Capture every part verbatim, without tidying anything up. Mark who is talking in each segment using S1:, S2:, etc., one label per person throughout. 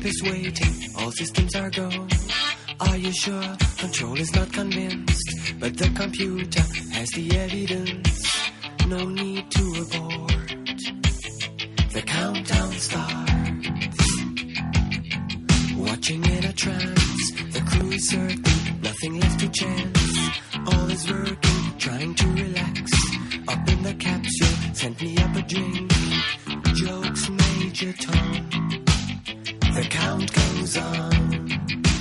S1: is waiting, all systems are go. Are you sure? Control is not convinced, but the computer has the evidence. No need to abort. The countdown starts. Watching in a trance, the crew is certain, nothing left to chance. All is working, trying to relax. Up in the capsule, sent me up a drink. Jokes, Major Tom. The count goes on.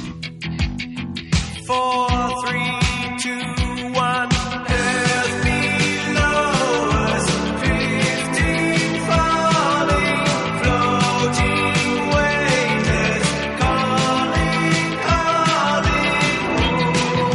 S1: Four, three, two, one. Earth below us. Fifteen falling, floating weightless. Calling, calling.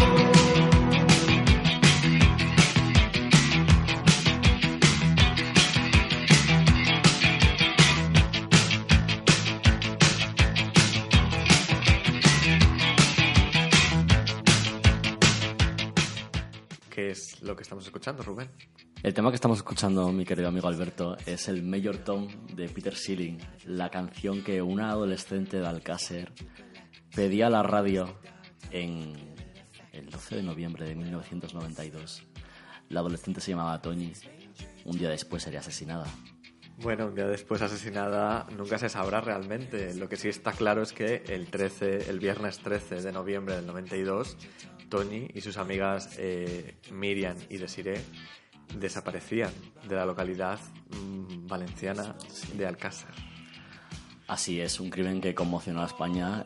S2: ¿Qué es lo que estamos escuchando, Rubén?
S3: El tema que estamos escuchando, mi querido amigo Alberto, es el Major Tom de Peter Schilling, la canción que una adolescente de Alcácer pedía a la radio en el doce de noviembre de mil novecientos noventa y dos. La adolescente se llamaba Toñi. Un día después sería asesinada.
S2: Bueno, un día después asesinada nunca se sabrá realmente. Lo que sí está claro es que el trece, el viernes trece de noviembre del noventa y dos, Toñi y sus amigas eh, Miriam y Desiree desaparecían de la localidad mmm, valenciana de Alcácer.
S3: Así es, un crimen que conmocionó a España.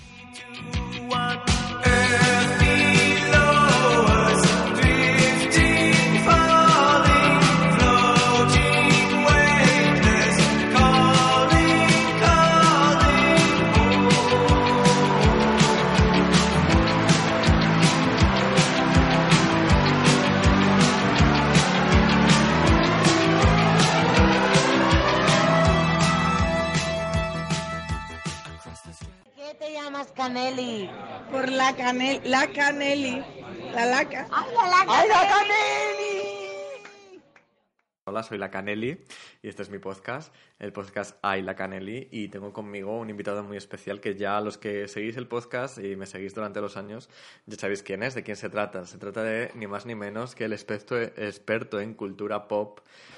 S4: Caneli.
S5: Por la canel, la Caneli. La laca.
S4: ¡Ay, la laca!
S5: ¡Ay, la Caneli!
S2: Hola, soy la Caneli y este es mi podcast, el podcast Ay, la Caneli, y tengo conmigo un invitado muy especial que ya los que seguís el podcast y me seguís durante los años ya sabéis quién es, de quién se trata. Se trata de ni más ni menos que el experto, experto en cultura pop,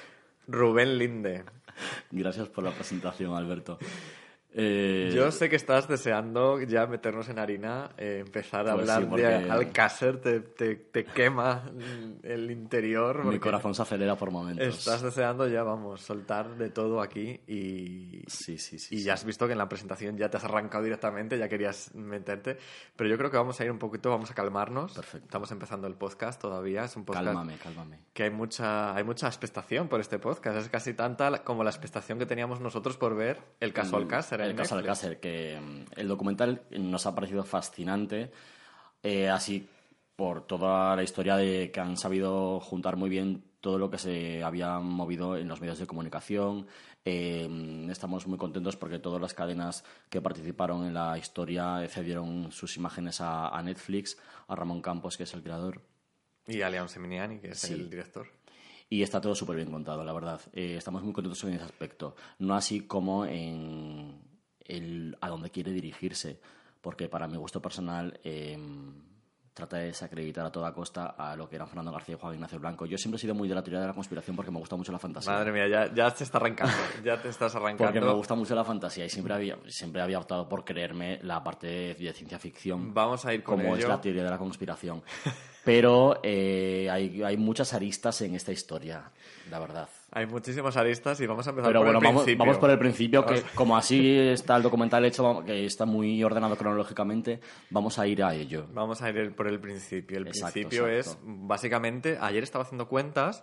S2: Rubén Linde.
S3: Gracias por la presentación, Alberto. Eh...
S2: Yo sé que estás deseando ya meternos en harina, eh, empezar a
S3: pues
S2: hablar
S3: sí, porque...
S2: de Alcácer, te, te, te quema el interior.
S3: Mi corazón se acelera por momentos.
S2: Estás deseando ya, vamos, soltar de todo aquí y...
S3: Sí, sí, sí.
S2: Y
S3: sí.
S2: ya has visto que en la presentación ya te has arrancado directamente, ya querías meterte. Pero yo creo que vamos a ir un poquito, vamos a calmarnos.
S3: Perfecto.
S2: Estamos empezando el podcast todavía, es un podcast...
S3: Cálmame, cálmame.
S2: Que hay mucha, hay mucha expectación por este podcast, es casi tanta como la expectación que teníamos nosotros por ver el caso Alcácer.
S3: El caso Alcácer, que el documental nos ha parecido fascinante, eh, así por toda la historia de que han sabido juntar muy bien todo lo que se había movido en los medios de comunicación. Eh, estamos muy contentos porque todas las cadenas que participaron en la historia cedieron sus imágenes a, a Netflix, a Ramón Campos, que es el creador.
S2: Y a Leon Seminiani, que es
S3: sí.
S2: el director.
S3: Y está todo súper bien contado, la verdad. Eh, estamos muy contentos en ese aspecto. No así como en el a dónde quiere dirigirse, porque para mi gusto personal eh, trata de desacreditar a toda costa a lo que eran Fernando García y Juan Ignacio Blanco. Yo siempre he sido muy de la teoría de la conspiración porque me gusta mucho la fantasía.
S2: Madre mía, ya, ya te está arrancando, ya te estás arrancando.
S3: Porque me gusta mucho la fantasía y siempre había, siempre había optado por creerme la parte de, de ciencia ficción.
S2: Vamos a ir con
S3: como
S2: ello.
S3: Es la teoría de la conspiración. Pero eh, hay, hay muchas aristas en esta historia, la verdad.
S2: Hay muchísimas aristas y vamos a empezar
S3: Pero
S2: por
S3: bueno,
S2: el
S3: vamos,
S2: principio.
S3: vamos por el principio, que como así está el documental hecho, que está muy ordenado cronológicamente, vamos a ir a ello.
S2: Vamos a ir por el principio. El
S3: Exacto,
S2: principio
S3: exacto.
S2: es, básicamente, ayer estaba haciendo cuentas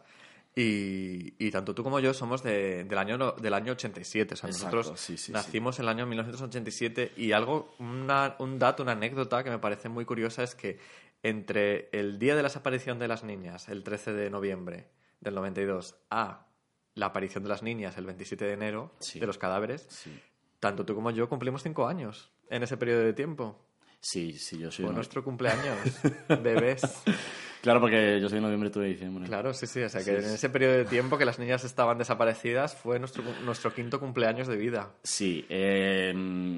S2: y, y tanto tú como yo somos de, del, año, del año ochenta y siete. O sea,
S3: Exacto,
S2: nosotros
S3: sí, sí,
S2: nacimos en el año mil novecientos ochenta y siete y algo, una, un dato, una anécdota que me parece muy curiosa es que entre el día de la desaparición de las niñas, el trece de noviembre del noventa y dos, a la aparición de las niñas el veintisiete de enero,
S3: sí.
S2: de los cadáveres,
S3: Sí.
S2: tanto tú como yo cumplimos cinco años en ese periodo de tiempo.
S3: Sí, sí, yo soy...
S2: Fue
S3: no...
S2: nuestro cumpleaños, bebés.
S3: Claro, porque yo soy de noviembre, tú de diciembre.
S2: Claro, sí, sí. O sea, que
S3: Sí,
S2: en
S3: sí.
S2: ese periodo de tiempo que las niñas estaban desaparecidas fue nuestro, nuestro quinto cumpleaños de vida.
S3: Sí, eh,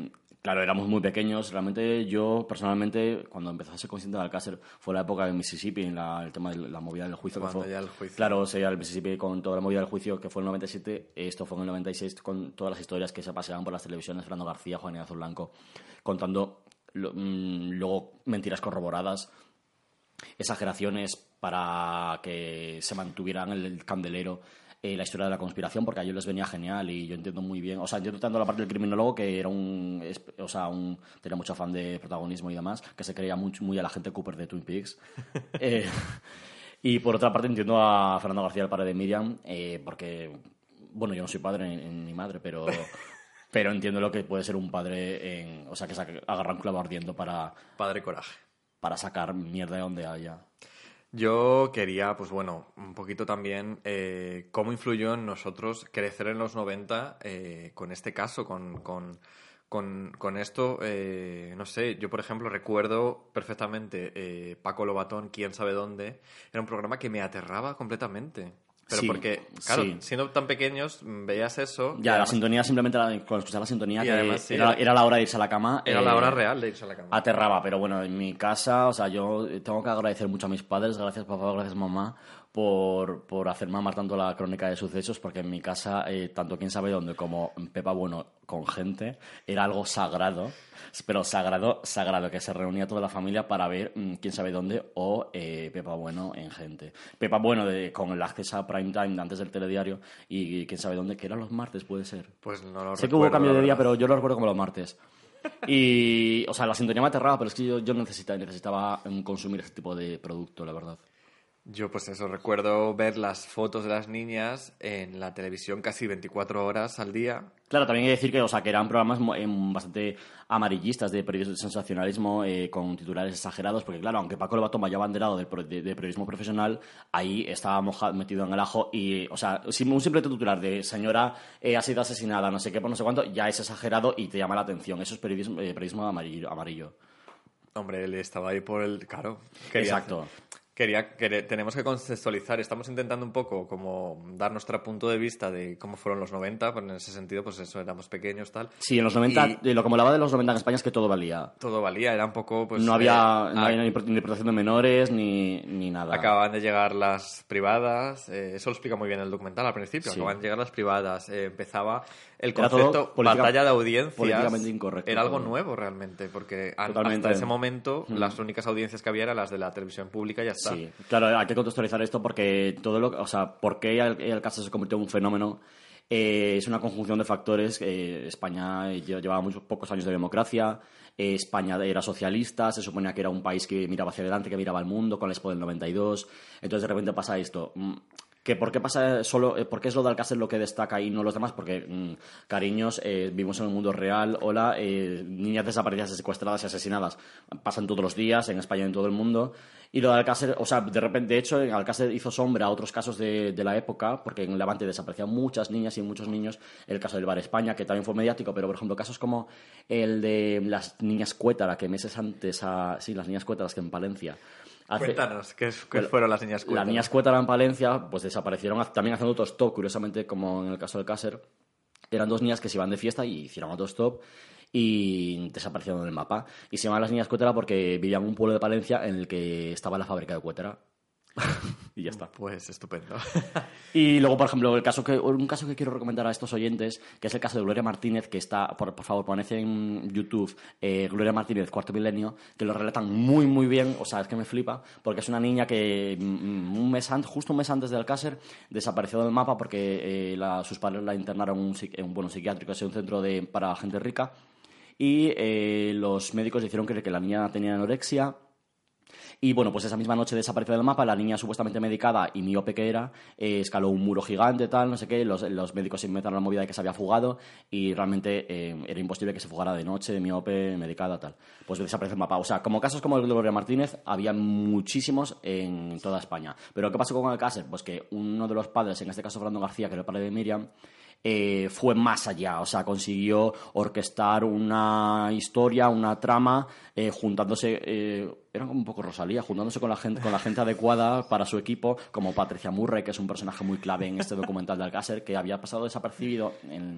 S3: Claro, éramos muy pequeños. Realmente yo, personalmente, cuando empecé a ser consciente de Alcácer, fue la época de Mississippi, en la, el tema de la movida del juicio.
S2: Cuando
S3: que fue,
S2: ya el juicio.
S3: Claro, sería el Mississippi con toda la movida del juicio, que fue en el noventa y siete. Esto fue en el noventa y seis, con todas las historias que se paseaban por las televisiones. Fernando García, Juan Ignacio Blanco, contando lo, mmm, luego mentiras corroboradas, exageraciones para que se mantuvieran el, el candelero. Eh, la historia de la conspiración, porque a ellos les venía genial y yo entiendo muy bien, o sea, entiendo tanto la parte del criminólogo, que era un, o sea, un, tenía mucho afán de protagonismo y demás, que se creía mucho, muy a la gente Cooper de Twin Peaks. eh, y por otra parte entiendo a Fernando García, el padre de Miriam, eh, porque, bueno, yo no soy padre ni, ni madre, pero... pero entiendo lo que puede ser un padre, en, o sea, que se agarra un clavo ardiendo para...
S2: Padre coraje.
S3: Para sacar mierda de donde haya.
S2: Yo quería, pues bueno, un poquito también eh, cómo influyó en nosotros crecer en los noventa eh, con este caso, con, con, con, con esto. Eh, no sé, yo por ejemplo recuerdo perfectamente eh, Paco Lobatón, Quién sabe dónde. Era un programa que me aterraba completamente. Pero
S3: sí,
S2: porque, claro,
S3: sí.
S2: siendo tan pequeños, veías eso...
S3: Ya, la
S2: además,
S3: sintonía, simplemente la, cuando escuchaba la sintonía, que
S2: además, sí,
S3: era, era la hora de irse a la cama.
S2: Era
S3: eh,
S2: la hora real de irse a la cama.
S3: Aterraba, pero bueno, en mi casa, o sea, yo tengo que agradecer mucho a mis padres, gracias papá, gracias mamá, por, por hacerme amar tanto la crónica de sucesos, porque en mi casa, eh, tanto Quién sabe dónde como Pepa Bueno con gente, era algo sagrado, pero sagrado, sagrado, que se reunía toda la familia para ver mmm, Quién sabe dónde o eh, Pepa Bueno en gente. Pepa Bueno de, con el acceso a prime time antes del telediario y, y Quién sabe dónde, que eran los martes, puede ser.
S2: Pues no lo
S3: Sé
S2: recuerdo,
S3: que hubo cambio de día,
S2: verdad.
S3: pero yo lo recuerdo como los martes. Y, o sea, la sintonía me aterraba, pero es que yo, yo necesitaba, necesitaba consumir ese tipo de producto, la verdad.
S2: Yo, pues eso, recuerdo ver las fotos de las niñas en la televisión casi veinticuatro horas al día.
S3: Claro, también hay que decir que, o sea, que eran programas eh, bastante amarillistas de periodismo de sensacionalismo, eh, con titulares exagerados, porque claro, aunque Paco Lobatón vaya abanderado de, de, de periodismo profesional, ahí estaba mojado, metido en el ajo y, o sea, un simple titular de señora eh, ha sido asesinada, no sé qué, por no sé cuánto, ya es exagerado y te llama la atención. Eso es periodismo, eh, periodismo amarillo, amarillo.
S2: Hombre, él estaba ahí por el... Claro. Quería
S3: Exacto.
S2: hacer- Quería, quería, tenemos que contextualizar. Estamos intentando un poco como dar nuestro punto de vista de cómo fueron los noventa, pues en ese sentido, pues eso, éramos pequeños, tal.
S3: Sí, en los noventa,
S2: Y-
S3: eh, lo que molaba de los noventa en España es que todo valía.
S2: Todo valía, era un poco, pues...
S3: no había,
S2: eh,
S3: no
S2: a-
S3: había ni, pro- ni protección de menores ni, ni nada.
S2: Acababan de llegar las privadas, eh, eso lo explica muy bien el documental al principio,
S3: Sí.
S2: acababan de llegar las privadas, eh, empezaba el
S3: Era todo
S2: concepto
S3: política-
S2: batalla de audiencias,
S3: políticamente incorrecto
S2: era algo
S3: todo.
S2: nuevo realmente, porque a-
S3: Totalmente.
S2: hasta ese momento
S3: Mm.
S2: las únicas audiencias que había eran las de la televisión pública y ya está.
S3: Sí, claro, hay que contextualizar esto porque todo lo, o sea, por qué el, el caso se convirtió en un fenómeno eh, es una conjunción de factores. Eh, España lle- llevaba muchos pocos años de democracia, eh, España era socialista, se suponía que era un país que miraba hacia adelante, que miraba al mundo con la Expo del noventa y dos, entonces de repente pasa esto. Mm, ¿Que ¿Por qué pasa solo, eh, por qué es lo de Alcácer lo que destaca y no los demás? Porque, mmm, cariños, eh, vivimos en un mundo real, hola, eh, niñas desaparecidas, secuestradas y asesinadas pasan todos los días en España y en todo el mundo. Y lo de Alcácer, o sea, de repente, de hecho, Alcácer hizo sombra a otros casos de, de la época, porque en Levante desaparecían muchas niñas y muchos niños. El caso del Bar España, que también fue mediático, pero por ejemplo, casos como el de las niñas Cuétara, que meses antes, a, sí, las niñas Cuétaras que en Palencia. Hace-
S2: Cuéntanos, ¿qué, qué
S3: Bueno,
S2: fueron las niñas
S3: Las
S2: Cuétaras?
S3: niñas Cuétara en Palencia pues desaparecieron ha- también haciendo autostop, curiosamente, como en el caso del Cácer. Eran dos niñas que se iban de fiesta y hicieron autostop y desaparecieron del mapa. Y se llaman las niñas Cuétara porque vivían en un pueblo de Palencia en el que estaba la fábrica de Cuétara. Y ya está.
S2: Pues estupendo.
S3: Y luego, por ejemplo, el caso que, un caso que quiero recomendar a estos oyentes, que es el caso de Gloria Martínez, que está, por, por favor, poned en YouTube eh, Gloria Martínez, Cuarto Milenio, que lo relatan muy, muy bien. O sea, es que me flipa, porque es una niña que mm, un mes antes, justo un mes antes del Alcácer, desapareció del mapa porque eh, la, sus padres la internaron en un, psi- en un bueno, psiquiátrico, es un centro de, para gente rica, y eh, los médicos dijeron que, que la niña tenía anorexia. Y bueno, pues esa misma noche desapareció del mapa, la niña supuestamente medicada y miope que era, eh, escaló un muro gigante, tal, no sé qué, los, los médicos se inventaron la movida de que se había fugado y realmente eh, era imposible que se fugara de noche, miope, medicada, tal. Pues desapareció del mapa. O sea, como casos como el de Gloria Martínez, había muchísimos en toda España. Pero ¿qué pasó con Alcácer? Pues que uno de los padres, en este caso Fernando García, que era el padre de Miriam, Eh, fue más allá, o sea, consiguió orquestar una historia, una trama, eh, juntándose, eh, era como un poco Rosalía, juntándose con la gente, con la gente adecuada para su equipo, como Patricia Murray, que es un personaje muy clave en este documental de Alcácer, que había pasado desapercibido en,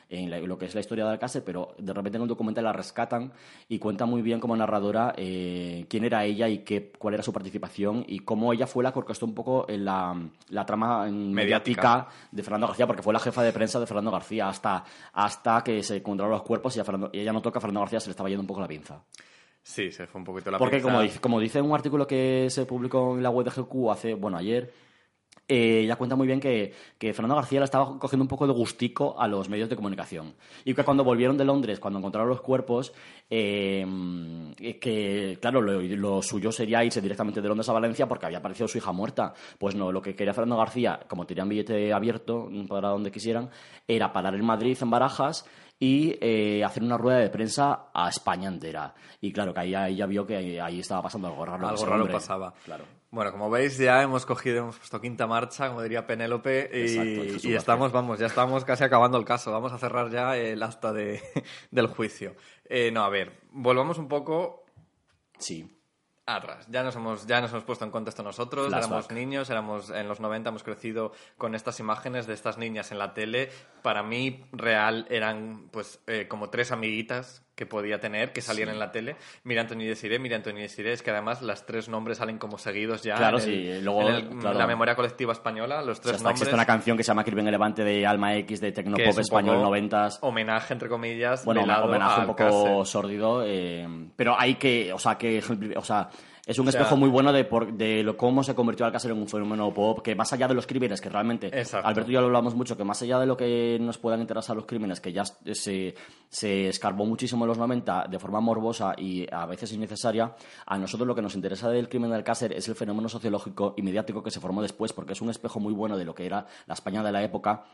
S3: en la, lo que es la historia de Alcácer, pero de repente en un documental la rescatan y cuenta muy bien como narradora eh, quién era ella y qué, cuál era su participación y cómo ella fue la que orquestó un poco en la, la trama mediática. mediática de Fernando García, porque fue la jefa de prensa de Fernando García hasta, hasta que se encontraron los cuerpos y, a Fernando, y ella notó que a Fernando García se le estaba yendo un poco la pinza.
S2: Sí, se fue un poquito la
S3: Porque
S2: pinza.
S3: como dice, como dice un artículo que se publicó en la web de G Q hace, bueno, ayer, eh, ella cuenta muy bien que, que Fernando García le estaba cogiendo un poco de gustico a los medios de comunicación. Y que cuando volvieron de Londres, cuando encontraron los cuerpos, eh, que, claro, lo, lo suyo sería irse directamente de Londres a Valencia porque había aparecido su hija muerta. Pues no, lo que quería Fernando García, como tenían billete abierto para donde quisieran, era parar en Madrid, en Barajas, y eh, hacer una rueda de prensa a España entera. Y claro, que ahí ella vio que ahí estaba pasando algo raro.
S2: Algo raro hombre. pasaba.
S3: Claro.
S2: Bueno, como veis, ya hemos cogido, hemos puesto quinta marcha, como diría Penélope, y, y estamos, vamos, ya estamos casi acabando el caso. Vamos a cerrar ya el acta de, del juicio. Eh, no, a ver, volvamos un poco...
S3: Sí.
S2: Atrás. Ya nos hemos, ya nos hemos puesto en contexto nosotros, Flashback. Éramos niños, éramos en los noventa, hemos crecido con estas imágenes de estas niñas en la tele. Para mí, real, eran pues eh, como tres amiguitas que podía tener, que salían sí. en la tele. Mira Antonio y Desiré, Mira Antonio y Desiré, es que además las tres nombres salen como seguidos ya
S3: claro,
S2: en, el,
S3: sí. Luego,
S2: en el,
S3: claro.
S2: la memoria colectiva española, los tres
S3: o sea,
S2: nombres.
S3: Existe una canción que se llama Kirben Elevante de Alma X, de Tecnopop español noventas.
S2: Homenaje, entre comillas,
S3: bueno,
S2: velado
S3: homenaje un poco
S2: Alcácer.
S3: Sórdido, eh, pero hay que, o sea, que, o sea, es un
S2: o sea,
S3: espejo muy bueno de, por, de lo, cómo se convirtió Alcácer en un fenómeno pop, que más allá de los crímenes, que realmente,
S2: Exacto.
S3: Alberto y yo lo hablamos mucho, que más allá de lo que nos puedan interesar los crímenes, que ya se, se escarbó muchísimo en los noventa de forma morbosa y a veces innecesaria, a nosotros lo que nos interesa del crimen de Alcácer es el fenómeno sociológico y mediático que se formó después, porque es un espejo muy bueno de lo que era la España de la época.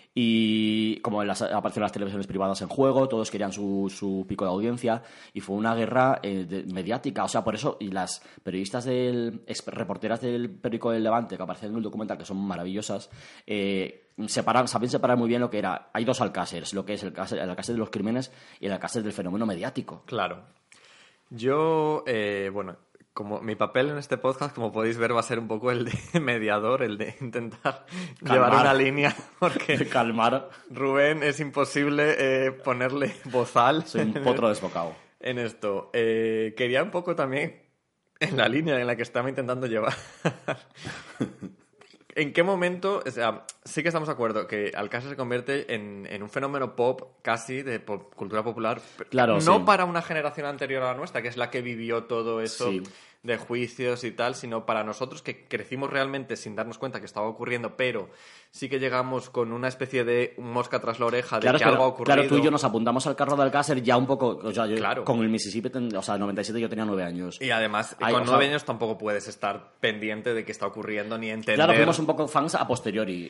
S3: Y como las, aparecieron las televisiones privadas en juego, todos querían su, su pico de audiencia y fue una guerra eh, de, mediática. O sea, por eso, y las periodistas del ex, reporteras del periódico del Levante que aparecen en el documental, que son maravillosas, eh, separan, saben separar muy bien lo que era. Hay dos Alcáceres, lo que es el Alcácer, el Alcácer de los crímenes y el Alcácer del fenómeno mediático.
S2: Claro. Yo, eh, bueno... Como mi papel en este podcast, como podéis ver, va a ser un poco el de mediador, el de intentar
S3: Calmar.
S2: llevar una línea, porque
S3: calmar.
S2: Rubén es imposible eh, ponerle bozal.
S3: Soy un potro desbocado.
S2: En esto. Eh, quería un poco también, en la línea en la que estaba intentando llevar, ¿en qué momento? O sea, sí que estamos de acuerdo que Alcácer se convierte en, en un fenómeno pop casi de pop, cultura popular.
S3: Claro,
S2: no
S3: sí.
S2: para una generación anterior a la nuestra, que es la que vivió todo eso
S3: sí.
S2: de juicios y tal, sino para nosotros que crecimos realmente sin darnos cuenta que estaba ocurriendo, pero sí que llegamos con una especie de mosca tras la oreja de
S3: claro,
S2: que
S3: pero,
S2: algo ha ocurrido.
S3: Claro, tú y yo nos apuntamos al carro de Alcácer ya un poco... O sea, yo,
S2: claro.
S3: Con el Mississippi, ten, o sea, en noventa y siete yo tenía nueve años.
S2: Y además,
S3: Ay,
S2: con
S3: o
S2: nueve
S3: sea,
S2: años tampoco puedes estar pendiente de qué está ocurriendo ni entender...
S3: Claro, fuimos un poco fans a posteriori.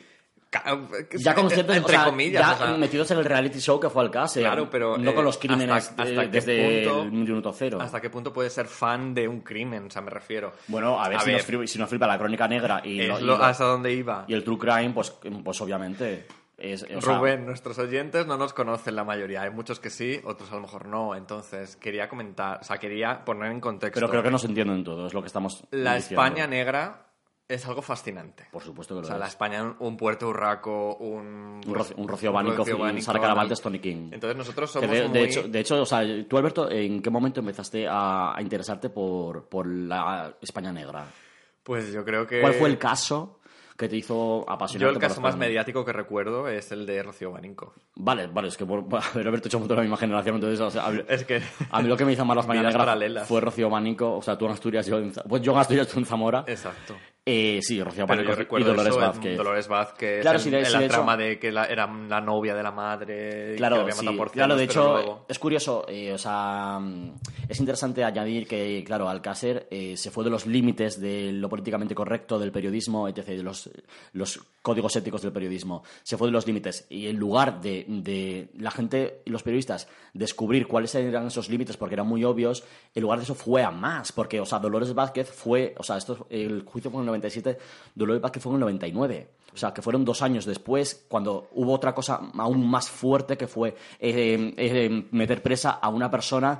S2: Ya
S3: conscientes,
S2: entre
S3: o sea,
S2: comillas,
S3: ya
S2: o sea,
S3: metidos en el reality show que fue Alcácer.
S2: Claro, pero
S3: no
S2: eh,
S3: con los crímenes
S2: hasta, hasta
S3: eh, desde
S2: punto,
S3: el minuto cero.
S2: ¿Hasta qué punto puedes ser fan de un crimen? O sea, me refiero.
S3: Bueno, a ver,
S2: a
S3: si,
S2: ver.
S3: Nos flipa, si nos flipa la crónica negra y,
S2: Es
S3: no, y,
S2: lo,
S3: lo,
S2: hasta dónde iba.
S3: y el true crime, pues, pues obviamente. Es, o sea,
S2: Rubén, nuestros oyentes no nos conocen la mayoría. Hay muchos que sí, otros a lo mejor no. Entonces, quería comentar, o sea, quería poner en contexto.
S3: Pero creo que nos entienden todos lo que estamos
S2: La
S3: diciendo.
S2: España negra es algo fascinante.
S3: Por supuesto que lo
S2: O sea,
S3: es.
S2: la España, un Puerto Urraco, un...
S3: Un, Rocio, un Rocío Bánico, un Sara Caravaltes, Tony King.
S2: Entonces nosotros somos
S3: de,
S2: muy...
S3: de, hecho, de hecho, o sea, tú, Alberto, ¿en qué momento empezaste a, a interesarte por, por la España negra?
S2: Pues yo creo que...
S3: ¿Cuál fue el caso que te hizo apasionarte?
S2: Yo el caso
S3: por
S2: más
S3: España?
S2: mediático que recuerdo es el de Rocío Bánico.
S3: Vale, vale, es que por, por haber Alberto hecho de la misma generación, entonces, o sea, a,
S2: Es que...
S3: a mí lo que me hizo más la España
S2: Vidas
S3: negra
S2: paralelas.
S3: fue Rocío Bánico, o sea, tú en Asturias, yo en, pues yo en Asturias, tú en Zamora.
S2: Exacto.
S3: Eh, sí, Rocío
S2: Pero
S3: Bánico
S2: yo
S3: y
S2: recuerdo
S3: Dolores
S2: eso,
S3: Vázquez.
S2: Dolores Vázquez,
S3: Claro,
S2: en,
S3: sí, de-
S2: en
S3: sí,
S2: la
S3: de hecho-
S2: trama de que la- era la novia de la madre,
S3: Claro,
S2: que la había
S3: sí,
S2: matado por
S3: claro,
S2: celos,
S3: de
S2: pero
S3: hecho,
S2: luego-
S3: es curioso, eh, o sea, mm, es interesante añadir que, claro, Alcácer eh, se fue de los límites de lo políticamente correcto del periodismo, etcétera, de los, los códigos éticos del periodismo, se fue de los límites, y en lugar de, de la gente y los periodistas descubrir cuáles eran esos límites porque eran muy obvios, en lugar de eso fue a más, porque, o sea, Dolores Vázquez fue, o sea, esto, el juicio fue en el noventa y siete, Dolores Vázquez fue en el noventa y nueve. O sea, que fueron dos años después, cuando hubo otra cosa aún más fuerte que fue eh, eh, meter presa a una persona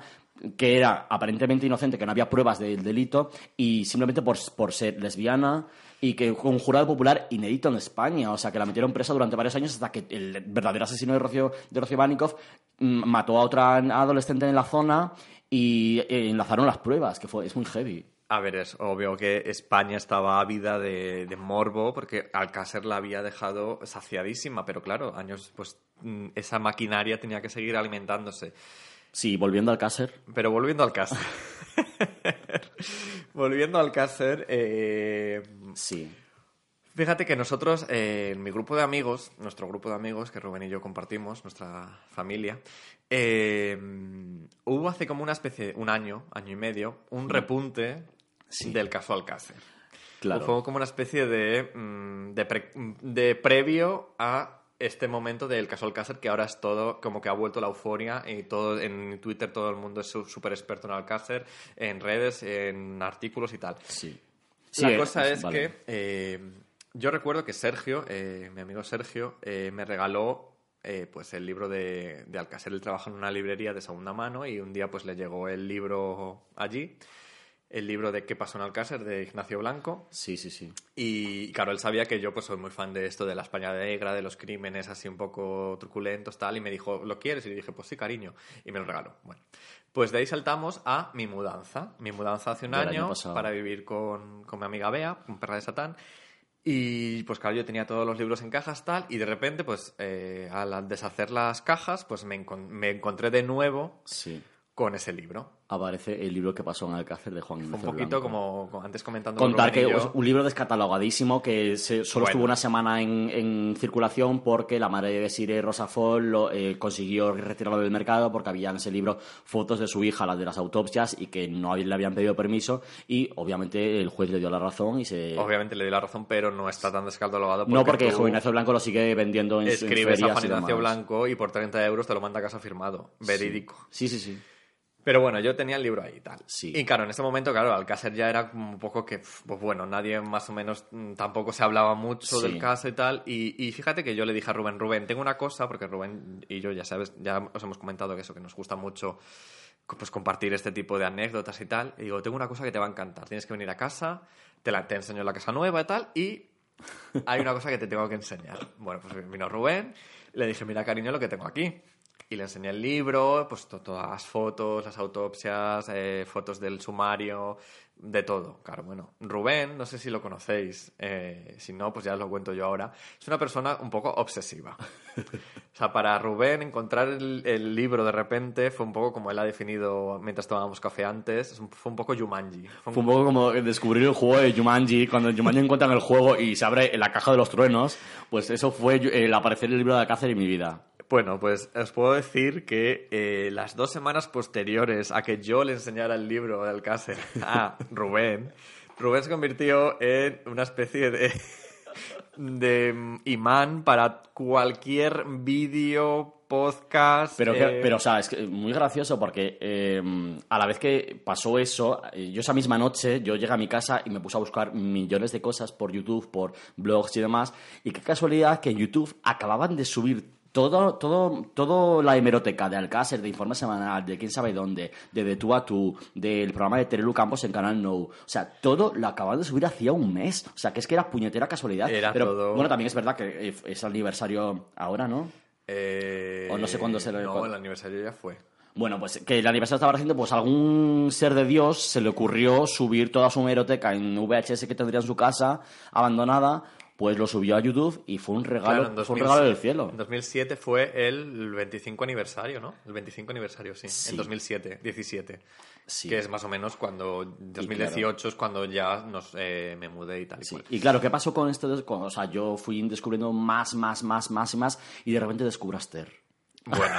S3: que era aparentemente inocente, que no había pruebas del delito, y simplemente por, por ser lesbiana, y que con un jurado popular inédito en España. O sea, que la metieron presa durante varios años hasta que el verdadero asesino de Rocío, de Rocío Ivanikov mató a otra adolescente en la zona y eh, enlazaron las pruebas, que fue, es muy heavy.
S2: A ver, es obvio que España estaba ávida de, de morbo porque Alcácer la había dejado saciadísima, pero claro, años, pues esa maquinaria tenía que seguir alimentándose.
S3: Sí, volviendo al Alcácer.
S2: Pero volviendo al Alcácer. volviendo al Alcácer, eh...
S3: sí.
S2: Fíjate que nosotros, eh, en mi grupo de amigos, nuestro grupo de amigos, que Rubén y yo compartimos, nuestra familia, eh, hubo hace como una especie, un año, año y medio, un repunte sí. del caso Alcácer.
S3: Claro.
S2: Fue como una especie de, de, pre, de previo a este momento del caso Alcácer, que ahora es todo, como que ha vuelto la euforia y todo en Twitter todo el mundo es súper experto en Alcácer, en redes, en artículos y tal.
S3: Sí.
S2: La
S3: sí,
S2: cosa
S3: es,
S2: es
S3: vale.
S2: que... Eh, yo recuerdo que Sergio, eh, mi amigo Sergio, eh, me regaló eh, pues el libro de, de Alcácer. Él trabaja en una librería de segunda mano y un día pues le llegó el libro allí, el libro de ¿Qué pasó en Alcácer? De Ignacio Blanco.
S3: Sí, sí, sí.
S2: Y claro, él sabía que yo pues soy muy fan de esto, de la España negra, de los crímenes así un poco truculentos, tal, y me dijo, ¿lo quieres? Y le dije, pues sí, cariño. Y me lo regaló. Bueno, pues de ahí saltamos a mi mudanza. Mi mudanza hace un
S3: Del
S2: año,
S3: año
S2: para vivir con, con mi amiga Bea, un perra de Satán. Y pues claro, yo tenía todos los libros en cajas tal y de repente pues eh, al deshacer las cajas pues me, encon- me encontré de nuevo
S3: sí.
S2: con ese libro.
S3: Aparece el libro que pasó en Alcácer de Juan Ignacio
S2: Fue un poquito
S3: Blanco.
S2: como, como antes comentando
S3: Contar que
S2: yo,
S3: es un libro descatalogadísimo que se, solo
S2: Bueno.
S3: estuvo una semana en, en circulación porque la madre de Desiree Rosafol lo, eh, consiguió retirarlo del mercado porque había en ese libro fotos de su hija, las de las autopsias, y que no le habían pedido permiso, y obviamente el juez le dio la razón y se...
S2: obviamente le di la razón, pero no está tan descatalogado porque
S3: no, porque
S2: tú
S3: Juan Ignacio Blanco lo sigue vendiendo en, en
S2: escribes
S3: ferias
S2: a Juan
S3: y
S2: Ignacio
S3: demás.
S2: Blanco y por treinta euros te lo manda a casa firmado, verídico.
S3: Sí, sí, sí.
S2: Pero bueno, yo tenía el libro ahí y tal.
S3: Sí.
S2: Y claro, en ese momento, claro, Alcácer ya era un poco que, pues bueno, nadie más o menos mm, tampoco se hablaba mucho
S3: Sí.
S2: del caso y tal. Y, y fíjate que yo le dije a Rubén, Rubén, tengo una cosa, porque Rubén y yo, ya sabes, ya os hemos comentado que eso, que nos gusta mucho pues compartir este tipo de anécdotas y tal. Y digo, tengo una cosa que te va a encantar. Tienes que venir a casa, te, la, te enseño la casa nueva y tal, y hay una cosa que te tengo que enseñar. Bueno, pues vino Rubén, y le dije, mira, cariño, lo que tengo aquí. Y le enseñé el libro, pues to- todas las fotos, las autopsias, eh, fotos del sumario, de todo. Claro, bueno, Rubén, no sé si lo conocéis, eh, si no, pues ya os lo cuento yo ahora. Es una persona un poco obsesiva. O sea, para Rubén encontrar el, el libro de repente fue un poco como él ha definido mientras tomábamos café antes, es un- fue un poco Jumanji. Fue un-
S3: Fue un poco como descubrir el juego de Jumanji. Cuando en Jumanji encuentran el juego y se abre la caja de los truenos, pues eso fue el aparecer el libro de Alcácer en mi vida.
S2: Bueno, pues os puedo decir que eh, las dos semanas posteriores a que yo le enseñara el libro de Alcácer a Rubén, Rubén se convirtió en una especie de, de imán para cualquier vídeo, podcast...
S3: Pero,
S2: eh,
S3: que, pero o sea, es que muy gracioso porque eh, a la vez que pasó eso, eh, yo esa misma noche, yo llegué a mi casa y me puse a buscar millones de cosas por YouTube, por blogs y demás, y qué casualidad que en YouTube acababan de subir todo, todo, todo la hemeroteca de Alcácer, de Informe Semanal, de quién sabe dónde, de De Tú a Tú, del programa de Terelu Campos en Canal No. O sea, todo lo acababan de subir hacía un mes. O sea, que es que era puñetera casualidad.
S2: Era
S3: Pero
S2: todo-
S3: bueno, también es verdad que eh, es aniversario ahora, ¿no?
S2: eh,
S3: o no sé cuándo se le-
S2: No, el aniversario ya fue.
S3: Bueno, pues que el aniversario estaba reciente, pues algún ser de Dios se le ocurrió subir toda su hemeroteca en V H S que tendría en su casa, abandonada, pues lo subió a YouTube y fue un regalo,
S2: Claro, en
S3: fue un
S2: 2000
S3: regalo del cielo.
S2: En dos mil siete fue el veinticinco aniversario, ¿no? El veinticinco aniversario, sí.
S3: Sí.
S2: En dos mil siete, diecisiete.
S3: Sí.
S2: Que es más o menos cuando... dos mil dieciocho es cuando ya nos, eh, me mudé y tal y
S3: Sí.
S2: cual.
S3: Y claro, ¿qué pasó con esto? de- con- O sea, yo fui descubriendo más, más, más, más y más, y de repente descubro a Esther.
S2: Bueno.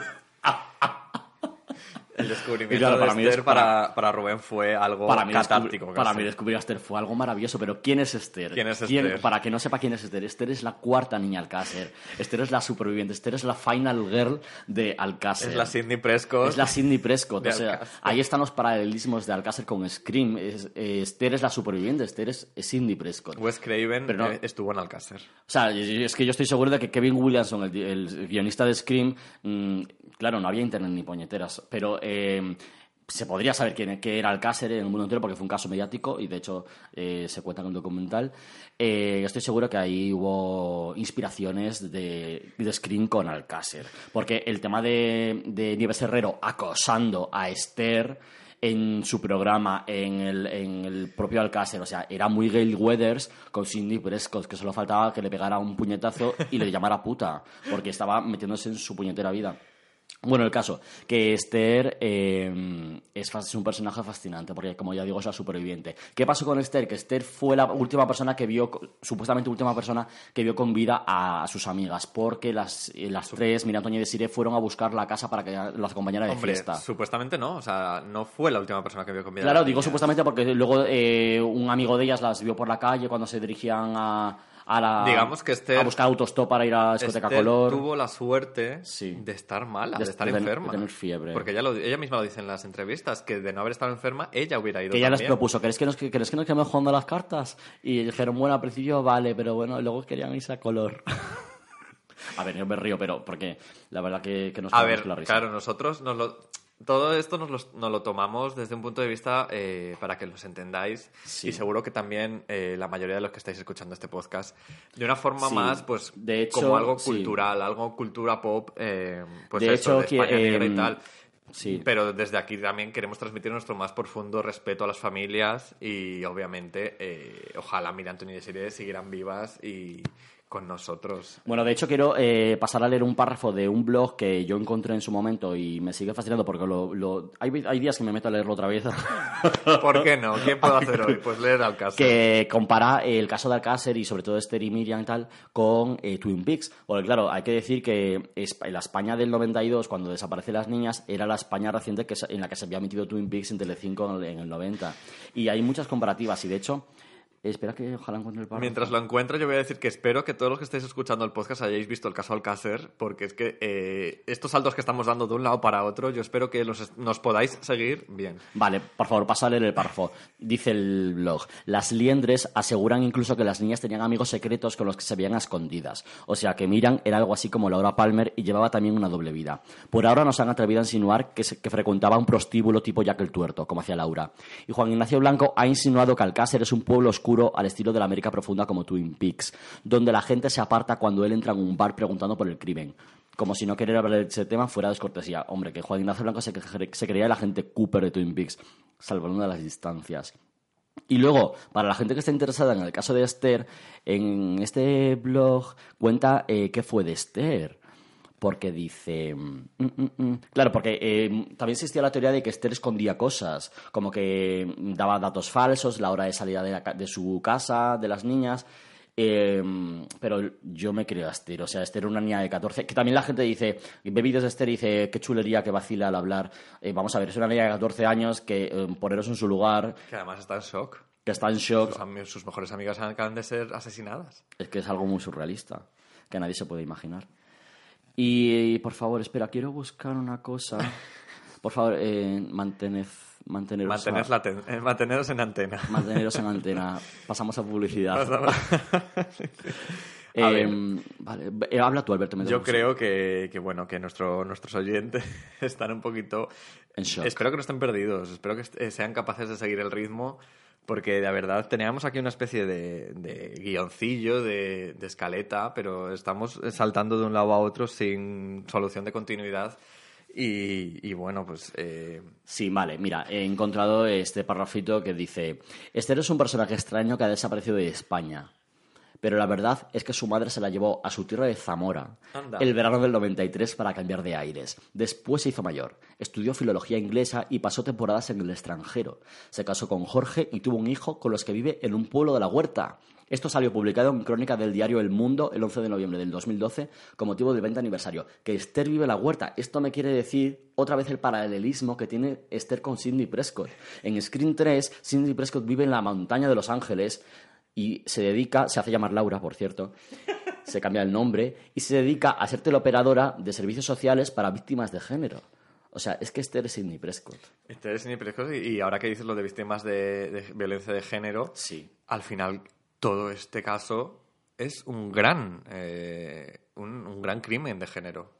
S2: El descubrimiento
S3: Y claro,
S2: de
S3: para mí
S2: Esther
S3: es-
S2: para, para Rubén fue algo
S3: Para mí,
S2: catártico.
S3: descubrir, para
S2: casi.
S3: mí descubrir a Esther fue algo maravilloso, pero ¿quién es Esther?
S2: ¿Quién es Esther?
S3: Para que no sepa quién es Esther, Esther es la cuarta niña Alcácer. Esther es la superviviente, Esther es la final girl de Alcácer.
S2: Es la Sidney Prescott.
S3: Es la Sidney Prescott,
S2: de
S3: o sea,
S2: Alcácer.
S3: ahí están los paralelismos de Alcácer con Scream. Es- eh, Esther es la superviviente, Esther es, es Sidney Prescott.
S2: Wes Craven
S3: Pero no-
S2: eh, estuvo en Alcácer.
S3: O sea, y- y es que yo estoy seguro de que Kevin Williamson, el, el guionista de Scream, mmm, claro, no había internet ni puñeteras, pero eh, se podría saber quién qué era Alcácer en el mundo entero porque fue un caso mediático y de hecho eh, se cuenta en un documental. Eh, estoy seguro que ahí hubo inspiraciones de, de Scream con Alcácer, porque el tema de, de Nieves Herrero acosando a Esther en su programa, en el, en el propio Alcácer, o sea, era muy Gail Weathers con Sidney Prescott, que solo faltaba que le pegara un puñetazo y le llamara puta, porque estaba metiéndose en su puñetera vida. Bueno, el caso, que Esther eh, es, es un personaje fascinante, porque como ya digo, es la superviviente. ¿Qué pasó con Esther? Que Esther fue la última persona que vio, supuestamente última persona que vio con vida a, a sus amigas, porque las, las tres, Mira, Antonia y Desiree, fueron a buscar la casa para que las acompañara de
S2: Hombre,
S3: fiesta.
S2: supuestamente no, o sea, no fue la última persona que vio con vida.
S3: Claro, digo supuestamente porque luego eh, un amigo de ellas las vio por la calle cuando se dirigían a... A, la,
S2: Digamos que Esther,
S3: a buscar autostop para ir a discoteca
S2: Esther
S3: color.
S2: tuvo la suerte
S3: Sí.
S2: de estar mala,
S3: De-
S2: de, estar
S3: de tener-
S2: enferma.
S3: de tener fiebre.
S2: Porque ella, lo- ella misma lo dice en las entrevistas, que de no haber estado enferma, ella hubiera ido
S3: Que ella les
S2: también.
S3: propuso, ¿queréis que nos, ¿queréis que nos quedemos jugando a las cartas? Y dijeron, bueno, al principio vale, pero bueno, luego querían irse a color. A ver, yo me río, pero porque la verdad que, que nos
S2: A
S3: quedamos
S2: ver,
S3: con la risa.
S2: claro, nosotros nos lo, todo esto nos lo, nos lo tomamos desde un punto de vista eh, para que los entendáis
S3: Sí.
S2: y seguro que también eh, la mayoría de los que estáis escuchando este podcast de una forma
S3: Sí.
S2: más, pues,
S3: De hecho,
S2: como algo
S3: sí.
S2: cultural, algo cultura pop, eh, pues
S3: De
S2: eso,
S3: hecho,
S2: de España
S3: que,
S2: negra
S3: eh,
S2: y tal.
S3: sí.
S2: Pero desde aquí también queremos transmitir nuestro más profundo respeto a las familias y obviamente eh, ojalá Mira, Antonia y Desiree siguieran vivas y con nosotros.
S3: Bueno, de hecho quiero eh, pasar a leer un párrafo de un blog que yo encontré en su momento y me sigue fascinando porque lo, lo- hay, hay días que me meto a leerlo otra vez.
S2: ¿Por qué no? ¿Qué puedo hacer hoy? Pues leer Alcácer.
S3: Que compara el caso de Alcácer y sobre todo Esther y Miriam y tal con eh, Twin Peaks. Porque claro, hay que decir que Esp- la España del noventa y dos, cuando desaparecen las niñas, era la España reciente que se- en la que se había emitido Twin Peaks en Telecinco en el, en el noventa. Y hay muchas comparativas y de hecho... Espera que ojalá encuentre el párrafo.
S2: Mientras lo encuentro, yo voy a decir que espero que todos los que estéis escuchando el podcast hayáis visto el caso Alcácer, porque es que eh, estos saltos que estamos dando de un lado para otro, yo espero que los, nos podáis seguir bien.
S3: Vale, por favor, pasa a leer el párrafo. Dice el blog, las liendres aseguran incluso que las niñas tenían amigos secretos con los que se veían a escondidas. O sea, que Miriam era algo así como Laura Palmer y llevaba también una doble vida. Por ahora nos han atrevido a insinuar que, se- que frecuentaba un prostíbulo tipo Jack el Tuerto, como hacía Laura. Y Juan Ignacio Blanco ha insinuado que Alcácer es un pueblo oscuro al estilo de la América profunda como Twin Peaks, donde la gente se aparta cuando él entra en un bar preguntando por el crimen. Como si no querer hablar de ese tema fuera descortesía. Hombre, que Juan Ignacio Blanco se, se creía el agente Cooper de Twin Peaks, salvando de las distancias. Y luego, para la gente que está interesada en el caso de Esther, en este blog cuenta eh, qué fue de Esther. Porque dice... mm, mm, mm. Claro, porque eh, también existía la teoría de que Esther escondía cosas, como que daba datos falsos, la hora de salida de, la ca- de su casa, de las niñas... Eh, pero yo me creo a Esther, o sea, Esther era una niña de catorce, que también la gente dice, ve vídeos de Esther y dice, qué chulería, que vacila al hablar. Eh, vamos a ver, es una niña de catorce años que eh, poneros en su lugar,
S2: Que además está en shock.
S3: que está en shock,
S2: Sus, ami- sus mejores amigas acaban de ser asesinadas.
S3: es que es algo muy surrealista, que nadie se puede imaginar. Y, por favor, espera, quiero buscar una cosa. Por favor, eh, mantened, manteneros,
S2: Mantener la ten- eh, manteneros en antena.
S3: manteneros en antena. Pasamos a publicidad.
S2: A
S3: Eh,
S2: ver.
S3: vale, eh, habla tú, Alberto. me
S2: Yo
S3: tengo-
S2: creo que, que, bueno, que nuestro, nuestros oyentes están un poquito...
S3: En shock.
S2: Espero que no estén perdidos, espero que est- eh, sean capaces de seguir el ritmo, porque de verdad teníamos aquí una especie de, de guioncillo, de, de escaleta, pero estamos saltando de un lado a otro sin solución de continuidad. Y, y bueno, pues... eh,
S3: Sí, vale, mira, he encontrado este parrafito que dice: Esther es un personaje extraño que ha desaparecido de España. Pero la verdad es que su madre se la llevó a su tierra de Zamora
S2: Anda.
S3: el verano del noventa y tres para cambiar de aires. Después se hizo mayor, estudió filología inglesa y pasó temporadas en el extranjero. Se casó con Jorge y tuvo un hijo con los que vive en un pueblo de la Huerta. Esto salió publicado en crónica del diario El Mundo el once de noviembre del dos mil doce con motivo del veinte aniversario. Que Esther vive en la Huerta. Esto me quiere decir otra vez el paralelismo que tiene Esther con Sidney Prescott. En Scream tres, Sidney Prescott vive en la montaña de Los Ángeles y se dedica, se hace llamar Laura, por cierto, se cambia el nombre, y se dedica a ser teleoperadora de servicios sociales para víctimas de género. O sea, es que Esther es Sidney Prescott.
S2: este es Prescott, y y ahora que dices lo de víctimas de, de violencia de género,
S3: Sí.
S2: al final todo este caso es un gran, eh, un, un gran crimen de género.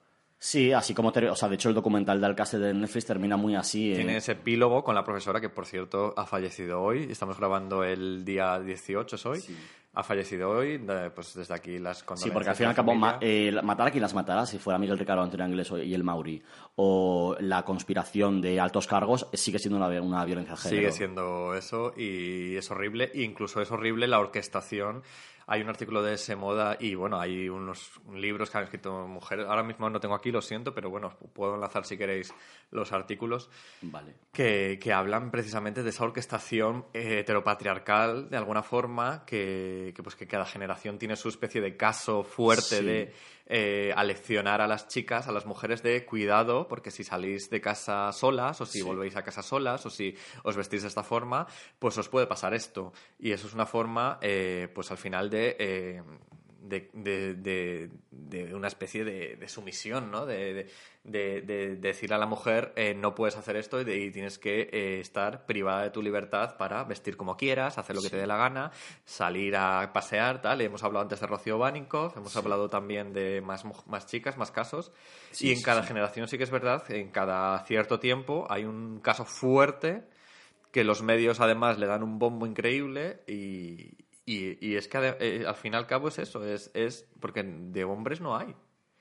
S3: Sí, así como... Te, o sea, de hecho, el documental de Alcácer de Netflix termina muy así.
S2: Tiene
S3: eh.
S2: ese epílogo con la profesora que, por cierto, ha fallecido hoy. Estamos grabando el día dieciocho, ¿es hoy? Sí. Ha fallecido hoy, pues desde aquí las condolencias.
S3: Sí, porque al fin y al cabo, ma, eh, matar a quien las matará, si fuera Miguel Ricardo, Antonio Anglés y el Mauri, o la conspiración de altos cargos, sigue siendo una, una violencia de género.
S2: Sigue siendo eso y es horrible. E incluso es horrible la orquestación. Hay un artículo de ese moda y, bueno, hay unos libros que han escrito mujeres. Ahora mismo no tengo aquí, lo siento, pero, bueno, puedo enlazar si queréis los artículos.
S3: Vale.
S2: Que, que hablan precisamente de esa orquestación eh, heteropatriarcal, de alguna forma, que, que, pues, que cada generación tiene su especie de caso fuerte sí. de eh, aleccionar a las chicas, a las mujeres, de cuidado, porque si salís de casa solas, o si sí. volvéis a casa solas, o si os vestís de esta forma, pues os puede pasar esto. Y eso es una forma, eh, pues al final, de... Eh, De, de, de, de una especie de, de sumisión, ¿no? De, de, de, de decir a la mujer eh, no puedes hacer esto y, de, y tienes que eh, estar privada de tu libertad para vestir como quieras, hacer lo que sí. te dé la gana, salir a pasear, tal. Y hemos hablado antes de Rocío Bánico, hemos sí. hablado también de más, más chicas, más casos. Sí, y en sí, cada sí. generación sí que es verdad, en cada cierto tiempo hay un caso fuerte que los medios además le dan un bombo increíble y... Y, y es que eh, al fin y al cabo es eso, es, es porque de hombres no hay.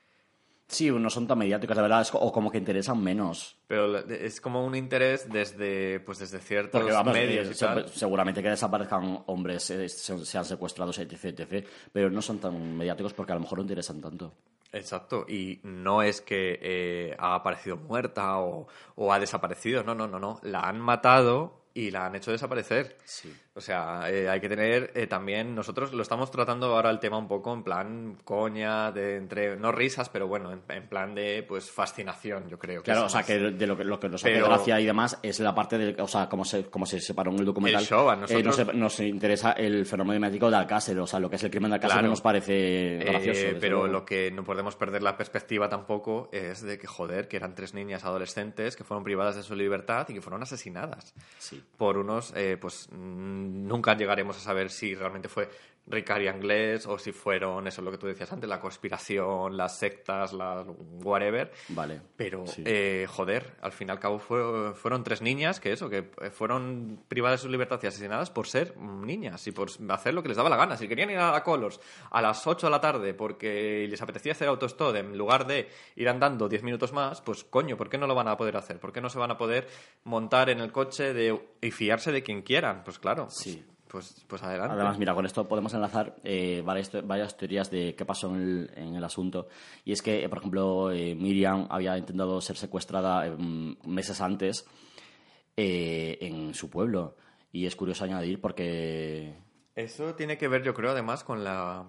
S3: Sí, no son tan mediáticos, la verdad, es, o como que interesan menos.
S2: Pero es como un interés desde pues desde ciertos
S3: porque, vamos,
S2: medios
S3: eh,
S2: y tal.
S3: Seguramente que desaparezcan hombres, eh, sean secuestrados, etc, etcétera, pero no son tan mediáticos porque a lo mejor no interesan tanto.
S2: Exacto, y no es que eh, ha aparecido muerta o, o ha desaparecido, no, no, no, no, la han matado y la han hecho desaparecer.
S3: Sí.
S2: O sea, eh, hay que tener eh, también... Nosotros lo estamos tratando ahora el tema un poco en plan coña, de entre no risas, pero bueno, en, en plan de pues fascinación, yo creo. Que
S3: claro, o
S2: es
S3: sea,
S2: más.
S3: que de lo que, lo que nos
S2: pero...
S3: hace gracia y demás es la parte de... O sea, como se, como se separó en el documental.
S2: El show, a nosotros...
S3: Eh, nos, nos interesa el fenómeno mediático de Alcácer, o sea, lo que es el crimen de Alcácer
S2: claro.
S3: no nos parece gracioso.
S2: Eh, pero
S3: luego.
S2: Lo que no podemos perder la perspectiva tampoco es de que, joder, que eran tres niñas adolescentes que fueron privadas de su libertad y que fueron asesinadas.
S3: Sí.
S2: Por unos, eh, pues nunca llegaremos a saber si realmente fue Ricard y Anglés o si fueron, eso es lo que tú decías antes, la conspiración, las sectas, la whatever.
S3: Vale.
S2: Pero,
S3: sí.
S2: eh, joder, al fin y al cabo fue, fueron tres niñas que eso, que fueron privadas de su libertad y asesinadas por ser niñas y por hacer lo que les daba la gana. Si querían ir a la Colors a las ocho de la tarde porque les apetecía hacer autostop en lugar de ir andando diez minutos más, pues coño, ¿por qué no lo van a poder hacer? ¿Por qué no se van a poder montar en el coche de, y fiarse de quien quieran? Pues claro. Pues,
S3: sí.
S2: Pues, pues adelante.
S3: Además, mira, con esto podemos enlazar eh, varias, varias teorías de qué pasó en el, en el asunto. Y es que, eh, por ejemplo, eh, Miriam había intentado ser secuestrada eh, meses antes eh, en su pueblo. Y es curioso añadir porque...
S2: Eso tiene que ver, yo creo, además, con la...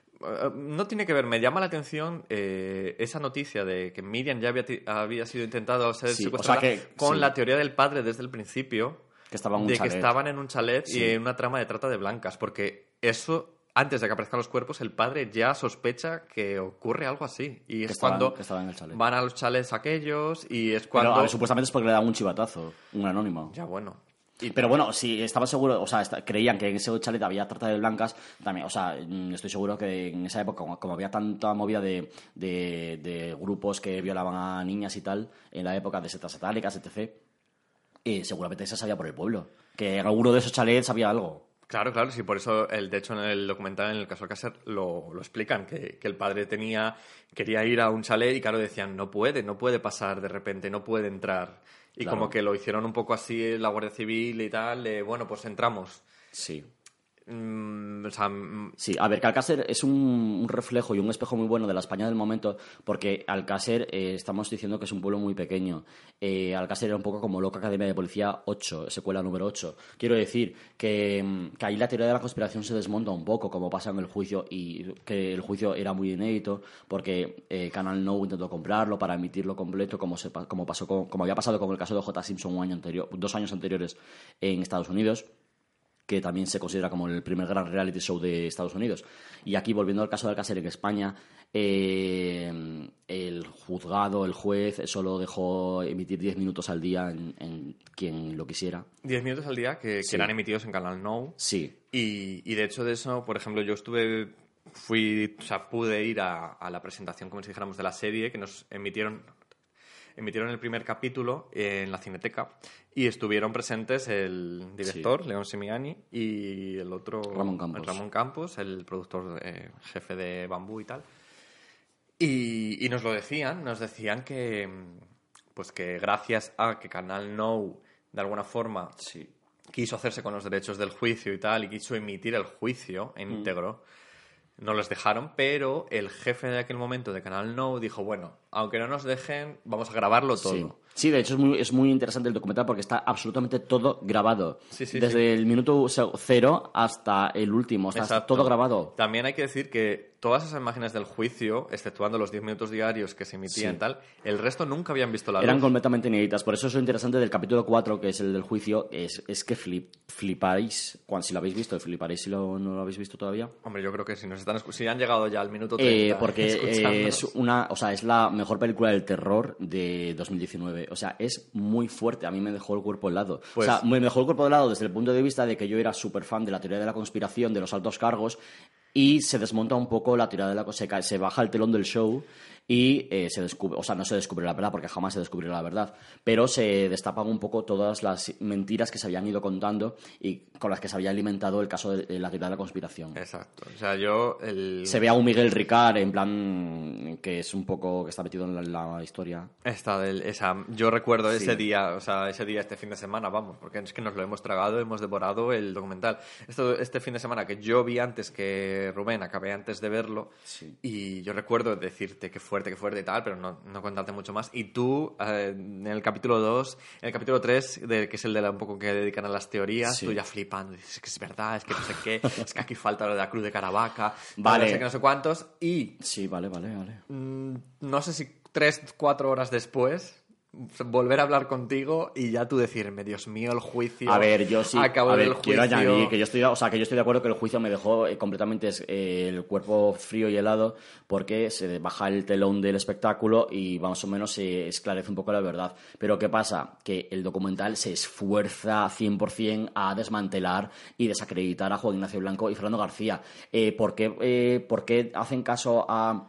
S2: No tiene que ver, me llama la atención eh, esa noticia de que Miriam ya había, había sido intentado ser
S3: sí,
S2: secuestrada,
S3: o sea que,
S2: con
S3: sí.
S2: la teoría del padre desde el principio...
S3: Que estaban un
S2: de
S3: chalet.
S2: que estaban en un chalet
S3: sí.
S2: y en una trama de trata de blancas, porque eso, antes de que aparezcan los cuerpos, el padre ya sospecha que ocurre algo así. Y
S3: que
S2: es
S3: estaban,
S2: cuando
S3: que estaban en el chalet.
S2: van a los chalets aquellos y es cuando...
S3: Pero, a ver, supuestamente es porque le daban un chivatazo, un anónimo.
S2: Ya, bueno.
S3: Y, pero bueno, si estaban seguros, o sea, está, creían que en ese chalet había trata de blancas, también, o sea, estoy seguro que en esa época, como, como había tanta movida de, de, de grupos que violaban a niñas y tal, en la época de setas satánicas, etcétera, eh, seguramente se sabía por el pueblo. Que en alguno de esos chalets había algo.
S2: Claro, claro, sí, por eso, el, de hecho, en el documental, en el caso Alcácer, lo, lo explican, que, que el padre tenía, quería ir a un chalet y, claro, decían, no puede, no puede pasar de repente, no puede entrar. Y
S3: claro.
S2: como que lo hicieron un poco así, la Guardia Civil y tal, de, bueno, pues entramos.
S3: Sí.
S2: Mm, o sea, mm,
S3: sí, a ver, que Alcácer es un, un reflejo y un espejo muy bueno de la España del momento, porque Alcácer, eh, estamos diciendo que es un pueblo muy pequeño. Eh, Alcácer era un poco como Loca Academia de Policía ocho, secuela número ocho. Quiero decir que, que ahí la teoría de la conspiración se desmonta un poco, como pasa en el juicio, y que el juicio era muy inédito, porque eh, Canal No intentó comprarlo para emitirlo completo, como, se, como, pasó con, como había pasado con el caso de J. Simpson un año anterior, dos años anteriores en Estados Unidos, que también se considera como el primer gran reality show de Estados Unidos. Y aquí, volviendo al caso de Alcácer en España, eh, el juzgado, el juez, solo dejó emitir diez minutos al día en, en quien lo quisiera.
S2: diez minutos al día que,
S3: sí.
S2: que eran emitidos en Canal No.
S3: Sí.
S2: Y, y de hecho de eso, por ejemplo, yo estuve fui, o sea, pude ir a, a la presentación, como si dijéramos, de la serie, que nos emitieron, emitieron el primer capítulo en la Cineteca y estuvieron presentes el director, sí. León Simiani, y el otro,
S3: Ramón Campos,
S2: Ramón Campos el productor eh, jefe de Bambú y tal. Y, y nos lo decían, nos decían que, pues que gracias a que Canal Nou, de alguna forma,
S3: sí.
S2: quiso hacerse con los derechos del juicio y tal, y quiso emitir el juicio íntegro, mm. no les dejaron, pero el jefe de aquel momento de Canal Nou dijo, bueno, aunque no nos dejen, vamos a grabarlo todo.
S3: Sí, sí, de hecho es muy, es muy interesante el documental porque está absolutamente todo grabado.
S2: Sí, sí,
S3: Desde
S2: sí.
S3: el minuto cero hasta el último, o sea, está todo grabado.
S2: También hay que decir que todas esas imágenes del juicio, exceptuando los diez minutos diarios que se emitían
S3: sí.
S2: y tal, el resto nunca habían visto la luz.
S3: Eran completamente inéditas, por eso es lo interesante del capítulo cuatro, que es el del juicio, es, es que flip, flipáis, cuando, si lo habéis visto, fliparéis si lo, no lo habéis visto todavía.
S2: Hombre, yo creo que si nos están si han llegado ya al minuto treinta.
S3: Eh, porque eh, es una, o sea, es la mejor película del terror de dos mil diecinueve. O sea, es muy fuerte. A mí me dejó el cuerpo helado.
S2: Pues...
S3: O sea, me dejó el cuerpo helado desde el punto de vista de que yo era súper fan de la teoría de la conspiración, de los altos cargos, y se desmonta un poco la teoría de la cosa. Se baja el telón del show y eh, se descubre, o sea, no se descubre la verdad porque jamás se descubrirá la verdad, pero se destapan un poco todas las mentiras que se habían ido contando y con las que se había alimentado el caso de la teoría de la conspiración.
S2: Exacto. O sea, yo... El...
S3: Se ve a un Miguel Ricard en plan que es un poco que está metido en la, la historia.
S2: Esta del, esa, yo recuerdo
S3: sí.
S2: ese día, o sea, ese día, este fin de semana, vamos, porque es que nos lo hemos tragado, hemos devorado el documental. Esto, este fin de semana que yo vi antes que Rubén, acabé antes de verlo,
S3: sí.
S2: y yo recuerdo decirte que fuerte, que fuerte y tal, pero no, no contarte mucho más. Y tú, eh, en el capítulo dos, en el capítulo tres, de, que es el de la, un poco que dedican a las teorías,
S3: sí.
S2: tú ya flipando, dices que es verdad, es que no sé qué, es que aquí falta lo de la cruz de Caravaca,
S3: vale.
S2: no sé qué, no sé cuántos, y...
S3: Sí, vale, vale, vale.
S2: Mmm, no sé si tres, cuatro horas después... volver a hablar contigo y ya tú decirme, Dios mío, el juicio.
S3: A ver, yo sí.
S2: Acabo
S3: a ver,
S2: del juicio.
S3: Quiero añadir que yo estoy, o sea, que yo estoy de acuerdo que el juicio me dejó eh, completamente eh, el cuerpo frío y helado porque se baja el telón del espectáculo y más o menos se esclarece un poco la verdad. Pero ¿qué pasa? Que el documental se esfuerza cien por ciento a desmantelar y desacreditar a Juan Ignacio Blanco y Fernando García. Eh, ¿por qué, eh, ¿Por qué hacen caso a...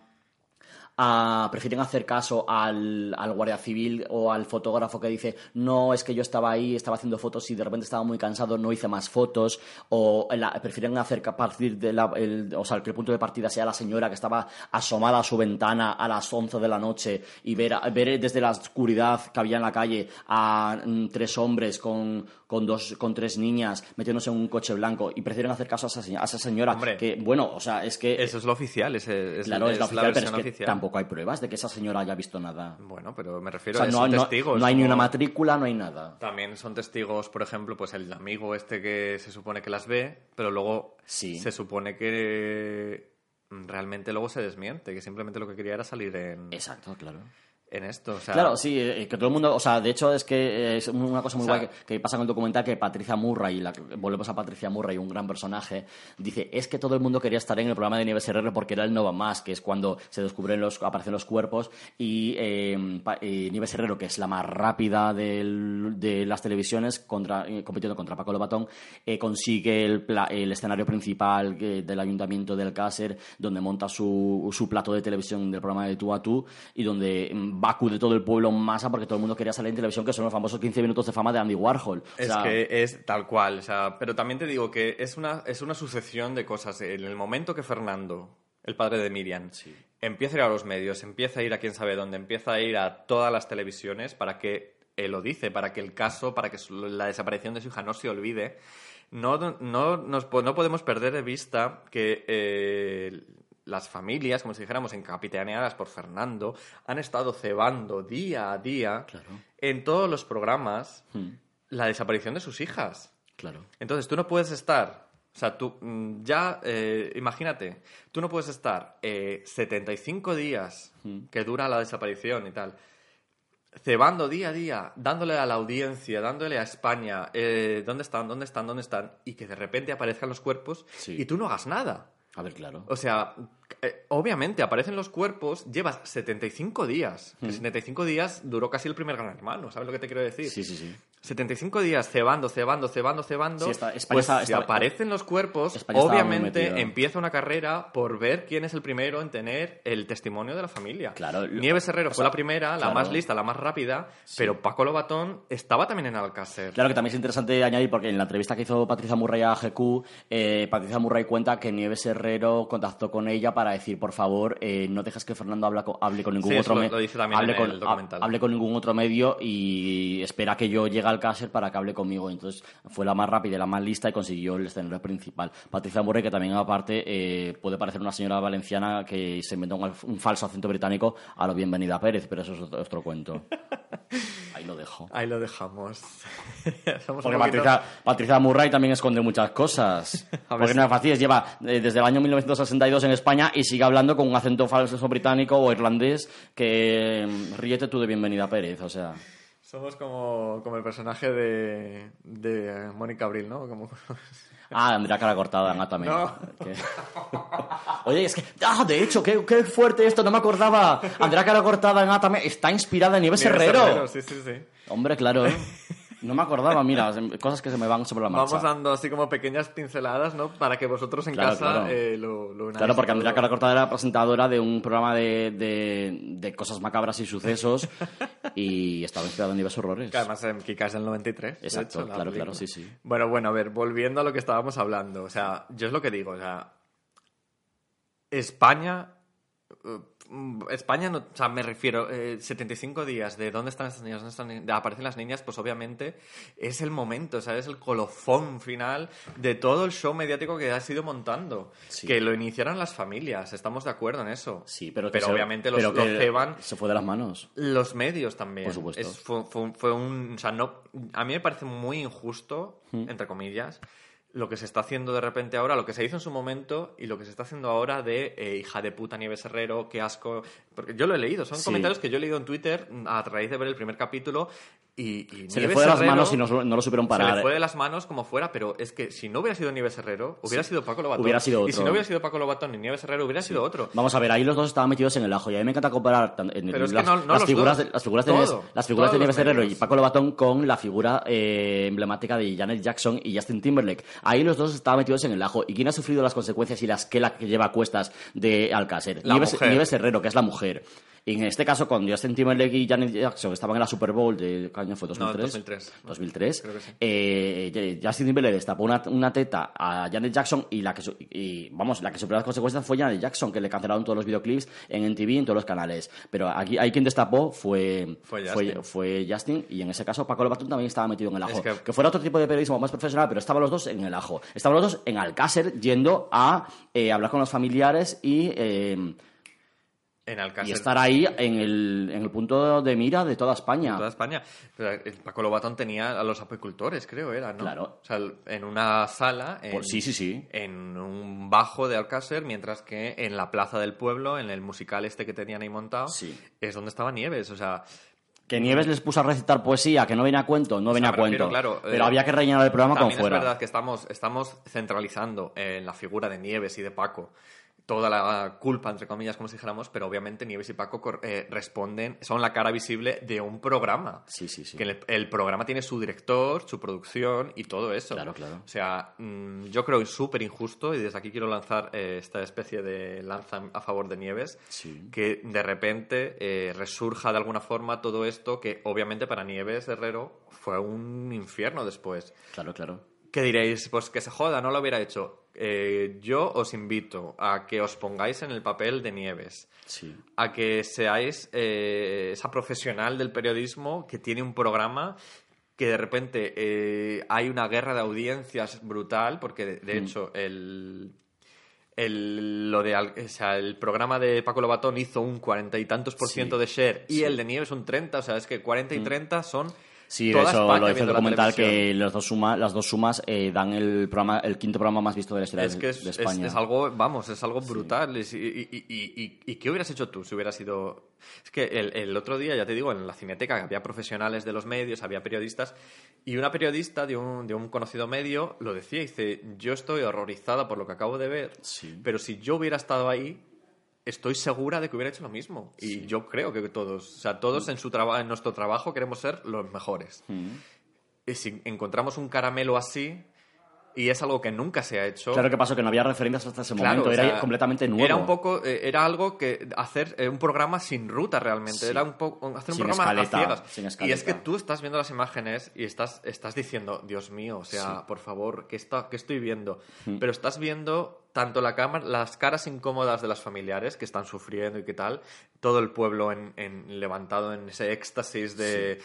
S3: A, prefieren hacer caso al, al guardia civil o al fotógrafo que dice no, es que yo estaba ahí, estaba haciendo fotos y de repente estaba muy cansado, no hice más fotos, o la, prefieren hacer a partir de la, el, o sea, que el punto de partida sea la señora que estaba asomada a su ventana a las once de la noche y ver, ver desde la oscuridad que había en la calle a mm, tres hombres con, con, dos, con tres niñas metiéndose en un coche blanco y prefieren hacer caso a esa, a esa señora.
S2: Hombre,
S3: que, bueno, o sea, es que...
S2: Eso es lo oficial, es, es,
S3: claro, es,
S2: es
S3: la oficial,
S2: la
S3: pero es que
S2: oficial.
S3: Tampoco hay pruebas de que esa señora haya visto nada.
S2: Bueno, pero me refiero
S3: o sea,
S2: a
S3: no,
S2: son
S3: no,
S2: testigos.
S3: no hay
S2: como...
S3: ni una matrícula, no hay nada.
S2: También son testigos, por ejemplo, pues el amigo este que se supone que las ve, pero luego
S3: sí.
S2: se supone que realmente luego se desmiente, que simplemente lo que quería era salir en...
S3: Exacto, claro.
S2: En esto, o sea...
S3: Claro, sí, eh, que todo el mundo... O sea, de hecho es que es una cosa muy
S2: o sea,
S3: guay que, que pasa con el documental, que Patricia Murray, la, volvemos a Patricia Murray, un gran personaje, dice, es que todo el mundo quería estar en el programa de Nieves Herrero porque era el No Va Más, que es cuando se descubren los, aparecen los cuerpos, y eh, eh, Nieves Herrero, que es la más rápida del, de las televisiones, contra, eh, compitiendo contra Paco Lobatón, eh, consigue el, pla, el escenario principal eh, del Ayuntamiento del Cácer, donde monta su, su plato de televisión del programa de Tú a Tú, y donde va a acudir todo el pueblo en masa porque todo el mundo quería salir en televisión, que son los famosos quince minutos de fama de Andy Warhol. O
S2: es
S3: sea,
S2: que es tal cual, o sea, pero también te digo que es una, es una sucesión de cosas. En el momento que Fernando, el padre de Miriam,
S3: sí.
S2: empieza a ir a los medios, empieza a ir a quién sabe dónde, empieza a ir a todas las televisiones para que, él lo dice, para que el caso, para que la desaparición de su hija no se olvide, no, no, nos, no podemos perder de vista que... Eh, las familias, como si dijéramos, encapitaneadas por Fernando, han estado cebando día a día
S3: claro.
S2: en todos los programas
S3: hmm.
S2: la desaparición de sus hijas.
S3: Claro.
S2: Entonces, tú no puedes estar... O sea, tú ya, eh, imagínate, tú no puedes estar eh, setenta y cinco días hmm. que dura la desaparición y tal, cebando día a día, dándole a la audiencia, dándole a España, eh, ¿dónde están, dónde están, dónde están? Y que de repente aparezcan los cuerpos
S3: sí.
S2: y tú no hagas nada.
S3: A ver, claro.
S2: O sea, eh, obviamente aparecen los cuerpos, llevas setenta y cinco días. Mm. Que setenta y cinco días duró casi el primer Gran Hermano, ¿sabes lo que te quiero decir?
S3: Sí, sí, sí.
S2: setenta y cinco días cebando, cebando, cebando, cebando.
S3: Sí, está- España
S2: pues
S3: está-
S2: si
S3: está-
S2: aparecen los cuerpos,
S3: España estaba muy
S2: obviamente
S3: metida.
S2: empieza una carrera por ver quién es el primero en tener el testimonio de la familia.
S3: Claro, lo-
S2: Nieves Herrero
S3: o
S2: fue
S3: sea,
S2: la primera, la
S3: claro.
S2: más lista, la más rápida, pero Paco Lobatón estaba también en Alcácer.
S3: Claro que también es interesante añadir, porque en la entrevista que hizo Patricia Murray a G Q, eh, Patricia Murray cuenta que Nieves Herrero contactó con ella para decir, por favor, eh, no dejes que Fernando habla co- hable con ningún
S2: Sí,
S3: otro
S2: eso lo-
S3: me-
S2: lo dice también
S3: hable
S2: en
S3: con,
S2: el documental.
S3: ha- hable con ningún otro medio y espera que yo llegue al Alcácer para que hable conmigo. Entonces fue la más rápida y la más lista y consiguió el escenario principal. Patricia Murray, que también aparte eh, puede parecer una señora valenciana que se inventó un, un falso acento británico a lo Bienvenida Pérez, pero eso es otro, otro cuento. Ahí lo dejo.
S2: Ahí lo dejamos. Somos
S3: Porque
S2: un poquito-
S3: Patricia, Patricia Murray también esconde muchas cosas.
S2: A ver
S3: Porque
S2: si-
S3: no es fácil, lleva eh, desde el año mil novecientos sesenta y dos en España y sigue hablando con un acento falso británico o irlandés que mm, ríete tú de Bienvenida Pérez, o sea...
S2: Somos como, como el personaje de, de Mónica Abril, ¿no? Como...
S3: Ah, Andrea Cara Cortada en Atame.
S2: No.
S3: Que- Oye, es que... Ah, de hecho, qué, qué fuerte esto, no me acordaba. Andrea Cara Cortada en Atame está inspirada en Nieves
S2: Nieves
S3: Herrero.
S2: Herrero, sí, sí, sí.
S3: Hombre, claro. No me acordaba, mira, cosas que se me van sobre la marcha.
S2: Vamos dando así como pequeñas pinceladas, ¿no? Para que vosotros en
S3: Claro,
S2: casa
S3: claro.
S2: eh, lo, lo unáis
S3: Claro, porque
S2: todo.
S3: Andrea Cara Cortada era presentadora de un programa de, de, de cosas macabras y sucesos y estaba inspirado en Nieves Horrores.
S2: Que además en Kika es del noventa y tres. de
S3: Exacto,
S2: hecho, la
S3: claro,
S2: película.
S3: claro, sí, sí.
S2: Bueno, bueno, a ver, volviendo a lo que estábamos hablando. O sea, yo es lo que digo, o sea... España... eh, España, no, o sea, me refiero, eh, setenta y cinco días de dónde están estas niñas, dónde están, de aparecen las niñas, pues obviamente es el momento, o sea, es el colofón final de todo el show mediático que ha sido montando.
S3: Sí.
S2: Que lo iniciaron las familias, estamos de acuerdo en eso.
S3: Sí, pero, que
S2: pero
S3: se-
S2: obviamente los,
S3: pero que
S2: los ceban
S3: se fue de las manos.
S2: los medios también.
S3: Por supuesto.
S2: Es- fue, fue un- fue un, o sea, no, a mí me parece muy injusto, entre comillas, lo que se está haciendo de repente ahora, lo que se hizo en su momento y lo que se está haciendo ahora de eh, hija de puta Nieves Herrero, qué asco. Porque yo lo he leído, son
S3: Sí.
S2: comentarios que yo he leído en Twitter a raíz de ver el primer capítulo y, y
S3: Se le
S2: Nieves
S3: fue de las
S2: Herrero
S3: manos y no, no lo supieron parar.
S2: Se le fue
S3: eh.
S2: de las manos como fuera, pero es que si no hubiera sido Nieves Herrero, hubiera sido Paco Lobatón.
S3: Hubiera sido
S2: Y si
S3: otro.
S2: no hubiera sido Paco Lobatón ni Nieves Herrero, hubiera sido otro.
S3: Vamos a ver, ahí los dos estaban metidos en el ajo y a mí me encanta comparar tan- en
S2: Pero es que
S3: las,
S2: no- no
S3: las
S2: los
S3: figuras,
S2: dos.
S3: de, las figuras de
S2: Todo.
S3: Nieves, las figuras de
S2: Todos
S3: Nieves
S2: los
S3: Herrero y
S2: medios.
S3: Paco Lobatón con la figura eh, emblemática de Janet Jackson y Justin Timberlake. Ahí los dos estaban metidos en el ajo. ¿Y quién ha sufrido las consecuencias y las que la que lleva a cuestas de Alcácer?
S2: La
S3: Nieves,
S2: mujer.
S3: Nieves Herrero, que es la mujer. Y en este caso, cuando Justin Timberlake y Janet Jackson estaban en la Super Bowl de... ¿Qué año fue? ¿dos mil tres?
S2: No, dos mil tres.
S3: dos mil tres.
S2: Creo que sí.
S3: Eh, Justin Timberlake destapó una, una teta a Janet Jackson y la que su- y vamos la que sufrió las consecuencias fue Janet Jackson, que le cancelaron todos los videoclips en M T V y en todos los canales. Pero aquí hay quien destapó fue
S2: Fue
S3: fue,
S2: Justin.
S3: fue Justin y en ese caso Paco Lobatón también estaba metido en el ajo.
S2: Es que-
S3: que... fuera otro tipo de periodismo más profesional, pero estaban los dos en el ajo. Estaban los dos en Alcácer yendo a eh, hablar con los familiares y eh,
S2: En Alcácer.
S3: y estar ahí en el, en el punto de mira de toda España.
S2: Toda España. Pero el Paco Lobatón tenía a los apicultores, creo era, ¿no?
S3: Claro.
S2: O sea, en una sala, en,
S3: Pues sí, sí, sí.
S2: en un bajo de Alcácer, mientras que en la plaza del pueblo, en el musical este que tenían ahí montado,
S3: Sí.
S2: es donde estaba Nieves. O sea,
S3: Que Nieves les puso a recitar poesía, que no venía a cuento, no venía a
S2: me refiero,
S3: cuento.
S2: claro,
S3: pero
S2: eh,
S3: había que rellenar el programa como
S2: también
S3: fuera.
S2: es verdad que estamos, estamos centralizando en la figura de Nieves y de Paco toda la culpa, entre comillas, como si dijéramos, pero obviamente Nieves y Paco cor- eh, responden, son la cara visible de un programa.
S3: Sí, sí, sí.
S2: Que el, el programa tiene su director, su producción y todo eso.
S3: Claro, claro.
S2: O sea, mm, yo creo que es súper injusto y desde aquí quiero lanzar eh, esta especie de lanza a favor de Nieves,
S3: Sí.
S2: que de repente eh, resurja de alguna forma todo esto que obviamente para Nieves Herrero fue un infierno después.
S3: Claro, claro.
S2: ¿Qué diréis? Pues que se joda, no lo hubiera hecho. Eh, yo os invito a que os pongáis en el papel de Nieves,
S3: Sí.
S2: a que seáis eh, esa profesional del periodismo que tiene un programa que de repente eh, hay una guerra de audiencias brutal, porque de, de
S3: Mm.
S2: hecho el... El, lo de, Al- o sea, el programa de Paco Lobatón hizo un cuarenta y tantos por
S3: Sí.
S2: ciento de share y
S3: Sí.
S2: el de Nieves un treinta, o sea, es que cuarenta y treinta son
S3: Sí, de
S2: toda
S3: eso
S2: España
S3: lo dice el
S2: viendo la
S3: documental,
S2: televisión.
S3: que los dos suma, las dos sumas eh, dan el programa, el quinto programa más visto de la historia
S2: Es que
S3: de,
S2: es,
S3: de
S2: es-
S3: España.
S2: es algo, vamos, es algo brutal. Es- Y, y, y, y- ¿y qué hubieras hecho tú si hubieras sido...? Es que el, el otro día, ya te digo, en la Cineteca había profesionales de los medios, había periodistas, y una periodista de un, de un conocido medio lo decía, dice, yo estoy horrorizada por lo que acabo de ver,
S3: Sí.
S2: pero si yo hubiera estado ahí, estoy segura de que hubiera hecho lo mismo. Y yo creo que todos, o sea, todos en, su traba- en nuestro trabajo queremos ser los mejores.
S3: Mm.
S2: y si encontramos un caramelo así, y es algo que nunca se ha hecho...
S3: Claro que pasó, que no había referencias hasta ese
S2: Claro,
S3: momento,
S2: o
S3: era
S2: sea,
S3: completamente nuevo.
S2: Era un poco, eh, era algo que hacer eh, un programa sin ruta realmente,
S3: Sí.
S2: era un poco hacer un
S3: Sin
S2: programa
S3: escaleta,
S2: a ciegas.
S3: sin
S2: Y
S3: escaleta.
S2: es que tú estás viendo las imágenes y estás, estás diciendo, Dios mío, o sea,
S3: Sí.
S2: por favor, ¿qué, está, qué estoy viendo?
S3: Mm.
S2: Pero estás viendo tanto la cámara, las caras incómodas de las familiares que están sufriendo y qué tal, todo el pueblo en, en- levantado en ese éxtasis de,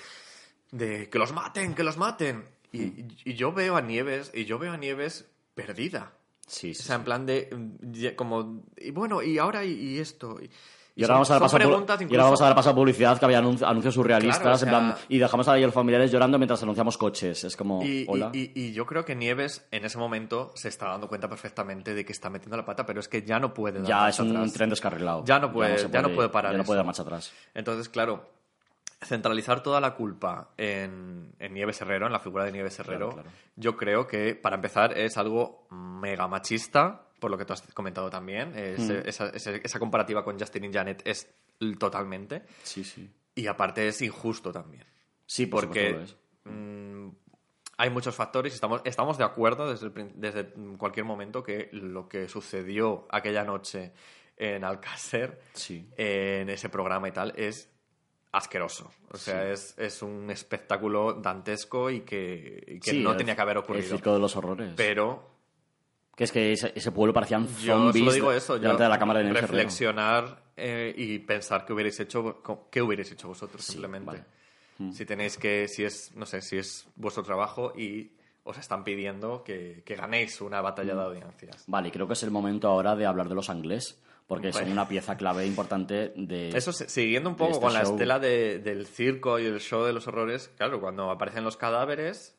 S2: de que los maten, que los maten. Y,
S3: Mm.
S2: y yo veo a Nieves, y yo veo a Nieves perdida.
S3: Sí, sí,
S2: O sea, en
S3: sí.
S2: plan de... mm, ye- como... Y bueno, y ahora y, y esto... Y,
S3: Y ahora,
S2: son-
S3: vamos a ver
S2: son
S3: pasar por-
S2: preguntas
S3: y ahora
S2: incluso-
S3: vamos a ver pasar publicidad que había anun- anuncios surrealistas
S2: Claro, o sea-
S3: en plan, y dejamos ahí a los familiares llorando mientras anunciamos coches. Es como,
S2: Y,
S3: hola.
S2: y- y- y yo creo que Nieves en ese momento se está dando cuenta perfectamente de que está metiendo la pata, pero es que ya no puede dar
S3: ya
S2: marcha
S3: es un
S2: atrás.
S3: tren descarrilado.
S2: Ya no puede-
S3: se
S2: ya no puede parar
S3: Ya no puede
S2: eso.
S3: dar marcha atrás.
S2: Entonces, claro, centralizar toda la culpa en, en Nieves Herrero, en la figura de Nieves Herrero,
S3: Claro, claro.
S2: yo creo que, para empezar, es algo mega machista, por lo que tú has comentado también. Ese-
S3: Hmm.
S2: esa, ese- esa comparativa con Justin y Janet es l- totalmente.
S3: Sí, sí.
S2: Y aparte es injusto también.
S3: Sí, por
S2: Porque
S3: supuesto lo es.
S2: mm, hay muchos factores y estamos, estamos de acuerdo desde, el prin- desde cualquier momento que lo que sucedió aquella noche en Alcácer,
S3: Sí.
S2: en ese programa y tal, es asqueroso. O sea,
S3: Sí.
S2: es, es un espectáculo dantesco y que, y que
S3: Sí,
S2: no
S3: el-
S2: tenía que haber
S3: El
S2: ocurrido.
S3: circo de los horrores.
S2: Pero
S3: Que es que ese, ese pueblo parecían
S2: yo
S3: zombies
S2: solo digo eso, yo
S3: delante de la cámara de Nieves Herrero.
S2: reflexionar eh, y pensar qué hubierais hecho, qué hubierais hecho vosotros
S3: Sí,
S2: simplemente.
S3: vale. Mm.
S2: Si tenéis que, si es, no sé, si es vuestro trabajo y os están pidiendo que, que ganéis una batalla
S3: Mm.
S2: de audiencias.
S3: Vale, creo que es el momento ahora de hablar de los Anglés, porque son
S2: Vale.
S3: una pieza clave importante de...
S2: Eso, se- siguiendo un
S3: de
S2: poco
S3: este
S2: con la
S3: show.
S2: estela de- del circo y el show de los horrores, claro, cuando aparecen los cadáveres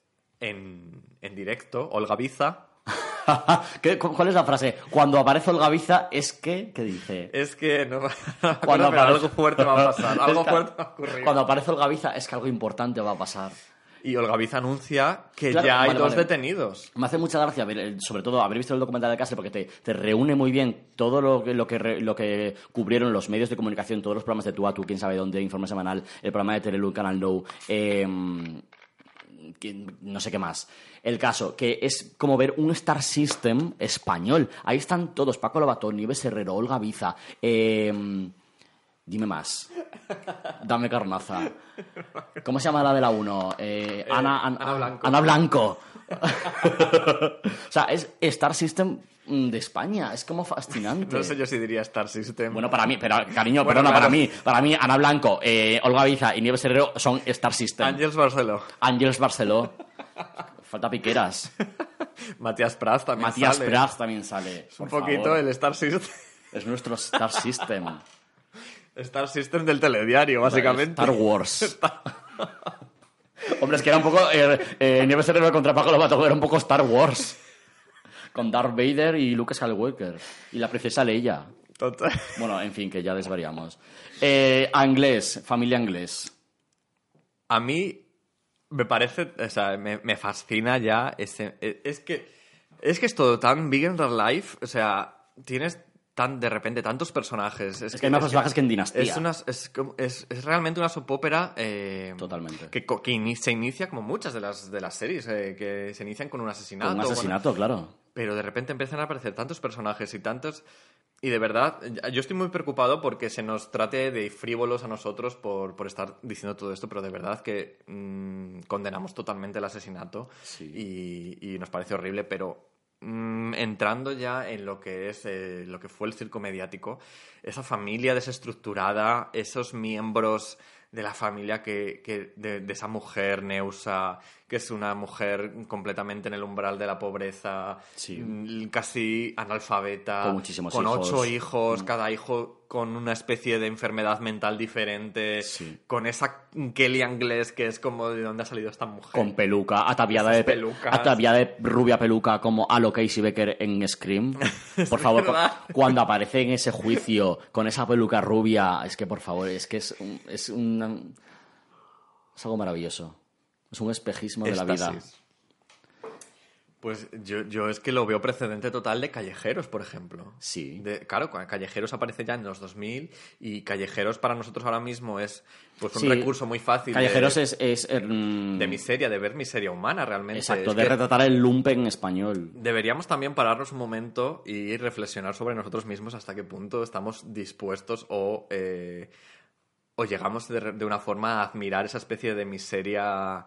S2: en, en directo, Olga Biza,
S3: ¿Qué- cu- ¿Cuál es la frase? Cuando aparece Olga Biza es que... ¿Qué dice?
S2: es que no me acuerdo,
S3: Cuando
S2: pero
S3: aparece-
S2: algo fuerte va a pasar, algo
S3: Es que-
S2: fuerte va a ocurrir.
S3: Cuando aparece Olga Biza es que algo importante va a pasar.
S2: Y Olga Biza anuncia que
S3: Claro,
S2: ya hay
S3: vale,
S2: dos
S3: vale.
S2: detenidos.
S3: Me hace mucha gracia, ver, el- sobre todo, haber visto el documental de Castle porque te, te reúne muy bien todo lo que, lo, que re- lo que cubrieron los medios de comunicación, todos los programas de Tú a Tú, Quién Sabe Dónde, Informe Semanal, el programa de Telelu, Canal No, eh, que- no sé qué más. El caso, que es como ver un Star System español. Ahí están todos, Paco Lobatón, Nieves Herrero, Olga Biza, eh, dime más. Dame carnaza. ¿Cómo se llama la de la uno? Eh, Ana, An-
S2: Ana Blanco.
S3: Ana Blanco. O sea, es Star System mm, de España. Es como fascinante.
S2: No sé yo si diría Star System.
S3: Bueno, para mí, pero cariño,
S2: Bueno,
S3: perdona,
S2: claro.
S3: para mí, para mí, Ana Blanco, eh, Olga Biza y Nieves Herrero son Star System.
S2: Ángels Barceló.
S3: Ángels Barceló. Falta piqueras.
S2: Matías Prats también
S3: Matías
S2: sale.
S3: Prats también sale.
S2: Un
S3: por
S2: poquito
S3: favor.
S2: el Star System.
S3: Es nuestro Star System.
S2: Star System del telediario, básicamente.
S3: Star Wars. Hombre, es que era un poco... Eh, eh, Nieves Herrero contra Paco Lobato era un poco Star Wars. Con Darth Vader y Luke Skywalker. Y la princesa Leia.
S2: Total.
S3: Bueno, en fin, que ya desvariamos. Eh, Anglés, familia Anglés.
S2: A mí me parece, o sea, me, me fascina ya ese... Es que, es que es todo tan big in real life, o sea, tienes tan de repente tantos personajes.
S3: Es que hay más personajes que en Dinastía.
S2: Es, una, es, como- es, es realmente una soap opera eh,
S3: Totalmente.
S2: que, co- que ini- se inicia como muchas de las, de las series, eh, que se inician con un asesinato.
S3: Con un
S2: con-
S3: asesinato, claro.
S2: pero de repente empiezan a aparecer tantos personajes y tantos... Y de verdad, yo estoy muy preocupado porque se nos trate de frívolos a nosotros por, por estar diciendo todo esto, pero de verdad que mm, condenamos totalmente el asesinato
S3: Sí.
S2: y, y nos parece horrible, pero mm, entrando ya en lo que es eh, lo que fue el circo mediático, esa familia desestructurada, esos miembros de la familia que, que de, de esa mujer Neusa, que es una mujer completamente en el umbral de la pobreza,
S3: Sí.
S2: mm, casi analfabeta,
S3: Con muchísimos
S2: con
S3: hijos.
S2: ocho hijos, cada hijo con una especie de enfermedad mental diferente,
S3: Sí.
S2: con esa Kelly Anglés que es como de dónde ha salido esta mujer.
S3: Con peluca, ataviada de,
S2: Esas pelucas.
S3: ataviada de rubia peluca como a lo Casey Becker en Scream. Por favor, cu-
S2: verdad.
S3: cuando aparece en ese juicio con esa peluca rubia, es que por favor, es que es, un- es, una- es algo maravilloso. Es un espejismo de la vida.
S2: Éxtasis. Pues yo, yo es que lo veo precedente total de Callejeros, por ejemplo.
S3: Sí.
S2: De, claro, Callejeros aparece ya en los dos mil y Callejeros para nosotros ahora mismo es pues un
S3: Sí,
S2: recurso muy fácil.
S3: Callejeros
S2: de,
S3: es... es mm,
S2: de miseria, de ver miseria humana realmente.
S3: Exacto,
S2: Es
S3: de
S2: que
S3: retratar el lumpen en español.
S2: deberíamos también pararnos un momento y reflexionar sobre nosotros mismos hasta qué punto estamos dispuestos o, eh, o llegamos de, de una forma a admirar esa especie de miseria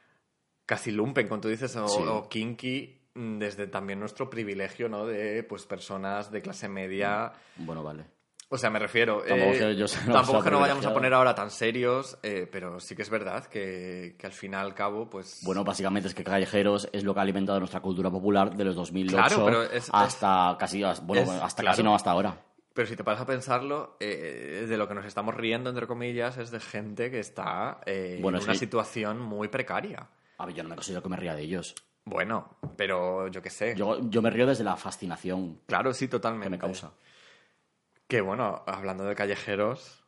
S2: casi lumpen, como tú dices, o,
S3: Sí.
S2: o kinky, desde también nuestro privilegio, ¿no? De pues personas de clase media.
S3: Bueno, vale.
S2: O sea, me refiero...
S3: Tampoco
S2: eh,
S3: que yo sea una
S2: tampoco
S3: persona
S2: que no vayamos a
S3: privilegiada.
S2: poner ahora tan serios, eh, pero sí que es verdad que, que al fin y al cabo, pues...
S3: Bueno, básicamente es que Callejeros es lo que ha alimentado nuestra cultura popular de los dos mil ocho
S2: Claro, pero es-
S3: hasta casi... Bueno,
S2: es-
S3: hasta
S2: claro.
S3: casi no, hasta ahora.
S2: Pero si te paras a pensarlo, eh, de lo que nos estamos riendo, entre comillas, es de gente que está eh,
S3: Bueno,
S2: en una
S3: sí.
S2: situación muy precaria.
S3: A ver, yo no me considero que me ría de ellos.
S2: Bueno, pero yo qué sé.
S3: Yo, yo me río desde la fascinación
S2: Claro, sí, totalmente.
S3: que me causa.
S2: Que bueno, hablando de callejeros,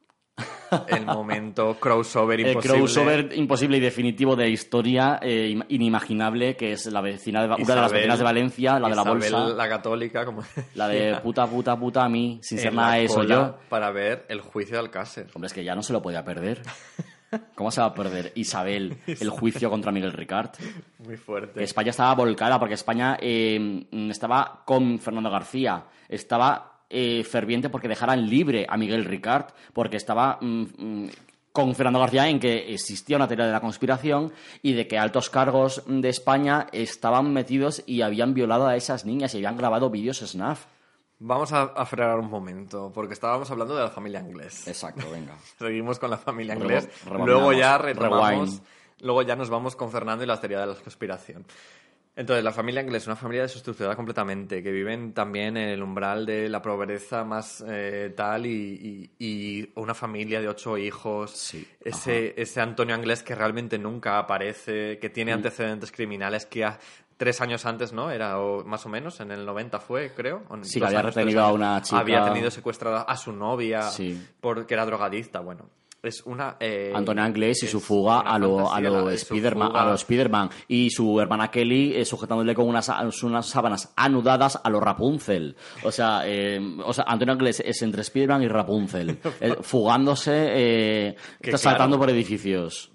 S2: el momento crossover
S3: El
S2: imposible.
S3: crossover imposible y definitivo de historia eh, im- inimaginable, que es la vecina de, una de las
S2: Isabel-
S3: vecinas de Valencia, la de la
S2: Isabel
S3: bolsa,
S2: la católica, como
S3: la de puta, puta, puta a mí, sin ser
S2: en
S3: nada
S2: la
S3: de eso
S2: cola
S3: yo.
S2: para ver el juicio de Alcácer.
S3: Hombre, es que ya no se lo podía perder. ¿Cómo se va a perder Isabel el juicio contra Miguel Ricard?
S2: Muy fuerte.
S3: España estaba volcada porque España eh, estaba con Fernando García, estaba eh, ferviente porque dejaran libre a Miguel Ricard, porque estaba mm, mm, con Fernando García en que existía una teoría de la conspiración y de que altos cargos de España estaban metidos y habían violado a esas niñas y habían grabado vídeos snuff.
S2: Vamos a, a frenar un momento, porque estábamos hablando de la familia Inglés.
S3: Exacto, venga.
S2: Seguimos con la familia
S3: Rebo-
S2: Inglés.
S3: rebobinamos.
S2: Luego ya retomamos.
S3: Rewind.
S2: Luego ya nos vamos con Fernando y la teoría de la conspiración. Entonces, la familia Inglés es una familia desestructurada completamente, que viven también en el umbral de la pobreza más eh, tal y, y- y una familia de ocho hijos.
S3: Sí,
S2: Ese, ese Antonio Inglés que realmente nunca aparece, que
S3: Mm.
S2: tiene antecedentes criminales que ha- tres años antes, ¿no? Era o más o menos, en el noventa fue, creo. o en
S3: Sí, que
S2: dos
S3: había
S2: años,
S3: retenido
S2: tres
S3: a
S2: años.
S3: una chica.
S2: Había tenido secuestrada a su novia
S3: Sí.
S2: porque era drogadicta. Bueno, es una... eh,
S3: Antonio Inglés y su
S2: es
S3: fuga
S2: una
S3: a lo, a
S2: fantasía,
S3: lo
S2: la- es su
S3: Spiderman,
S2: fuga-
S3: a lo Spiderman y su hermana Kelly eh, sujetándole con unas, unas sábanas anudadas a lo Rapunzel. O sea, eh, o sea Antonio Inglés es entre Spiderman y Rapunzel, eh, fugándose, eh,
S2: Que
S3: saltando
S2: claro.
S3: por edificios.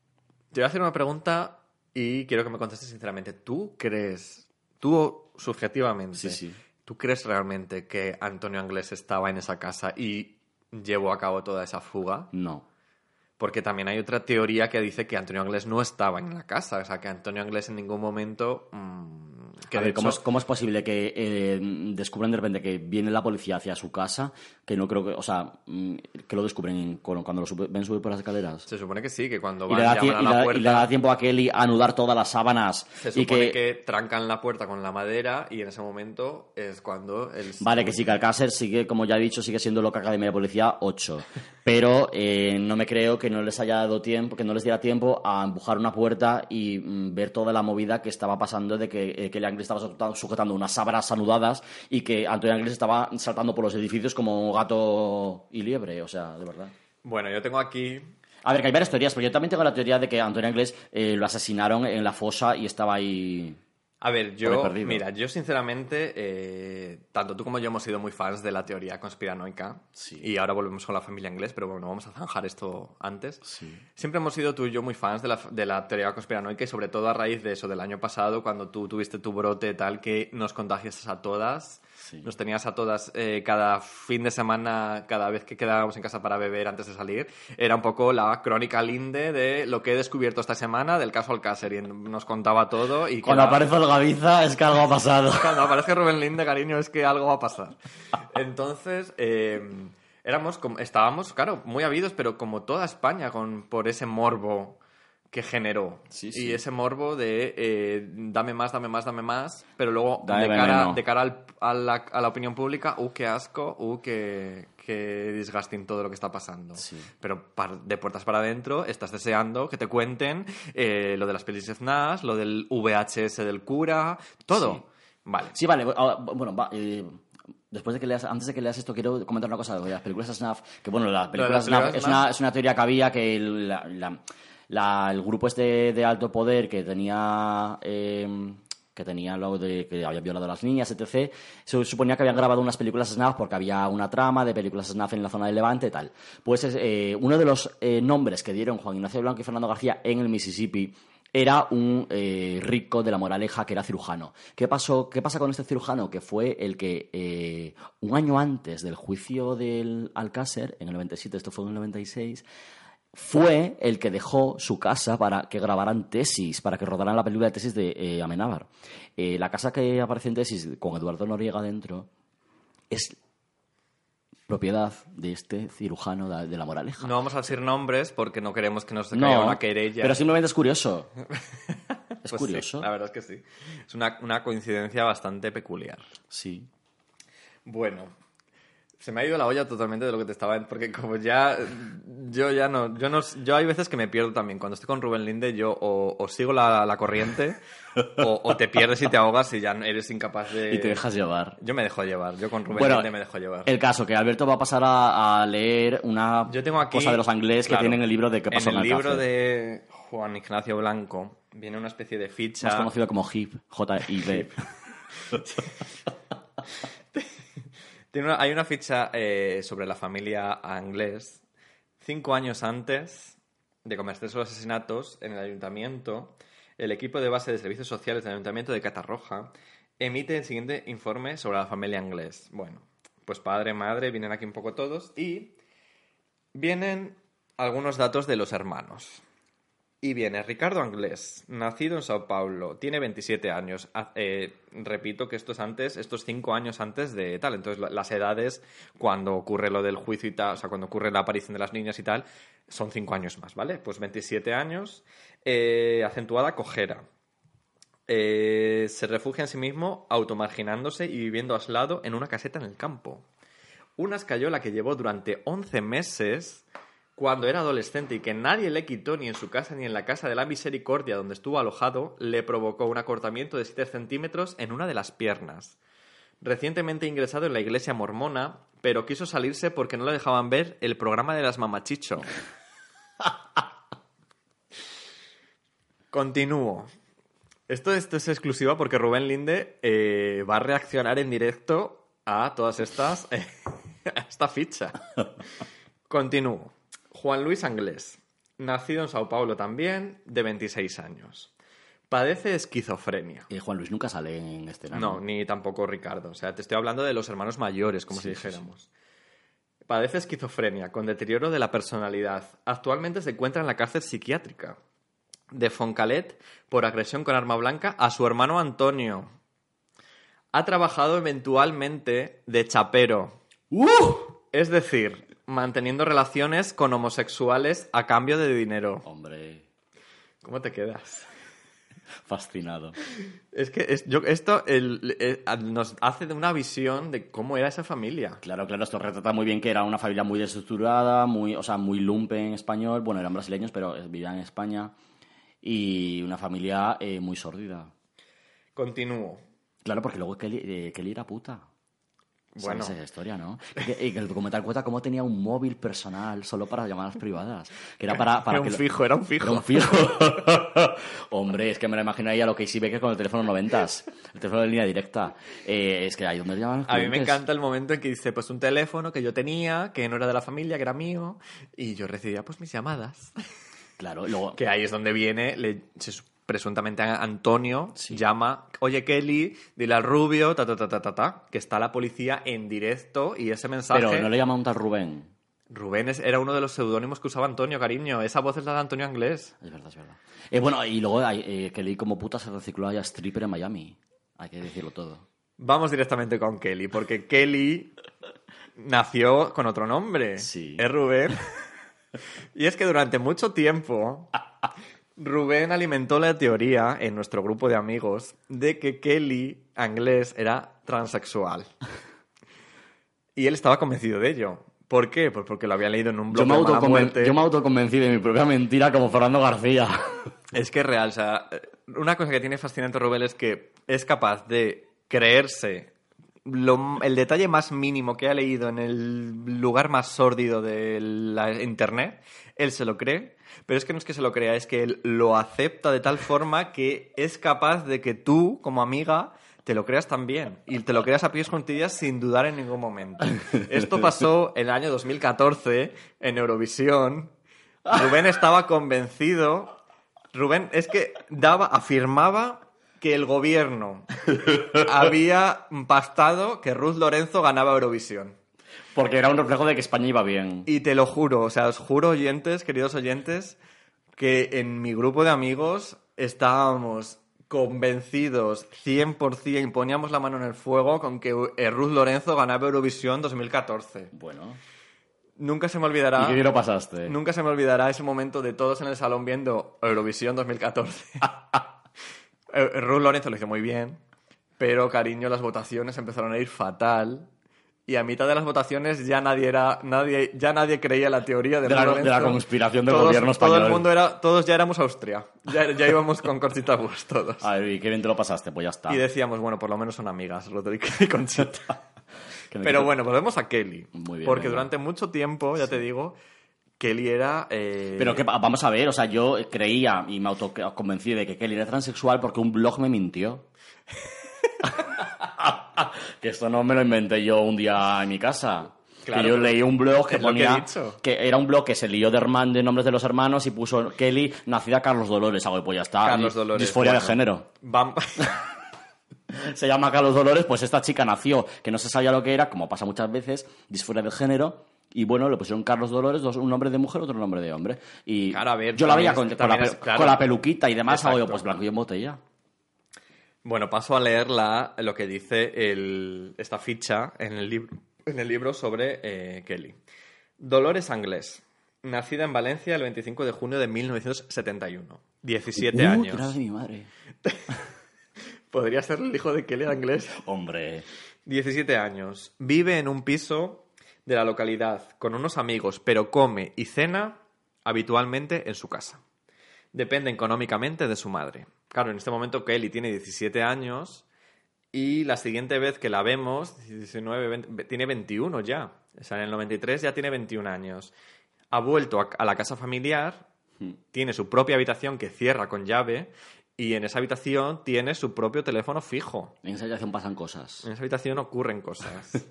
S2: Te voy a hacer una pregunta y quiero que me contestes sinceramente. ¿Tú crees, tú subjetivamente,
S3: Sí, sí.
S2: tú crees realmente que Antonio Inglés estaba en esa casa y llevó a cabo toda esa fuga?
S3: No.
S2: Porque también hay otra teoría que dice que Antonio Inglés no estaba en la casa. O sea, que Antonio Inglés en ningún momento... mmm, que
S3: A
S2: de
S3: ver, ¿cómo,
S2: hecho-
S3: es, ¿cómo es posible que eh, descubran de repente que viene la policía hacia su casa? Que no creo que, o sea, mm, que lo descubren cuando, cuando lo sube- ven subir por las escaleras.
S2: Se supone que sí, que cuando
S3: Y
S2: van
S3: le, da,
S2: llaman
S3: tie-
S2: a
S3: y,
S2: la
S3: le da-
S2: puerta...
S3: y le da tiempo a Kelly a anudar todas las sábanas.
S2: Se
S3: y
S2: supone
S3: que,
S2: que... trancan la puerta con la madera y en ese momento es cuando... El...
S3: Vale, que sí, que Alcácer sigue, como ya he dicho, sigue siendo loca Academia de Policía ocho. Pero eh, no me creo que no les haya dado tiempo, que no les diera tiempo a empujar una puerta y mm, ver toda la movida que estaba pasando de que eh, Kelly Inglés estaba sujetando, sujetando unas sábanas anudadas y que Antonio Inglés estaba saltando por los edificios como gato y liebre, o sea, de verdad.
S2: Bueno, yo tengo aquí...
S3: A ver, que hay varias teorías, pero yo también tengo la teoría de que Antonio Inglés eh, lo asesinaron en la fosa y estaba ahí...
S2: A ver,
S3: Por
S2: yo,
S3: ahí perdido.
S2: mira, yo sinceramente, eh, tanto tú como yo hemos sido muy fans de la teoría conspiranoica.
S3: Sí.
S2: Y ahora volvemos con la familia Inglés, pero bueno, vamos a zanjar esto antes.
S3: Sí.
S2: Siempre hemos sido tú y yo muy fans de la, de la teoría conspiranoica y sobre todo a raíz de eso, del año pasado, cuando tú tuviste tu brote tal que nos contagiaste a todas.
S3: Sí.
S2: Nos tenías a todas eh, cada fin de semana, cada vez que quedábamos en casa para beber antes de salir. Era un poco la crónica linde de lo que he descubierto esta semana del caso Alcácer y nos contaba todo. Y
S3: Cuando
S2: quedaba-
S3: aparece el Gaviza es que algo ha pasado.
S2: Cuando aparece Rubén Linde, cariño, es que algo va a pasar. Entonces, eh, éramos, como- estábamos, claro, muy habidos, pero como toda España, con, por ese morbo que generó.
S3: Sí, sí.
S2: Y ese morbo de eh, dame más, dame más, dame más, pero luego
S3: Dame
S2: de cara,
S3: veneno.
S2: de cara al- a, la, a la opinión pública, ¡uh, qué asco! ¡uh, qué, qué disgusting todo lo que está pasando!
S3: Sí.
S2: Pero par- de puertas para adentro estás deseando que te cuenten eh, lo de las pelis de Fnash, lo del V H S del cura, todo.
S3: Sí.
S2: Vale.
S3: Sí, vale. ah, Bueno, va, eh, después de que leas, antes de que leas esto, quiero comentar una cosa de las películas de Snuff. Que bueno, la película
S2: las
S3: Snuff
S2: películas
S3: es
S2: Snuff.
S3: una, es una teoría que había que el, la- la- la- el grupo este de alto poder que tenía eh, que tenía lo de que habían violado a las niñas, etcétera. Se suponía que habían grabado unas películas snuff porque había una trama de películas snuff en la zona del Levante y tal. Pues eh, uno de los eh, nombres que dieron Juan Ignacio Blanco y Fernando García en el Mississippi era un eh, rico de La Moraleja que era cirujano. ¿Qué pasó? ¿Qué pasa con este cirujano? Que fue el que eh, un año antes del juicio del Alcácer, en el noventa y siete, esto fue en el noventa y seis, fue el que dejó su casa para que grabaran Tesis, para que rodaran la película de Tesis de eh, Amenábar. Eh, la casa que aparece en Tesis, con Eduardo Noriega dentro, es propiedad de este cirujano de, de La Moraleja.
S2: No vamos a decir nombres porque no queremos que nos
S3: No,
S2: caiga una querella.
S3: pero simplemente es curioso. Es
S2: Pues
S3: curioso.
S2: sí, la verdad es que sí. Es una, una coincidencia bastante peculiar.
S3: Sí.
S2: Bueno, se me ha ido la olla totalmente de lo que te estaba... Porque como ya... Yo ya no... Yo no yo hay veces que me pierdo también. Cuando estoy con Rubén Linde, yo o, o sigo la, la corriente o, o te pierdes y te ahogas y ya eres incapaz de...
S3: Y te dejas llevar.
S2: Yo me dejo llevar. Yo con Rubén
S3: Bueno,
S2: Linde me dejo llevar.
S3: El caso, que Alberto va a pasar a, a leer una
S2: Yo tengo aquí...
S3: cosa de los inglés
S2: claro,
S3: que tiene en el libro de qué pasó en
S2: el
S3: el
S2: libro
S3: café.
S2: de Juan Ignacio Blanco viene una especie de ficha...
S3: Más conocido como H I V. J I V.
S2: Tiene una- hay una ficha eh, sobre la familia Anglés. Cinco años antes de cometerse los asesinatos en el ayuntamiento, el equipo de base de servicios sociales del ayuntamiento de Catarroja emite el siguiente informe sobre la familia Anglés. Bueno, pues padre, madre, vienen aquí un poco todos y vienen algunos datos de los hermanos. Y viene Ricardo Anglés, nacido en Sao Paulo, tiene veintisiete años. Ha- eh, repito que esto es antes, estos cinco años antes de tal. Entonces, la- las edades, cuando ocurre lo del juicio y tal, o sea, cuando ocurre la aparición de las niñas y tal, son cinco años más, ¿vale? Pues veintisiete años, eh, acentuada cojera. Eh, se refugia en sí mismo, automarginándose y viviendo aislado en una caseta en el campo. Una escayola que llevó durante once meses cuando era adolescente y que nadie le quitó ni en su casa ni en la casa de la Misericordia donde estuvo alojado, le provocó un acortamiento de siete centímetros en una de las piernas. Recientemente ingresado en la iglesia mormona, pero quiso salirse porque no le dejaban ver el programa de las Mamachicho. Continúo. Esto, esto es exclusiva porque Rubén Linde eh, va a reaccionar en directo a todas estas... eh, a esta ficha. Continúo. Juan Luis Anglés, nacido en Sao Paulo también, de veintiséis años. Padece esquizofrenia.
S3: Eh, Juan Luis nunca sale en este
S2: No, ni tampoco Ricardo. O sea, te estoy hablando de los hermanos mayores, como
S3: Sí,
S2: si
S3: sí,
S2: dijéramos. Padece esquizofrenia con deterioro de la personalidad. Actualmente se encuentra en la cárcel psiquiátrica de Foncalet por agresión con arma blanca a su hermano Antonio. Ha trabajado eventualmente de chapero.
S3: ¡Uh!
S2: Es decir, manteniendo relaciones con homosexuales a cambio de dinero.
S3: Hombre,
S2: ¿Cómo te quedas?
S3: fascinado.
S2: Es que es- yo, esto el- eh, nos hace de una visión de cómo era esa familia.
S3: Claro, claro, esto retrata muy bien que era una familia muy desestructurada, muy, o sea, muy lumpen en español. Bueno, eran brasileños, pero eh, vivían en España. Y una familia eh, muy sórdida.
S2: Continúo.
S3: Claro, porque luego Kelly, eh, Kelly era puta.
S2: Bueno.
S3: ¿Sabes esa historia, no? Y que, y que el documental cuenta cómo tenía un móvil personal solo para llamadas privadas. Que era para, para
S2: Era un
S3: que lo-
S2: fijo, era un fijo.
S3: Era un fijo. Hombre, es que me lo imagino ahí a lo que sí ve que con el teléfono noventas. El teléfono de línea directa. Eh, es que ahí donde llaman los
S2: A mí me
S3: clientes.
S2: encanta el momento en que dice, pues un teléfono que yo tenía, que no era de la familia, que era mío, y yo recibía pues mis llamadas.
S3: Claro, y luego...
S2: Que ahí es donde viene, le, se- presuntamente a Antonio
S3: Sí.
S2: llama, oye Kelly, dile al rubio, ta ta ta ta ta ta, que está la policía en directo y ese mensaje...
S3: Pero no le llama un tal Rubén.
S2: Rubén es- era uno de los seudónimos que usaba Antonio, cariño. Esa voz es la de Antonio Anglés.
S3: Es verdad, es verdad. Eh, bueno, y luego hay, eh, Kelly como puta se recicló a stripper en Miami. Hay que decirlo todo.
S2: Vamos directamente con Kelly, porque Kelly nació con otro nombre.
S3: Sí.
S2: Es Rubén. Y es que durante mucho tiempo Rubén alimentó la teoría en nuestro grupo de amigos de que Kelly Anglés era transexual. Y él estaba convencido de ello. ¿Por qué? Pues porque lo había leído en un blog
S3: Yo me,
S2: de mala
S3: autoconven-
S2: muerte.
S3: yo me autoconvencí de mi propia mentira como Fernando García.
S2: Es que es real, o sea, una cosa que tiene fascinante Rubén es que es capaz de creerse lo, el detalle más mínimo que ha leído en el lugar más sórdido de la internet, él se lo cree, pero es que no es que se lo crea, es que él lo acepta de tal forma que es capaz de que tú, como amiga, te lo creas también. Y te lo creas a pies juntillas sin dudar en ningún momento. Esto pasó en el año dos mil catorce en Eurovisión. Rubén estaba convencido. Rubén es que daba, afirmaba que el gobierno había pactado que Ruth Lorenzo ganaba Eurovisión.
S3: Porque era un reflejo de que España iba bien.
S2: Y te lo juro, o sea, os juro, oyentes, queridos oyentes, que en mi grupo de amigos estábamos convencidos cien por ciento, poníamos la mano en el fuego con que Ruth Lorenzo ganaba Eurovisión dos mil catorce.
S3: Bueno.
S2: Nunca se me olvidará.
S3: ¿Y qué lo pasaste?
S2: Nunca se me olvidará ese momento de todos en el salón viendo Eurovisión dos mil catorce. Ruth Lorenzo lo hizo muy bien, pero cariño, las votaciones empezaron a ir fatal. Y a mitad de las votaciones ya nadie era nadie ya nadie creía la teoría de,
S3: de, la,
S2: Lorenzo.
S3: de la conspiración del
S2: todos,
S3: gobierno español.
S2: Todo el mundo era, todos ya éramos Austria. Ya, ya íbamos con Conchita Wurst todos.
S3: A ver, y qué bien te lo pasaste, pues ya está.
S2: Y decíamos, bueno, por lo menos son amigas, Rodrigo y Conchita. Pero quito... bueno, volvemos a Kelly.
S3: Muy bien.
S2: Porque
S3: venga.
S2: durante mucho tiempo, ya sí. te digo, Kelly era... Eh...
S3: Pero que vamos a ver, o sea, yo creía y me autoconvencí de que Kelly era transexual porque un blog me mintió. Que esto no me lo inventé yo un día en mi casa. Claro, que yo leí un blog que ponía que, que era un blog que se lió de, herman, de nombres de los hermanos y puso Kelly, nacida Carlos Dolores. Algo, pues ya está.
S2: Carlos Dolores.
S3: Disforia
S2: bueno.
S3: de género.
S2: Vam...
S3: Se llama Carlos Dolores, pues esta chica nació, que no se sabía lo que era, como pasa muchas veces, disforia de género. Y bueno, le pusieron Carlos Dolores, dos, un nombre de mujer, otro nombre de hombre. Y
S2: claro, a ver,
S3: yo la veía con,
S2: es,
S3: con, la,
S2: es, claro.
S3: con la peluquita y demás, hago yo, pues blanco y en botella.
S2: Bueno, paso a leer la, lo que dice el, esta ficha en el libro, en el libro sobre eh, Kelly. Dolores Anglés, nacida en Valencia el veinticinco de junio de mil novecientos setenta y uno. diecisiete
S3: uh,
S2: años.
S3: Era de mi madre.
S2: Podría ser el hijo de Kelly Anglés.
S3: Hombre.
S2: diecisiete años. Vive en un piso de la localidad con unos amigos, pero come y cena habitualmente en su casa. Depende económicamente de su madre. Claro, en este momento Kelly tiene diecisiete años y la siguiente vez que la vemos, diecinueve, veinte, tiene veintiuno ya. O sea, en el noventa y tres ya tiene veintiún años. Ha vuelto a, a la casa familiar, hmm. tiene su propia habitación que cierra con llave y en esa habitación tiene su propio teléfono fijo.
S3: En esa habitación pasan cosas.
S2: En esa habitación ocurren cosas.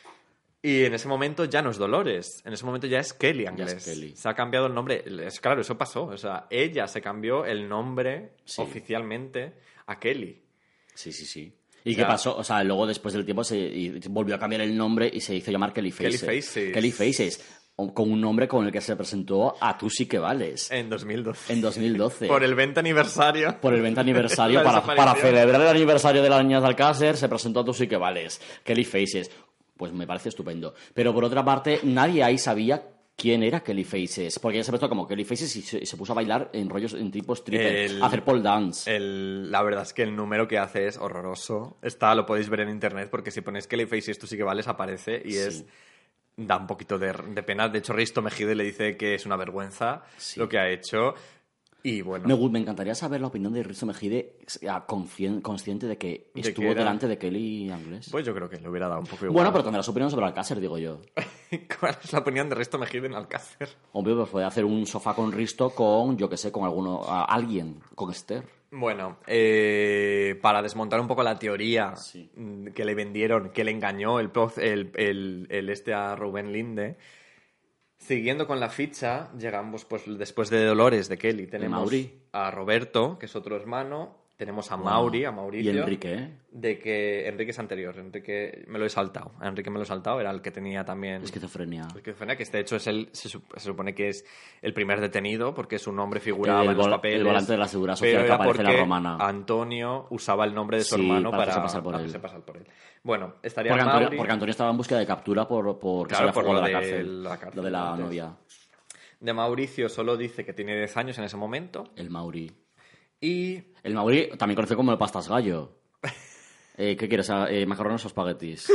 S2: Y en ese momento ya no es Dolores, en ese momento ya es Kelly Anglés.
S3: Ya es Kelly.
S2: Se ha cambiado el nombre. Es claro, eso pasó. O sea, ella se cambió el nombre sí. oficialmente a Kelly.
S3: Sí, sí, sí. ¿Y o sea, qué pasó? O sea, luego después del tiempo se volvió a cambiar el nombre y se hizo llamar Kelly Faces.
S2: Kelly Faces.
S3: Kelly Faces. Con un nombre con el que se presentó a Tú sí que vales.
S2: En dos mil doce.
S3: En dos mil doce.
S2: Por el veinte aniversario.
S3: Por el veinte aniversario. para, para celebrar el aniversario de las niñas de Alcácer se presentó a Tú sí que vales. Kelly Faces. Pues me parece estupendo. Pero por otra parte, nadie ahí sabía quién era Kelly Faces. Porque ella se presentó como Kelly Faces y se, se puso a bailar en rollos, en tipo stripper, a hacer pole dance.
S2: El, la verdad es que el número que hace es horroroso. Está, lo podéis ver en internet, porque si ponéis Kelly Faces, Tú sí que vales, aparece y sí. es... Da un poquito de, de pena. De hecho, Risto Mejide le dice que es una vergüenza sí. lo que ha hecho. Y bueno.
S3: Me, me encantaría saber la opinión de Risto Mejide, consciente de que
S2: ¿De
S3: estuvo
S2: que era?
S3: delante de Kelly Anglés.
S2: Pues yo creo que le hubiera dado un poco igual.
S3: Bueno, pero tendrá su opinión sobre Alcácer, digo yo.
S2: ¿Cuál es la opinión de Risto Mejide en Alcácer?
S3: Hombre, pues puede hacer un sofá con Risto con, yo que sé, con alguno, a alguien, con Esther.
S2: Bueno, eh, para desmontar un poco la teoría
S3: sí.
S2: que le vendieron, que le engañó el, el, el, el este a Rubén Linde, siguiendo con la ficha, llegamos pues después de Dolores, de Kelly, tenemos
S3: Mauri.
S2: a Roberto, que es otro hermano, tenemos a Mauri, a Mauricio.
S3: Y Enrique, ¿eh?
S2: De que Enrique es anterior, Enrique me lo he saltado, a Enrique me lo he saltado, era el que tenía también...
S3: Esquizofrenia.
S2: Esquizofrenia, que de hecho es el, se, se supone que es el primer detenido, porque su nombre figuraba
S3: el,
S2: en los papeles.
S3: El volante de la Seguridad Social que aparece en la romana.
S2: Antonio usaba el nombre de su
S3: sí,
S2: hermano
S3: para,
S2: para
S3: hacerse pasar por él.
S2: hacerse pasar por él. Bueno, estaría
S3: porque
S2: Mauri...
S3: Antonio, porque Antonio estaba en búsqueda de captura por, por
S2: claro,
S3: que se
S2: por
S3: había
S2: lo
S3: de
S2: de
S3: la cárcel.
S2: la cárcel.
S3: Lo de la novia.
S2: De Mauricio solo dice que tiene diez años en ese momento.
S3: El Mauri.
S2: Y...
S3: El Mauri, también conocido como el pastas gallo. Eh, ¿Qué quieres? Eh, ¿Macarrones o espaguetis?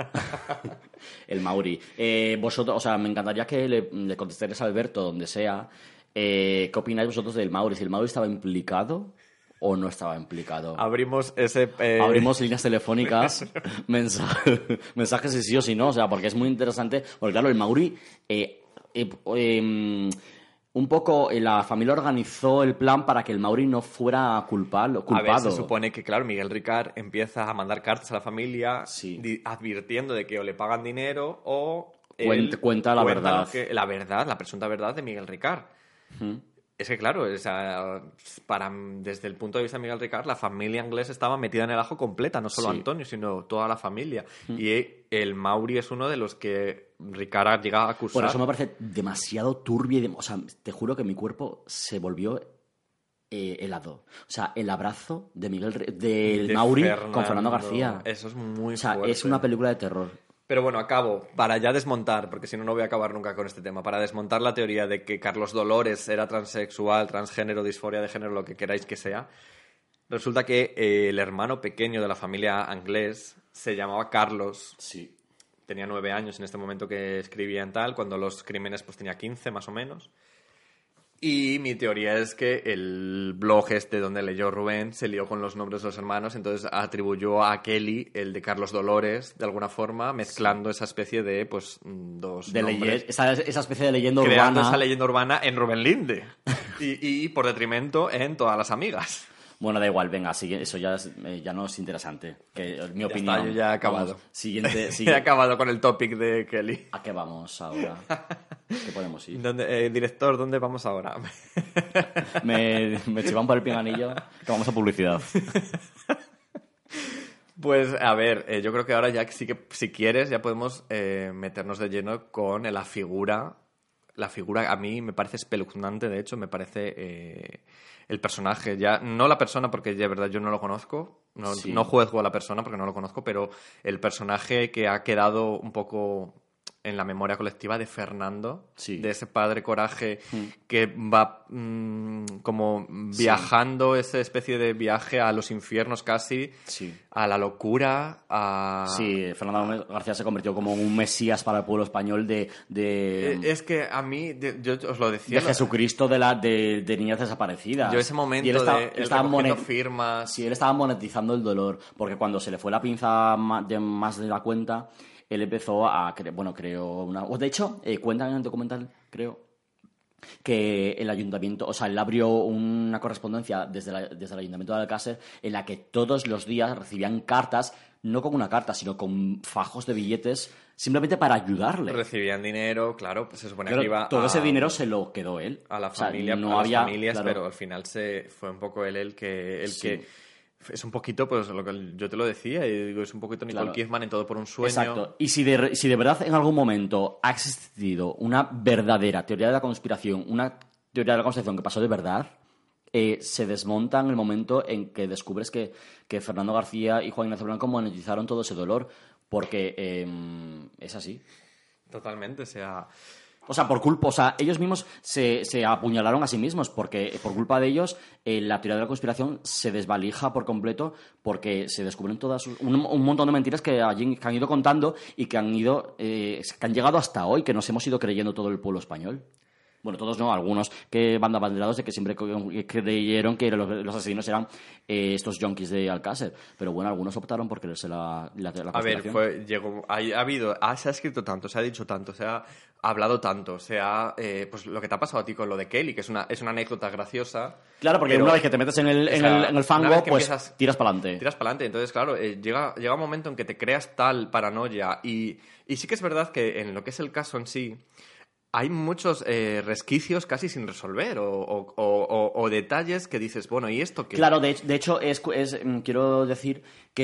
S3: El Mauri. Eh, vosotros, o sea, me encantaría que le, le contestarais a Alberto, donde sea. Eh, ¿Qué opináis vosotros del Mauri? ¿Si el Mauri estaba implicado o no estaba implicado.
S2: Abrimos ese... Eh...
S3: Abrimos líneas telefónicas, mensajes, mensajes si sí o si no, o sea, porque es muy interesante. Porque claro, el Mauri... Eh, eh, eh, un poco eh, la familia organizó el plan para que el Mauri no fuera culpable, culpado.
S2: A ver, se supone que, claro, Miguel Ricard empieza a mandar cartas a la familia
S3: sí.
S2: di- advirtiendo de que o le pagan dinero o...
S3: Cuenta,
S2: él
S3: cuenta la
S2: cuenta
S3: verdad.
S2: lo que- la verdad, la presunta verdad de Miguel Ricard.
S3: ¿Mm?
S2: Es que, claro, o sea, para, desde el punto de vista de Miguel Ricard, la familia inglesa estaba metida en el ajo completa, no solo
S3: Sí.
S2: Antonio, sino toda la familia. Mm. Y el Mauri es uno de los que Ricard llega a acusar.
S3: Por eso me parece demasiado turbio. Y de, o sea, te juro que mi cuerpo se volvió eh, helado. O sea, el abrazo de Miguel del
S2: de
S3: Mauri
S2: Fernando,
S3: con Fernando García.
S2: Eso es muy
S3: O sea,
S2: fuerte.
S3: es una película de terror.
S2: Pero bueno, acabo, para ya desmontar, porque si no, no voy a acabar nunca con este tema, para desmontar la teoría de que Carlos Dolores era transexual, transgénero, disforia de género, lo que queráis que sea, resulta que eh, el hermano pequeño de la familia Anglés se llamaba Carlos.
S3: Sí.
S2: Tenía nueve años en este momento que escribía en tal, cuando los crímenes pues tenía quince más o menos. Y mi teoría es que el blog este donde leyó Rubén se lió con los nombres de los hermanos, entonces atribuyó a Kelly el de Carlos Dolores, de alguna forma, mezclando esa especie de, pues, dos
S3: De
S2: nombres.
S3: leye- esa, esa especie de leyenda
S2: Creando
S3: urbana.
S2: esa leyenda urbana en Rubén Linde. y, y, por detrimento, en todas las amigas.
S3: Bueno, da igual, venga, sigue, eso ya, es, eh, ya no es interesante. Que, mi
S2: Ya
S3: opinión.
S2: está, yo ya he acabado.
S3: Vamos, siguiente,
S2: He
S3: siguiente.
S2: acabado con el topic de Kelly.
S3: ¿A qué vamos ahora? ¿Qué podemos ir?
S2: ¿Dónde, eh, director, ¿dónde vamos ahora?
S3: Me, me chivan por el pinganillo que vamos a publicidad.
S2: Pues, a ver, eh, yo creo que ahora ya sí que, si quieres, ya podemos eh, meternos de lleno con la figura. La figura a mí me parece espeluznante, de hecho, me parece eh, el personaje. Ya no la persona, porque de verdad yo no lo conozco, no,
S3: Sí.
S2: no juzgo a la persona porque no lo conozco, pero el personaje que ha quedado un poco en la memoria colectiva de Fernando,
S3: Sí.
S2: de ese padre coraje
S3: Mm.
S2: que va mm, como viajando, esa especie de viaje a los infiernos casi,
S3: Sí.
S2: a la locura, a...
S3: Sí, Fernando García se convirtió como un mesías para el pueblo español de, de,
S2: Eh, Es que a mí, de- yo os lo decía...
S3: de Jesucristo de, la, de, de niñas desaparecidas.
S2: Yo ese momento
S3: Y él estaba-
S2: de
S3: él
S2: él
S3: estaba
S2: recogiendo
S3: monet-
S2: firmas...
S3: Sí, él estaba monetizando el dolor, porque cuando se le fue la pinza ma- de más de la cuenta, él empezó a... cre- Bueno, creó una... o de hecho, eh, cuentan en el documental, creo, que el ayuntamiento... O sea, él abrió una correspondencia desde, la- desde el ayuntamiento de Alcácer en la que todos los días recibían cartas, no con una carta, sino con fajos de billetes, simplemente para ayudarle.
S2: Recibían dinero, claro, pues se supone
S3: Claro,
S2: que iba
S3: todo
S2: a,
S3: ese dinero se lo quedó él.
S2: a la
S3: O sea,
S2: familia,
S3: no
S2: a
S3: había,
S2: las familias,
S3: claro.
S2: pero al final se fue un poco él el que... El
S3: Sí.
S2: que es un poquito, pues lo que yo te lo decía, y digo, es un poquito Nicole
S3: Claro.
S2: Kidman en Todo por un sueño.
S3: Exacto. Y si de, si de verdad en algún momento ha existido una verdadera teoría de la conspiración, una teoría de la conspiración que pasó de verdad, eh, se desmonta en el momento en que descubres que, que Fernando García y Juan Ignacio Blanco monetizaron todo ese dolor, porque eh, es así.
S2: Totalmente, o sea...
S3: O sea, por culpa, o sea, ellos mismos se, se apuñalaron a sí mismos porque por culpa de ellos eh, la teoría de la conspiración se desvalija por completo porque se descubren todas sus- un, un montón de mentiras que, allí, que han ido contando y que han ido eh, que han llegado hasta hoy, que nos hemos ido creyendo todo el pueblo español. Bueno, todos no, algunos que van abanderados de que siempre co- creyeron que los, los asesinos eran eh, estos yonkis de Alcácer. Pero bueno, algunos optaron por creerse la, la, la
S2: A ver,
S3: conspiración.
S2: fue, llegó, ha, ha habido, ha- se ha escrito tanto, se ha dicho tanto, se ha hablado tanto, se ha, eh, pues lo que te ha pasado a ti con lo de Kelly, que es una, es una anécdota graciosa.
S3: Claro, porque
S2: pero-
S3: una vez que te metes en el,
S2: o
S3: en
S2: sea,
S3: el, en el fango,
S2: una vez que
S3: pues
S2: empiezas-
S3: tiras para adelante.
S2: Tiras para adelante. Entonces, claro, eh, llega, llega un momento en que te creas tal paranoia y, y sí que es verdad que en lo que es el caso en sí hay muchos eh, resquicios casi sin resolver o, o- o- o- o detalles que dices, bueno, ¿y esto qué?
S3: Claro, de, de hecho, es, es, mm, quiero decir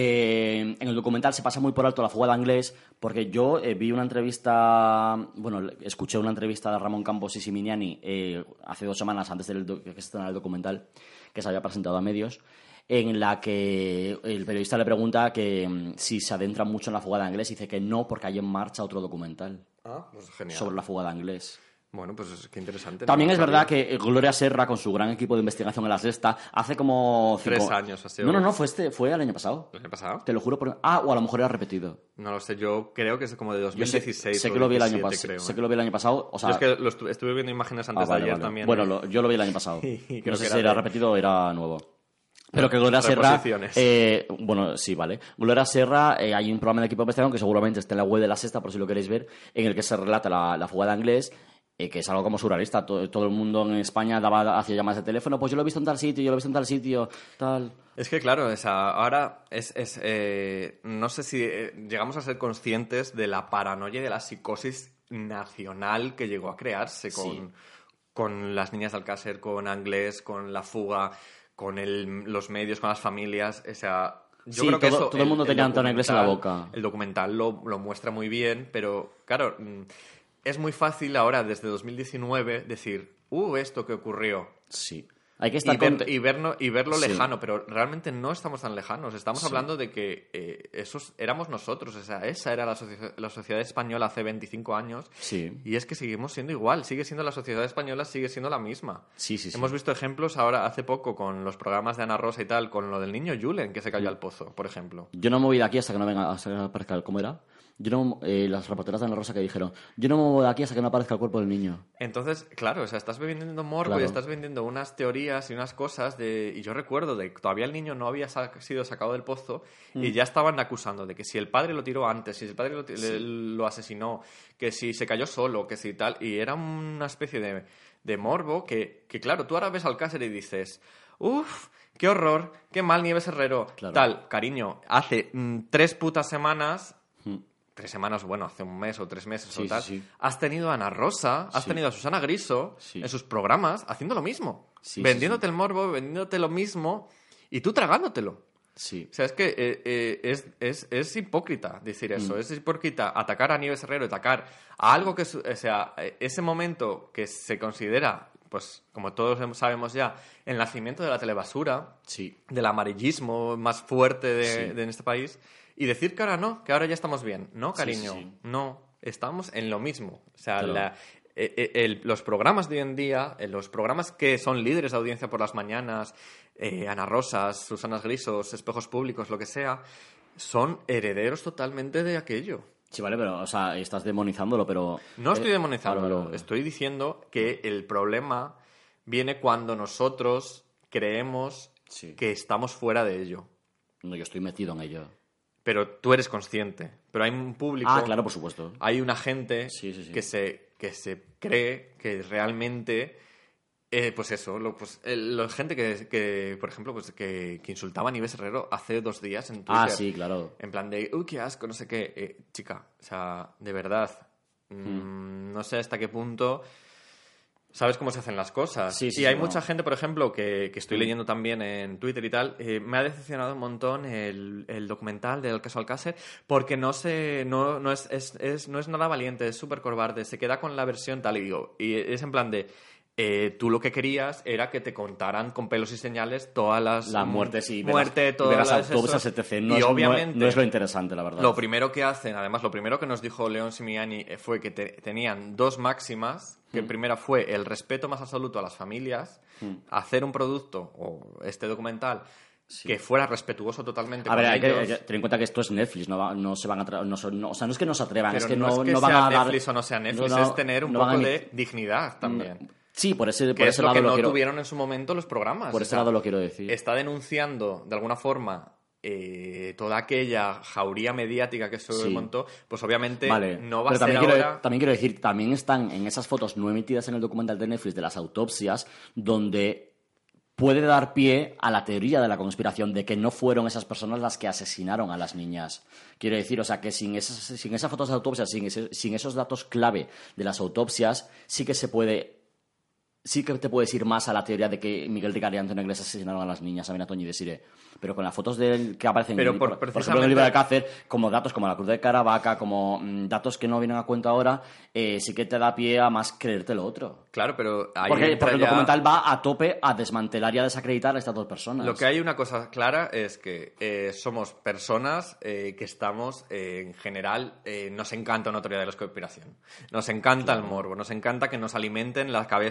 S3: que en el documental se pasa muy por alto la fuga de Anglés, porque yo eh, vi una entrevista, bueno, escuché una entrevista de Ramón Campos y Siminiani eh, hace dos semanas antes del do- que se estrenara el documental, que se había presentado a medios, en la que el periodista le pregunta que mm, si se adentra mucho en la fuga de Anglés y dice que no, porque hay en marcha otro documental
S2: Ah, pues genial.
S3: sobre la fuga de Anglés.
S2: Bueno, pues qué interesante.
S3: También
S2: ¿no?
S3: es
S2: Sabía.
S3: verdad que Gloria Serra, con su gran equipo de investigación en la Sexta, hace como...
S2: Tres
S3: cinco-
S2: años ha sido.
S3: No, no, no, fue, este, fue el año pasado.
S2: ¿El año pasado?
S3: Te lo juro por... Ah, o a lo mejor era repetido.
S2: No lo sé, yo creo que es como de
S3: Yo
S2: dos mil
S3: sé,
S2: dieciséis
S3: sé
S2: o
S3: que lo vi el año
S2: diecisiete,
S3: pasado.
S2: creo,
S3: Sé
S2: ¿eh?
S3: que lo vi el año pasado. O sea,
S2: Yo es que lo estu- estuve viendo imágenes
S3: ah,
S2: antes
S3: vale,
S2: de ayer
S3: vale.
S2: también.
S3: Bueno, lo- yo lo vi el año pasado.
S2: Y creo
S3: No sé
S2: que
S3: si
S2: era
S3: era
S2: de-
S3: repetido o era nuevo. Pero que Gloria Serra...
S2: Reposiciones.
S3: Eh, bueno, sí, vale. Gloria Serra, eh, hay un programa de Equipo de Investigación que seguramente está en la web de La Sexta, por si lo queréis ver, en el que se relata la, la fuga de Anglés, eh, que es algo como surrealista. Todo, todo el mundo en España daba hacia llamadas de teléfono, pues yo lo he visto en tal sitio, yo lo he visto en tal sitio, tal...
S2: Es que claro, o sea, ahora es, es eh, no sé si eh, llegamos a ser conscientes de la paranoia y de la psicosis nacional que llegó a crearse con,
S3: Sí.
S2: con las niñas de Alcácer, con Anglés, con la fuga, con el, los medios, con las familias. O sea, yo
S3: Sí,
S2: creo que
S3: todo-
S2: eso,
S3: todo el mundo tenía a Antonio Anglés en la
S2: documental-
S3: boca.
S2: El documental lo, lo muestra muy bien, pero claro, mm, es muy fácil ahora, desde dos mil diecinueve, decir, uh, esto que ocurrió.
S3: Sí. Hay que
S2: Y,
S3: estar
S2: ver-
S3: con...
S2: y, verno- y verlo
S3: Sí.
S2: lejano, pero realmente no estamos tan lejanos. Estamos
S3: Sí.
S2: hablando de que eh, esos éramos nosotros. O sea, esa era la, soci- la sociedad española hace veinticinco años.
S3: Sí.
S2: Y es que seguimos siendo igual. Sigue siendo la sociedad española, sigue siendo la misma.
S3: Sí, sí, sí.
S2: Hemos visto ejemplos ahora, hace poco, con los programas de Ana Rosa y tal, con lo del niño Julen, que se cayó
S3: Mm.
S2: al pozo, por ejemplo.
S3: Yo no me voy de aquí hasta que no venga, hasta que no aparezca el... ¿Cómo era? Yo no... Eh, las reporteras de Ana Rosa que dijeron, yo no me muevo de aquí hasta que no aparezca el cuerpo del niño.
S2: Entonces, claro, o sea, estás vendiendo morbo
S3: Claro.
S2: y estás vendiendo unas teorías y unas cosas de... Y yo recuerdo de que todavía el niño no había sa- sido sacado del pozo
S3: Mm.
S2: y ya estaban acusando de que si el padre lo tiró antes, si el padre lo, ti- le- lo asesinó, que si se cayó solo, que si tal... Y era una especie de, de morbo que, que, claro, tú ahora ves al Alcácer y dices... Uff, qué horror, qué mal Nieves Herrero.
S3: Claro.
S2: Tal, cariño, hace mm, tres putas semanas...
S3: Mm.
S2: Tres semanas, bueno, hace un mes o tres meses
S3: Sí,
S2: o tal,
S3: sí, sí.
S2: has tenido a Ana Rosa, has
S3: Sí.
S2: tenido a Susana Griso
S3: Sí.
S2: en sus programas haciendo lo mismo.
S3: Sí, sí,
S2: vendiéndote
S3: sí.
S2: el morbo, vendiéndote lo mismo y tú tragándotelo.
S3: Sí.
S2: O sea, es que eh, eh, es, es, es hipócrita decir eso.
S3: Mm.
S2: Es hipócrita atacar a Nieves Herrero, atacar a algo que... su- O sea, eh, ese momento que se considera, pues, como todos hem- sabemos ya, el nacimiento de la telebasura,
S3: Sí.
S2: del amarillismo más fuerte de,
S3: Sí.
S2: de en este país, y decir que ahora no, que ahora ya estamos bien. No,
S3: Sí,
S2: cariño,
S3: sí, sí.
S2: no. Estamos en lo mismo. O sea,
S3: Claro.
S2: la- eh, eh, el- los programas de hoy en día, eh, los programas que son líderes de audiencia por las mañanas, eh, Ana Rosas, Susanas Grisos, Espejos Públicos, lo que sea, son herederos totalmente de aquello.
S3: Sí, vale, pero, o sea, estás demonizándolo, pero...
S2: No estoy
S3: eh,
S2: demonizándolo,
S3: vale, vale, vale.
S2: estoy diciendo que el problema viene cuando nosotros creemos
S3: Sí.
S2: que estamos fuera de ello.
S3: No, yo estoy metido en ello.
S2: Pero tú eres consciente. Pero hay un público...
S3: Ah, claro, por supuesto.
S2: Hay una gente
S3: Sí, sí, sí.
S2: Que, se, que se cree que realmente... eh, pues eso, lo, pues, el- la gente que, que, por ejemplo, pues que, que insultaba a Nieves Herrero hace dos días en Twitter.
S3: Ah, sí, claro.
S2: En plan de, uy, qué asco, no sé qué. Eh, chica, o sea, de verdad, mm, no sé hasta qué punto sabes cómo se hacen las cosas.
S3: Sí, sí,
S2: y
S3: sí,
S2: hay
S3: no.
S2: mucha gente, por ejemplo, que, que estoy
S3: Mm.
S2: leyendo también en Twitter y tal, eh, me ha decepcionado un montón el, el documental del caso Alcácer, porque no se, no, no es, es, es- no es nada valiente, es súper cobarde, se queda con la versión tal y digo, y es en plan de... eh, tú lo que querías era que te contaran con pelos y señales todas las...
S3: Las
S2: mm,
S3: muertes y ver
S2: muerte,
S3: las, y
S2: todas
S3: ver las
S2: las
S3: autopsias,
S2: eso.
S3: etcétera. No,
S2: y
S3: es, no-
S2: obviamente...
S3: no es lo interesante, la verdad.
S2: Lo primero que hacen, además, lo primero que nos dijo León Simiani eh, fue que te- tenían dos máximas, que
S3: Mm.
S2: primera fue el respeto más absoluto a las familias,
S3: Mm.
S2: hacer un producto o este documental
S3: Sí.
S2: que fuera respetuoso totalmente
S3: A ver,
S2: con
S3: hay que,
S2: ellos.
S3: hay que tener en cuenta que esto es Netflix, no, va- no se van a atra- no, son- no- o sea, no es que no se atrevan,
S2: Pero
S3: es que
S2: no,
S3: no,
S2: es que
S3: no van
S2: sea
S3: a dar...
S2: Netflix o no sea Netflix,
S3: no, no,
S2: es tener un
S3: no van
S2: poco
S3: a ni-
S2: de dignidad también.
S3: Sí, por ese,
S2: Que
S3: por
S2: es
S3: ese
S2: lo
S3: lado
S2: que
S3: lo
S2: no
S3: quiero...
S2: tuvieron en su momento los programas.
S3: Por
S2: O
S3: ese
S2: sea,
S3: lado lo quiero decir.
S2: Está denunciando, de alguna forma, eh, toda aquella jauría mediática que se
S3: Sí.
S2: montó, pues obviamente
S3: Vale,
S2: no va
S3: pero
S2: a ser
S3: también quiero,
S2: ahora...
S3: también quiero decir, también están en esas fotos no emitidas en el documental de Netflix de las autopsias, donde puede dar pie a la teoría de la conspiración de que no fueron esas personas las que asesinaron a las niñas. Quiero decir, o sea, que sin esas, sin esas fotos de autopsias, sin, ese- sin esos datos clave de las autopsias, sí que se puede... Sí que te puedes ir más a la teoría de que Miguel Ricard y Antonio Iglesias asesinaron a las niñas, a Benatoño y Desiree. Pero con las fotos del, que aparecen
S2: Pero
S3: en,
S2: por-
S3: por, por ejemplo, en
S2: precisamente-
S3: el libro de Alcácer, como datos como la Cruz de Caravaca, como mm, datos que no vienen a cuenta ahora, eh, sí que te da pie a más creerte lo otro.
S2: Claro, pero ahí
S3: Porque,
S2: entra
S3: porque el
S2: ya-
S3: documental va a tope a desmantelar y a desacreditar a estas dos personas.
S2: Lo que hay una cosa clara es que eh, somos personas eh, que estamos, eh, en general, eh, nos encanta una teoría de la conspiración. Nos encanta el morbo, nos encanta que nos alimenten la cabeza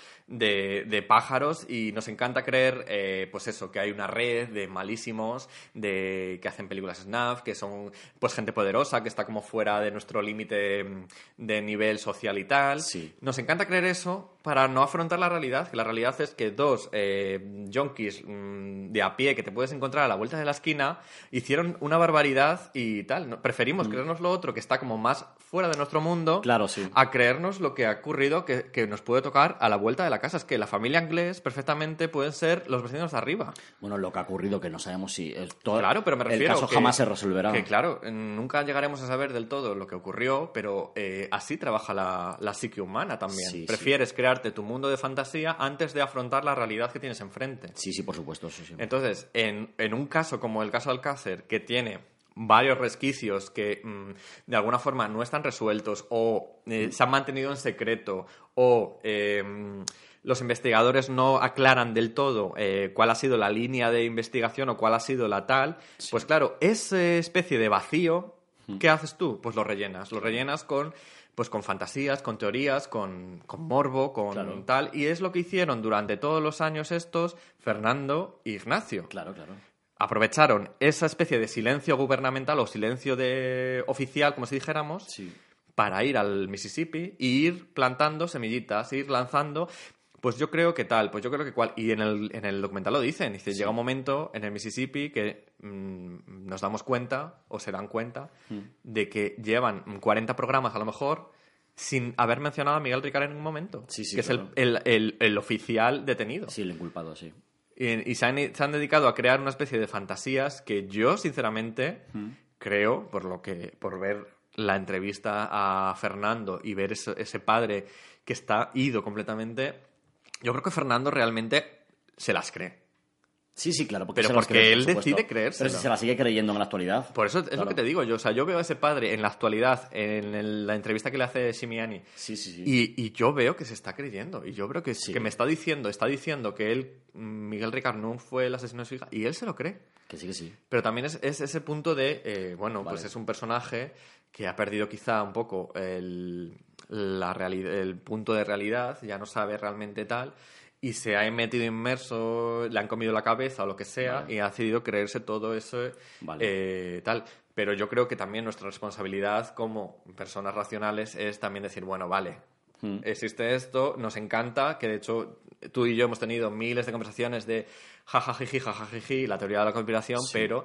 S2: de, de pájaros y nos encanta creer, eh, pues eso, que hay una red de malísimos, de que hacen películas snuff, que son pues gente poderosa, que está como fuera de nuestro límite de nivel social y tal.
S3: Sí.
S2: Nos encanta creer eso para no afrontar la realidad, que la realidad es que dos eh, yonkis mmm, de a pie que te puedes encontrar a la vuelta de la esquina hicieron una barbaridad y tal. No, preferimos mm. creernos lo otro, que está como más fuera de nuestro mundo,
S3: claro, sí.
S2: a creernos lo que ha ocurrido, que, que nos puede tocar a la vuelta de la casa. Es que la familia inglés perfectamente pueden ser los vecinos de arriba.
S3: Bueno, lo que ha ocurrido, que no sabemos si... Es todo,
S2: claro, pero me refiero
S3: el caso
S2: que,
S3: jamás se resolverá.
S2: Que claro, nunca llegaremos a saber del todo lo que ocurrió, pero eh, así trabaja la, la psique humana también.
S3: Sí,
S2: Prefieres
S3: sí.
S2: crearte tu mundo de fantasía antes de afrontar la realidad que tienes enfrente.
S3: Sí, sí, por supuesto. Eso sí.
S2: Entonces, en, en un caso como el caso de Alcácer, que tiene varios resquicios que mmm, de alguna forma no están resueltos o eh, se han mantenido en secreto o eh, los investigadores no aclaran del todo eh, cuál ha sido la línea de investigación o cuál ha sido la tal, sí. Pues claro, esa especie de vacío, ¿qué haces tú? Pues lo rellenas, lo rellenas con... pues con fantasías, con teorías, con, con morbo, con
S3: claro.
S2: tal. Y es lo que hicieron durante todos los años estos Fernando e Ignacio.
S3: Claro, claro.
S2: Aprovecharon esa especie de silencio gubernamental o silencio de oficial, como si dijéramos,
S3: sí.
S2: para ir al Mississippi e ir plantando semillitas, ir lanzando... Pues yo creo que tal, pues yo creo que cual... Y en el, en el documental lo dicen, dice, sí. Llega un momento en el Mississippi que mmm, nos damos cuenta, o se dan cuenta, mm. de que llevan cuarenta programas a lo mejor sin haber mencionado a Miguel Ricard en ningún momento.
S3: Sí, sí,
S2: que
S3: claro.
S2: es el, el, el, el oficial detenido.
S3: Sí, el inculpado, sí.
S2: Y, y se, han, se han dedicado a crear una especie de fantasías que yo, sinceramente, mm. creo, por lo que por ver la entrevista a Fernando y ver ese, ese padre que está ido completamente... Yo creo que Fernando realmente se las cree.
S3: Sí, sí, claro. Porque
S2: pero porque
S3: cree,
S2: él
S3: por
S2: decide creérselo.
S3: Pero si se la sigue creyendo en la actualidad.
S2: Por eso es
S3: claro.
S2: lo que te digo yo. O sea, yo veo a ese padre en la actualidad, en el, la entrevista que le hace Simiani,
S3: sí, sí, sí.
S2: Y, y yo veo que se está creyendo. Y yo creo que,
S3: sí.
S2: que me está diciendo, está diciendo que él, Miguel Ricard, no fue el asesino de su hija, y él se lo cree.
S3: Que sí, que sí.
S2: Pero también es, es ese punto de, eh, bueno, vale. Pues es un personaje que ha perdido quizá un poco el, la realidad, el punto de realidad, ya no sabe realmente tal... Y se ha metido inmerso, le han comido la cabeza o lo que sea, vale. Y ha decidido creerse todo eso vale. eh, tal. Pero yo creo que también nuestra responsabilidad como personas racionales es también decir, bueno, vale, hmm. existe esto, nos encanta, que de hecho tú y yo hemos tenido miles de conversaciones de jajajiji, jajajiji, la teoría de la conspiración, sí. Pero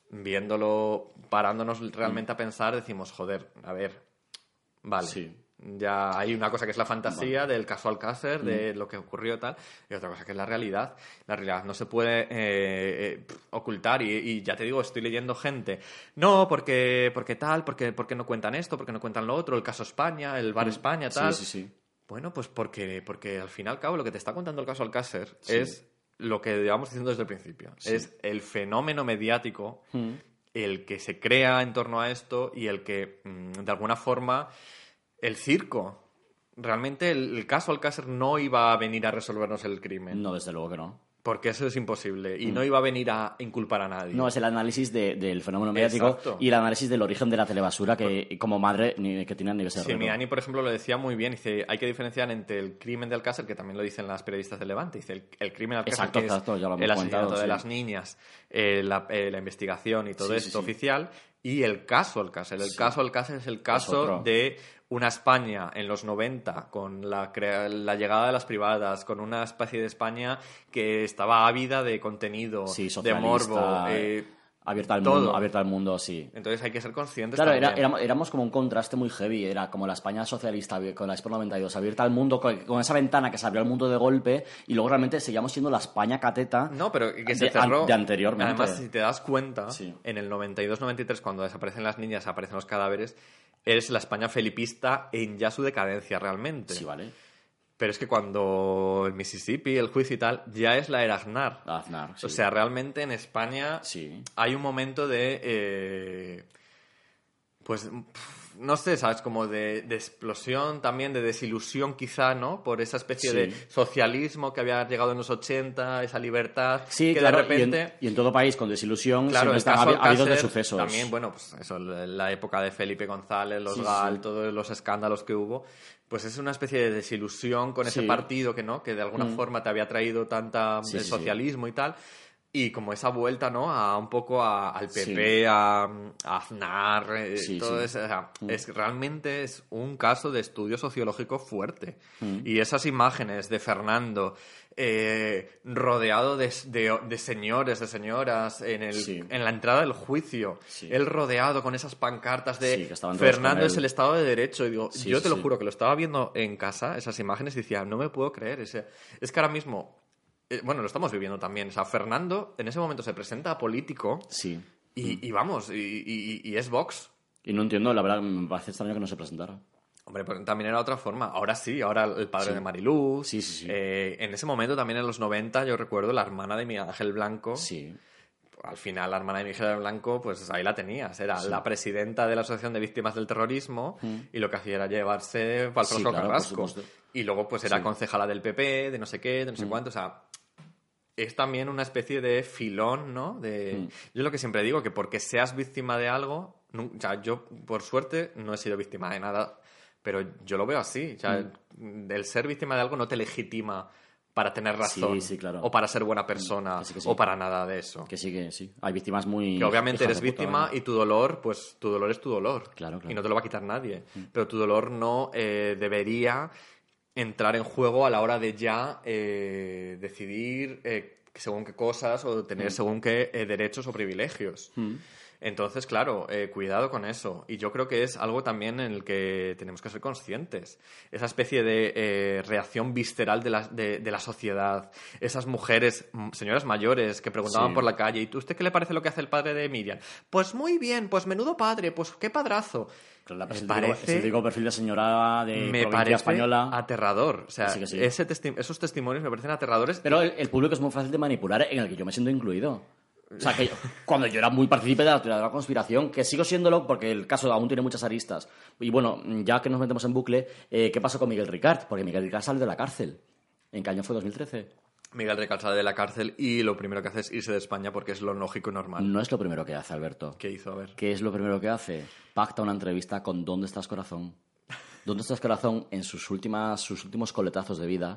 S2: viéndolo, parándonos realmente hmm. a pensar, decimos, joder, a ver, vale. Sí. Ya hay una cosa que es la fantasía vale. Del caso Alcácer, de mm. lo que ocurrió tal, y otra cosa que es la realidad. La realidad no se puede eh, eh, ocultar y, y ya te digo, estoy leyendo gente. No, porque, porque tal, porque, porque no cuentan esto, porque no cuentan lo otro, el caso España, el bar mm. España, tal.
S3: Sí, sí, sí.
S2: Bueno, pues porque, porque al fin y al cabo lo que te está contando el caso Alcácer sí. es lo que llevamos diciendo desde el principio. Sí. Es el fenómeno mediático, mm. el que se crea en torno a esto y el que, mm, de alguna forma... El circo. Realmente el, el caso Alcácer no iba a venir a resolvernos el crimen.
S3: No, desde luego que no.
S2: Porque eso es imposible. Y mm. no iba a venir a inculpar a nadie.
S3: No, es el análisis de, del fenómeno mediático.
S2: Exacto. Y
S3: el análisis del origen de la telebasura que por... como madre ni, que tiene Nieves Herrero.
S2: Simiani, por ejemplo, lo decía muy bien. Dice, hay que diferenciar entre el crimen de Alcácer, que también lo dicen las periodistas del Levante. Dice, el, el crimen de Alcácer,
S3: exacto,
S2: que
S3: exacto,
S2: es
S3: ya lo hemos
S2: el asesinato
S3: comentado,
S2: de
S3: sí.
S2: las niñas, eh, la, eh, la investigación y todo
S3: sí,
S2: esto
S3: sí, sí.
S2: oficial. Y el caso Alcácer. El sí. caso Alcácer es el caso de... una España en los noventa con la, crea- la llegada de las privadas, con una especie de España que estaba ávida de contenido,
S3: sí,
S2: de morbo, eh,
S3: abierta al
S2: todo.
S3: mundo, abierta al mundo, sí.
S2: Entonces hay que ser conscientes
S3: claro,
S2: también.
S3: Era, éramos, éramos como un contraste muy heavy, era como la España socialista con la Expo noventa y dos, abierta al mundo, con, con esa ventana que se abrió al mundo de golpe, y luego realmente seguíamos siendo la España cateta
S2: no, pero que
S3: de,
S2: se cerró.
S3: de anteriormente.
S2: Además, si te das cuenta,
S3: sí.
S2: en el noventa y dos noventa y tres, cuando desaparecen las niñas, aparecen los cadáveres, es la España felipista en ya su decadencia realmente.
S3: Sí, vale.
S2: Pero es que cuando el Mississippi, el juicio y tal, ya es la era Aznar.
S3: Aznar, sí.
S2: O sea, realmente en España
S3: sí.
S2: hay un momento de... Eh, pues no sé, ¿sabes? Como de, de explosión también, de desilusión quizá, ¿no? Por esa especie
S3: Sí.
S2: de socialismo que había llegado en los ochenta, esa libertad,
S3: Sí,
S2: que
S3: claro,
S2: de repente...
S3: y, en, y en todo país con desilusión
S2: Claro,
S3: siempre
S2: el
S3: están
S2: caso
S3: habi- habidos de
S2: Alcácer,
S3: sucesos.
S2: también, bueno, pues eso, la época de Felipe González, los
S3: Sí,
S2: Gal,
S3: sí.
S2: todos los escándalos que hubo, pues es una especie de desilusión con ese
S3: Sí.
S2: partido que, ¿no? Que de alguna
S3: Mm.
S2: forma te había traído tanta
S3: Sí,
S2: eh,
S3: sí, sí.
S2: socialismo y tal. Y como esa vuelta, ¿no? A un poco a- al P P,
S3: Sí.
S2: a, a Aznar, eh,
S3: Sí,
S2: todo
S3: sí.
S2: eso. O sea,
S3: Mm.
S2: es, realmente es un caso de estudio sociológico fuerte.
S3: Mm.
S2: Y esas imágenes de Fernando eh, rodeado de, de- de señores, de señoras, en, el,
S3: Sí.
S2: en la entrada del juicio,
S3: Sí.
S2: él rodeado con esas pancartas de
S3: Sí, que estaban todos
S2: Fernando
S3: con
S2: es
S3: él.
S2: el Estado de Derecho. Y digo,
S3: Sí,
S2: yo
S3: sí,
S2: te lo
S3: sí.
S2: juro que lo estaba viendo en casa, esas imágenes, y decía, no me puedo creer. Ese, es que ahora mismo... Eh, bueno, lo estamos viviendo también. O sea, Fernando en ese momento se presenta a político
S3: Sí.
S2: y, y vamos, y, y- y es Vox.
S3: Y no entiendo, la verdad, me parece extraño que no se presentara.
S2: Hombre, pues también era otra forma. Ahora sí, ahora el padre
S3: Sí.
S2: de Mariluz.
S3: Sí, sí, sí.
S2: Eh, en ese momento, también en los noventa, yo recuerdo la hermana de Miguel Ángel Blanco.
S3: Sí.
S2: Al final, la hermana de Miguel Ángel Blanco, pues ahí la tenías. Era
S3: Sí.
S2: la presidenta de la Asociación de Víctimas del Terrorismo
S3: Mm.
S2: y lo que hacía era llevarse para el
S3: Sí,
S2: Francisco
S3: claro, por
S2: Carrasco.
S3: supuesto.
S2: Y luego, pues era
S3: Sí.
S2: concejala del P P, de no sé qué, de no sé
S3: Mm.
S2: cuánto. O sea, es también una especie de filón, ¿no? De...
S3: Mm.
S2: Yo lo que siempre digo, que porque seas víctima de algo... nun- O sea, yo, por suerte, no he sido víctima de nada, pero yo lo veo así. O sea,
S3: Mm.
S2: el ser víctima de algo no te legitima para tener razón.
S3: Sí, sí, claro.
S2: O para ser buena persona.
S3: Que sí, que sí.
S2: O para nada de eso.
S3: Que sí, que sí. Hay víctimas muy...
S2: Que obviamente
S3: hijas
S2: eres
S3: de puta,
S2: víctima
S3: ¿no?
S2: y tu dolor, pues tu dolor es tu dolor.
S3: Claro, claro.
S2: Y no te lo va a quitar nadie. Pero tu dolor no eh, debería entrar en juego a la hora de ya eh, decidir eh, según qué cosas o tener según qué eh, derechos o privilegios.
S3: Mm.
S2: Entonces, claro, eh, cuidado con eso. Y yo creo que es algo también en el que tenemos que ser conscientes. Esa especie de eh, reacción visceral de la, de, de la sociedad. Esas mujeres, m- señoras mayores, que preguntaban
S3: Sí.
S2: por la calle, ¿y usted qué le parece lo que hace el padre de Miriam? Pues muy bien, pues menudo padre, pues qué padrazo.
S3: Claro, la-
S2: Me
S3: es el
S2: parece-
S3: típico- es el típico perfil de señora de
S2: me
S3: provincia
S2: parece
S3: española.
S2: aterrador. O sea,
S3: Sí, que sí.
S2: ese testi- esos testimonios me parecen aterradores.
S3: Pero el, el público es muy fácil de manipular, en el que yo me siento incluido. O sea, que yo- cuando yo era muy partícipe de la teoría de la conspiración, que sigo siéndolo porque el caso aún tiene muchas aristas. Y bueno, ya que nos metemos en bucle, eh, ¿qué pasó con Miguel Ricard? Porque Miguel Ricard sale de la cárcel. ¿En qué año fue? ¿dos mil trece?
S2: Miguel Ricard sale de la cárcel y lo primero que hace es irse de España porque es lo lógico y normal.
S3: No es lo primero que hace, Alberto.
S2: ¿Qué hizo? A ver.
S3: ¿Qué es lo primero que hace? Pacta una entrevista con ¿Dónde estás, corazón? ¿Dónde estás, corazón? En sus últimas, sus últimos coletazos de vida,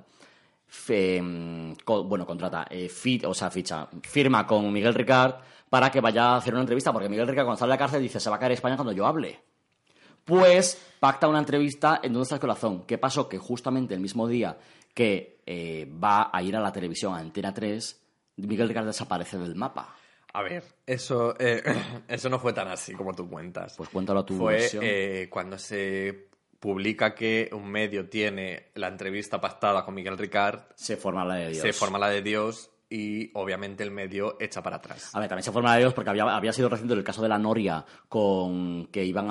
S3: fe- mm, co- bueno, contrata, eh, fi- o sea, ficha, firma con Miguel Ricard para que vaya a hacer una entrevista, porque Miguel Ricard cuando sale de la cárcel dice, se va a caer España cuando yo hable. Pues pacta una entrevista en ¿Dónde está el corazón? ¿Qué pasó? Que justamente el mismo día que eh, va a ir a la televisión, a Antena tres, Miguel Ricard desaparece del mapa.
S2: A ver, eso, eh, eso no fue tan así como tú cuentas.
S3: Pues cuéntalo a tu
S2: Fue
S3: versión.
S2: eh, cuando se publica que un medio tiene la entrevista pactada con Miguel Ricard,
S3: Se forma la de Dios.
S2: se forma la de Dios y obviamente el medio echa para atrás.
S3: A ver, también se forma la de Dios porque había, había sido reciente el caso de la Noria con que iban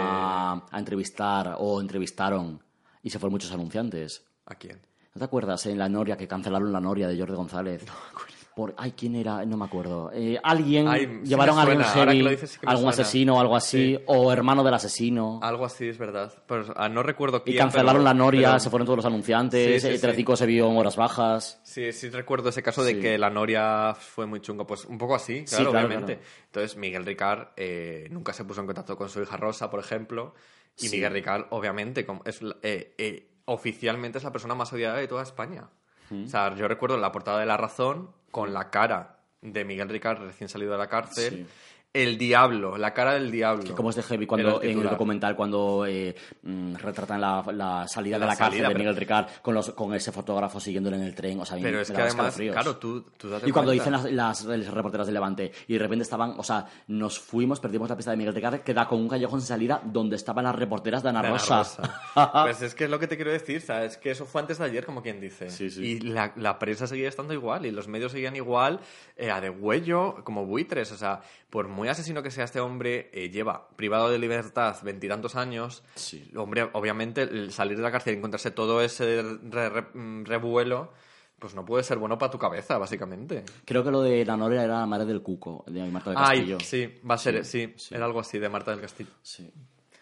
S3: a,
S2: Eh.
S3: a entrevistar o entrevistaron y se fueron muchos anunciantes.
S2: ¿A quién?
S3: ¿No te acuerdas en la Noria que cancelaron la Noria de Jordi González? No me acuerdo. Por, ay, ¿quién era? No me acuerdo. Eh, alguien,
S2: Ay, sí
S3: llevaron
S2: me
S3: a alguien
S2: suena, ahora que
S3: heavy,
S2: lo dices sí que me
S3: algún
S2: suena.
S3: asesino o algo así,
S2: Sí.
S3: o hermano del asesino.
S2: Algo así es verdad. Pues, ah, no recuerdo
S3: Y
S2: quién.
S3: cancelaron
S2: pero-
S3: la Noria,
S2: pero-
S3: se fueron todos los anunciantes,
S2: Sí, sí,
S3: y Telecinco
S2: sí.
S3: se vio en horas bajas.
S2: Sí, sí recuerdo ese caso de
S3: Sí.
S2: que la Noria fue muy chungo. Pues un poco así,
S3: Sí,
S2: claro,
S3: claro,
S2: obviamente.
S3: claro.
S2: Entonces Miguel Ricard eh, nunca se puso en contacto con su hija Rosa, por ejemplo. Y
S3: Sí.
S2: Miguel Ricard, obviamente, como es, la- eh, eh, oficialmente es la persona más odiada de toda España. O sea, yo recuerdo la portada de La Razón con la cara de Miguel Ricard recién salido de la cárcel.
S3: Sí.
S2: El diablo, la cara del diablo.
S3: Que como es de heavy
S2: Era
S3: cuando
S2: el
S3: en el
S2: titular.
S3: documental cuando eh, mm, retratan la, la salida
S2: La
S3: de la cárcel
S2: salida,
S3: de
S2: pero-
S3: Miguel Ricard con los con ese fotógrafo siguiéndole en el tren, o sea, a mí
S2: Pero
S3: me
S2: es que
S3: daba
S2: además,
S3: escalofríos.
S2: claro, tú, tú date
S3: Y cuando dicen
S2: cuenta.
S3: las, las, las reporteras de Levante y de repente estaban, o sea, nos fuimos, perdimos la pista de Miguel Ricard, queda con un callejón sin salida donde estaban las reporteras de Ana,
S2: de Ana
S3: Rosa.
S2: Rosa. Pues es que es lo que te quiero decir, ¿sabes? Que eso fue antes de ayer, como quien dice.
S3: Sí, sí.
S2: Y la, la prensa seguía estando igual y los medios seguían igual, eh, a degüello, como buitres. O sea, por muy asesino que sea este hombre, eh, lleva privado de libertad veintitantos años.
S3: Sí.
S2: Hombre, obviamente, el salir de la cárcel y encontrarse todo ese re- re- mm, revuelo, pues no puede ser bueno para tu cabeza, básicamente.
S3: Creo que lo de la Noria era la madre del Cuco, de Marta del Castillo.
S2: Ay, sí, va a ser,
S3: Sí,
S2: sí,
S3: sí.
S2: era algo así de Marta del Castillo.
S3: Sí.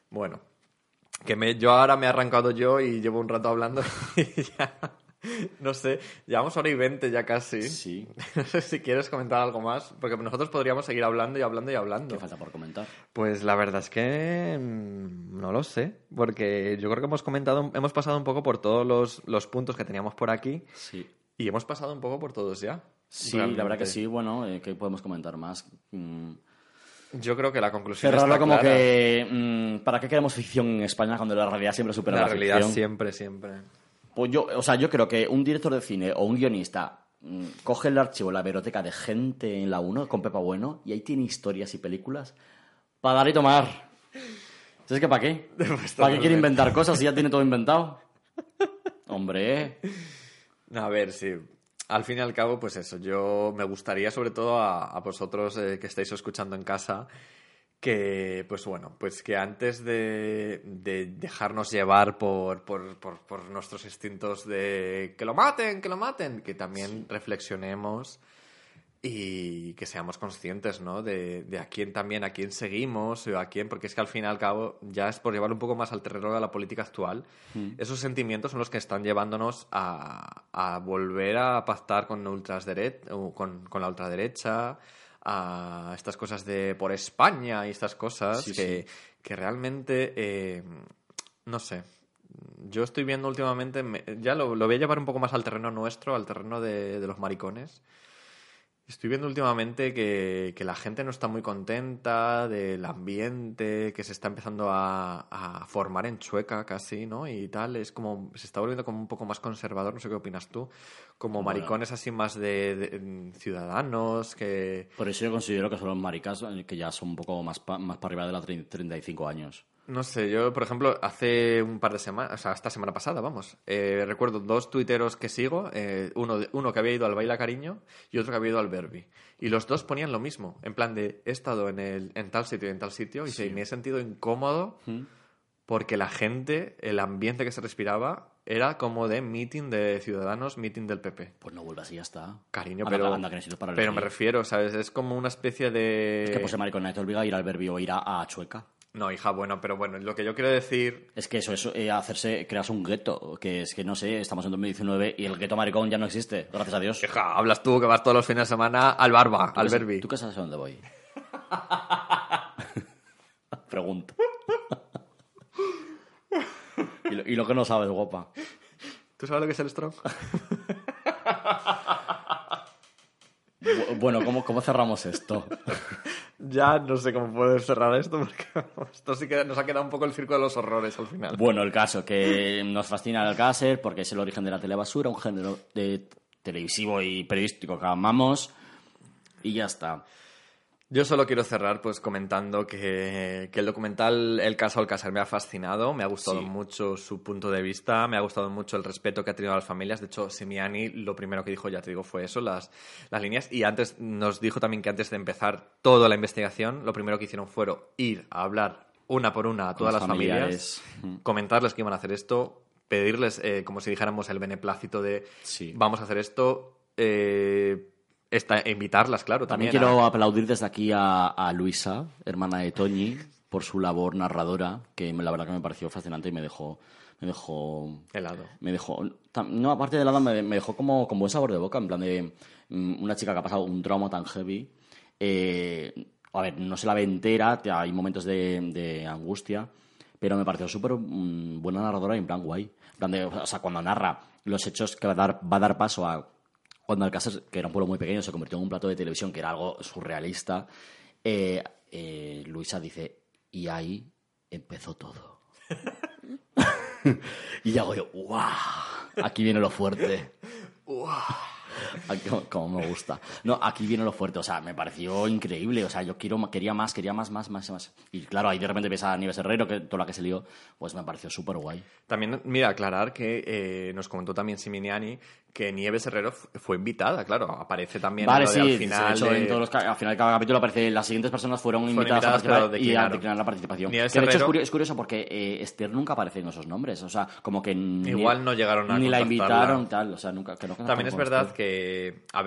S2: Bueno, que me, yo ahora me he arrancado yo y llevo un rato hablando y ya, no sé, llevamos hora y veinte ya casi.
S3: Sí.
S2: No sé si quieres comentar algo más, porque nosotros podríamos seguir hablando y hablando y hablando.
S3: ¿Qué falta por comentar?
S2: Pues la verdad es que mm, no lo sé, porque yo creo que hemos comentado, hemos pasado un poco por todos los, los puntos que teníamos por aquí
S3: Sí.
S2: y hemos pasado un poco por todos ya.
S3: Sí,
S2: Realmente.
S3: la verdad que sí. Bueno, eh, ¿qué podemos comentar más? Mm.
S2: Yo creo que la conclusión
S3: Cerrarlo
S2: está
S3: como
S2: clara.
S3: que... mm, ¿para qué queremos ficción en España cuando la realidad siempre supera la,
S2: La realidad
S3: ficción?
S2: siempre, siempre.
S3: Pues yo, o sea, yo creo que un director de cine o un guionista mm, coge el archivo, la biblioteca de gente en la uno con Pepa Bueno y ahí tiene historias y películas para dar y tomar. ¿Sabes qué? ¿Para qué?
S2: Pues
S3: ¿Para qué quiere inventar cosas si ya tiene todo inventado? Hombre,
S2: A ver, sí. Al fin y al cabo, pues eso. Yo me gustaría, sobre todo a, a vosotros eh, que estáis escuchando en casa, que, pues bueno, pues que antes de, de dejarnos llevar por, por, por, por nuestros instintos de que lo maten, que lo maten, que también reflexionemos y que seamos conscientes, ¿no? De, de a quién también, a quién seguimos o a quién, porque es que al fin y al cabo ya es por llevar un poco más al terreno de la política actual. Mm. Esos sentimientos son los que están llevándonos a, a volver a pactar con, ultrasdere- con, con la ultraderecha, a estas cosas de por España y estas cosas
S3: sí,
S2: que,
S3: sí.
S2: que realmente, eh, no sé, yo estoy viendo últimamente, me, ya lo, lo voy a llevar un poco más al terreno nuestro, al terreno de, de los maricones. Estoy viendo últimamente que, que la gente no está muy contenta del ambiente, que se está empezando a, a formar en Chueca casi, ¿no? Y tal, es como, se está volviendo como un poco más conservador, no sé qué opinas tú, como
S3: bueno. maricones
S2: así más de, de ciudadanos, que...
S3: Por eso yo considero que son los maricas que ya son un poco más, pa, más para arriba de los treinta y cinco años.
S2: No sé, yo, por ejemplo, hace un par de semanas, o sea, esta semana pasada, vamos, eh, recuerdo dos tuiteros que sigo, eh, uno, uno que había ido al Baila Cariño y otro que había ido al Verbi. Y los dos ponían lo mismo, en plan de, he estado en, el, en tal sitio y en tal sitio, y sí. me he sentido incómodo ¿Mm? porque la gente, el ambiente que se respiraba, era como de meeting de Ciudadanos, meeting del P P.
S3: Pues no vuelvas y ya está.
S2: Cariño,
S3: anda,
S2: pero,
S3: anda, que para
S2: pero me refiero, ¿sabes? Es como una especie de...
S3: Es que por ser maricón te obliga a ir al Verbi o ir a, a Chueca.
S2: No, hija, bueno, pero bueno, lo que yo quiero decir...
S3: Es que eso es eh, hacerse, crearse un gueto, que es que, no sé, estamos en dos mil diecinueve y el gueto maricón ya no existe, gracias a Dios.
S2: Hija, hablas tú que vas todos los fines de semana al Barba, al Verbi.
S3: ¿Tú qué sabes a dónde voy? Pregunto. y, lo, y lo que no sabes, guapa.
S2: ¿Tú sabes lo que es el strong?
S3: Bueno, ¿cómo, cómo cerramos esto?
S2: Ya no sé cómo poder cerrar esto, porque esto sí que nos ha quedado un poco el circo de los horrores al final.
S3: Bueno, el caso, que nos fascina el Alcácer porque es el origen de la telebasura, un género de televisivo y periodístico que amamos, y ya está.
S2: Yo solo quiero cerrar pues comentando que, que el documental El caso Alcácer me ha fascinado, me ha gustado sí. mucho su punto de vista, me ha gustado mucho el respeto que ha tenido a las familias. De hecho, Simiani lo primero que dijo, ya te digo, fue eso, las, las líneas. Y antes nos dijo también que antes de empezar toda la investigación, lo primero que hicieron fue ir a hablar una por una a todas las, las familias, comentarles que iban a hacer esto, pedirles, eh, como si dijéramos, el beneplácito de sí. vamos a hacer esto... Eh, Esta, invitarlas, claro.
S3: También,
S2: también
S3: quiero
S2: a...
S3: aplaudir desde aquí a, a Luisa, hermana de Toñi, por su labor narradora, que me, la verdad que me pareció fascinante y me dejó... Me dejó...
S2: Helado.
S3: Me dejó... No, aparte de helado, me, me dejó como con buen sabor de boca, en plan de... Una chica que ha pasado un trauma tan heavy. Eh, a ver, no se la ve entera, hay momentos de, de angustia, pero me pareció súper um, buena narradora y en plan guay. En plan de, o sea, cuando narra los hechos que va a dar, va a dar paso a... Cuando Alcácer, que era un pueblo muy pequeño, se convirtió en un plato de televisión que era algo surrealista, eh, eh, Luisa dice, y ahí empezó todo. Y hago yo, ¡guau! Aquí viene lo fuerte. ¡Guau! Como, como me gusta. No, aquí viene lo fuerte. O sea, me pareció increíble. O sea, yo quiero, quería más, quería más, más, más, más. Y claro, ahí de repente ves a Nieves Herrero, que toda la que se lió, pues me pareció súper guay.
S2: También, mira, aclarar que eh, nos comentó también Siminiani que Nieves Herrero fue invitada, claro. Aparece también
S3: vale,
S2: en lo
S3: sí,
S2: de al final.
S3: De hecho,
S2: de...
S3: en todos los, al final de cada capítulo aparece las siguientes personas fueron,
S2: fueron
S3: invitadas,
S2: invitadas
S3: a participar y a declinar la participación.
S2: Nieves
S3: que de
S2: Herrero...
S3: hecho es curioso, es curioso porque eh, Esther nunca aparece en esos nombres. O sea, como que
S2: igual
S3: ni,
S2: no llegaron a
S3: ni la invitaron, tal. O sea, nunca. Que no,
S2: también es verdad Esther. que, a ver,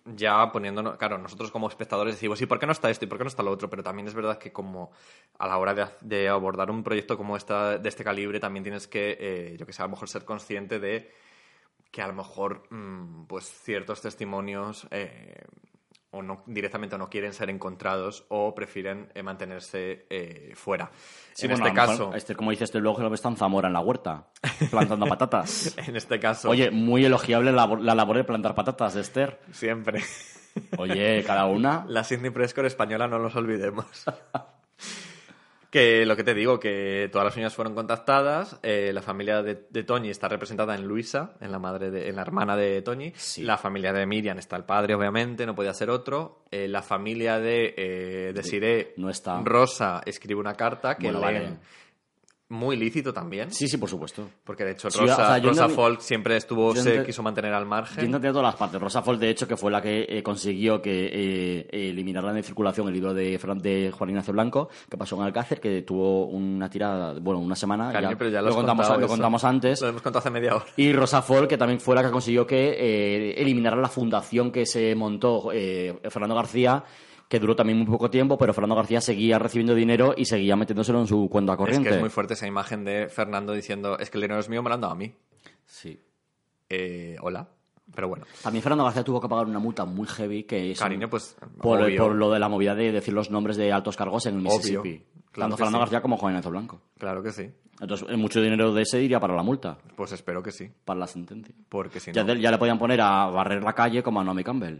S2: ya poniéndonos... Claro, nosotros como espectadores decimos, ¿y por qué no está esto? ¿Y por qué no está lo otro? Pero también es verdad que como a la hora de, de abordar un proyecto como esta, de este calibre, también tienes que, eh, yo que sé, a lo mejor ser consciente de que a lo mejor mmm, pues ciertos testimonios... Eh, o no directamente no quieren ser encontrados o prefieren eh, mantenerse eh, fuera.
S3: Sí,
S2: en
S3: bueno,
S2: este
S3: a lo mejor,
S2: caso...
S3: este, como dices, este luego lo ves en Zamora, en la huerta, plantando patatas.
S2: En este caso...
S3: Oye, muy elogiable la, la labor de plantar patatas de Esther.
S2: Siempre.
S3: Oye, cada una...
S2: La Sidney Prescott española, no nos olvidemos. Que lo que te digo, que todas las niñas fueron contactadas, eh, la familia de, de Toñi está representada en Luisa, en la madre de, en la hermana de Toñi,
S3: Sí.
S2: La familia de Miriam está el padre, obviamente, no podía ser otro, eh, la familia de eh, Desiree,
S3: No está.
S2: Rosa, escribe una carta que
S3: Bueno,
S2: leen...
S3: vale.
S2: Muy lícito también,
S3: Sí, sí, por supuesto.
S2: porque de hecho
S3: Sí,
S2: Rosa,
S3: o sea, yo
S2: Rosa
S3: entiendo-
S2: Folk siempre estuvo,
S3: yo
S2: se
S3: entiendo-
S2: quiso mantener al
S3: Yo
S2: margen.
S3: entendí todas las partes. Rosa Folk, de hecho, que fue la que eh, consiguió que eh, eliminaran de circulación el libro de, Fran- de Juan Ignacio Blanco, que pasó en Alcácer, que tuvo una tirada, bueno, una semana.
S2: Cariño,
S3: ya,
S2: pero ya lo,
S3: lo,
S2: has
S3: contamos,
S2: contado
S3: lo
S2: eso.
S3: contamos antes.
S2: Lo hemos contado hace media hora.
S3: Y Rosa Folk, que también fue la que consiguió que eh, eliminaran la fundación que se montó eh, Fernando García, que duró también muy poco tiempo, pero Fernando García seguía recibiendo dinero y seguía metiéndoselo en su cuenta corriente.
S2: Es que es muy fuerte esa imagen de Fernando diciendo, es que el dinero es mío, me lo han dado a mí.
S3: Sí.
S2: Eh, hola. Pero bueno,
S3: También Fernando García tuvo que pagar una multa muy heavy, que es
S2: cariño, pues
S3: por,
S2: obvio.
S3: por lo de la movida de decir los nombres de altos cargos en el Mississippi.
S2: Obvio. Claro
S3: Tanto
S2: que
S3: Fernando
S2: sí.
S3: García como Juan Ignacio Blanco.
S2: Claro que sí.
S3: Entonces, eh, mucho dinero de ese iría para la multa,
S2: Pues espero que sí.
S3: para la sentencia.
S2: Porque si
S3: Ya,
S2: no...
S3: de- ya le podían poner a barrer la calle como a Naomi Campbell.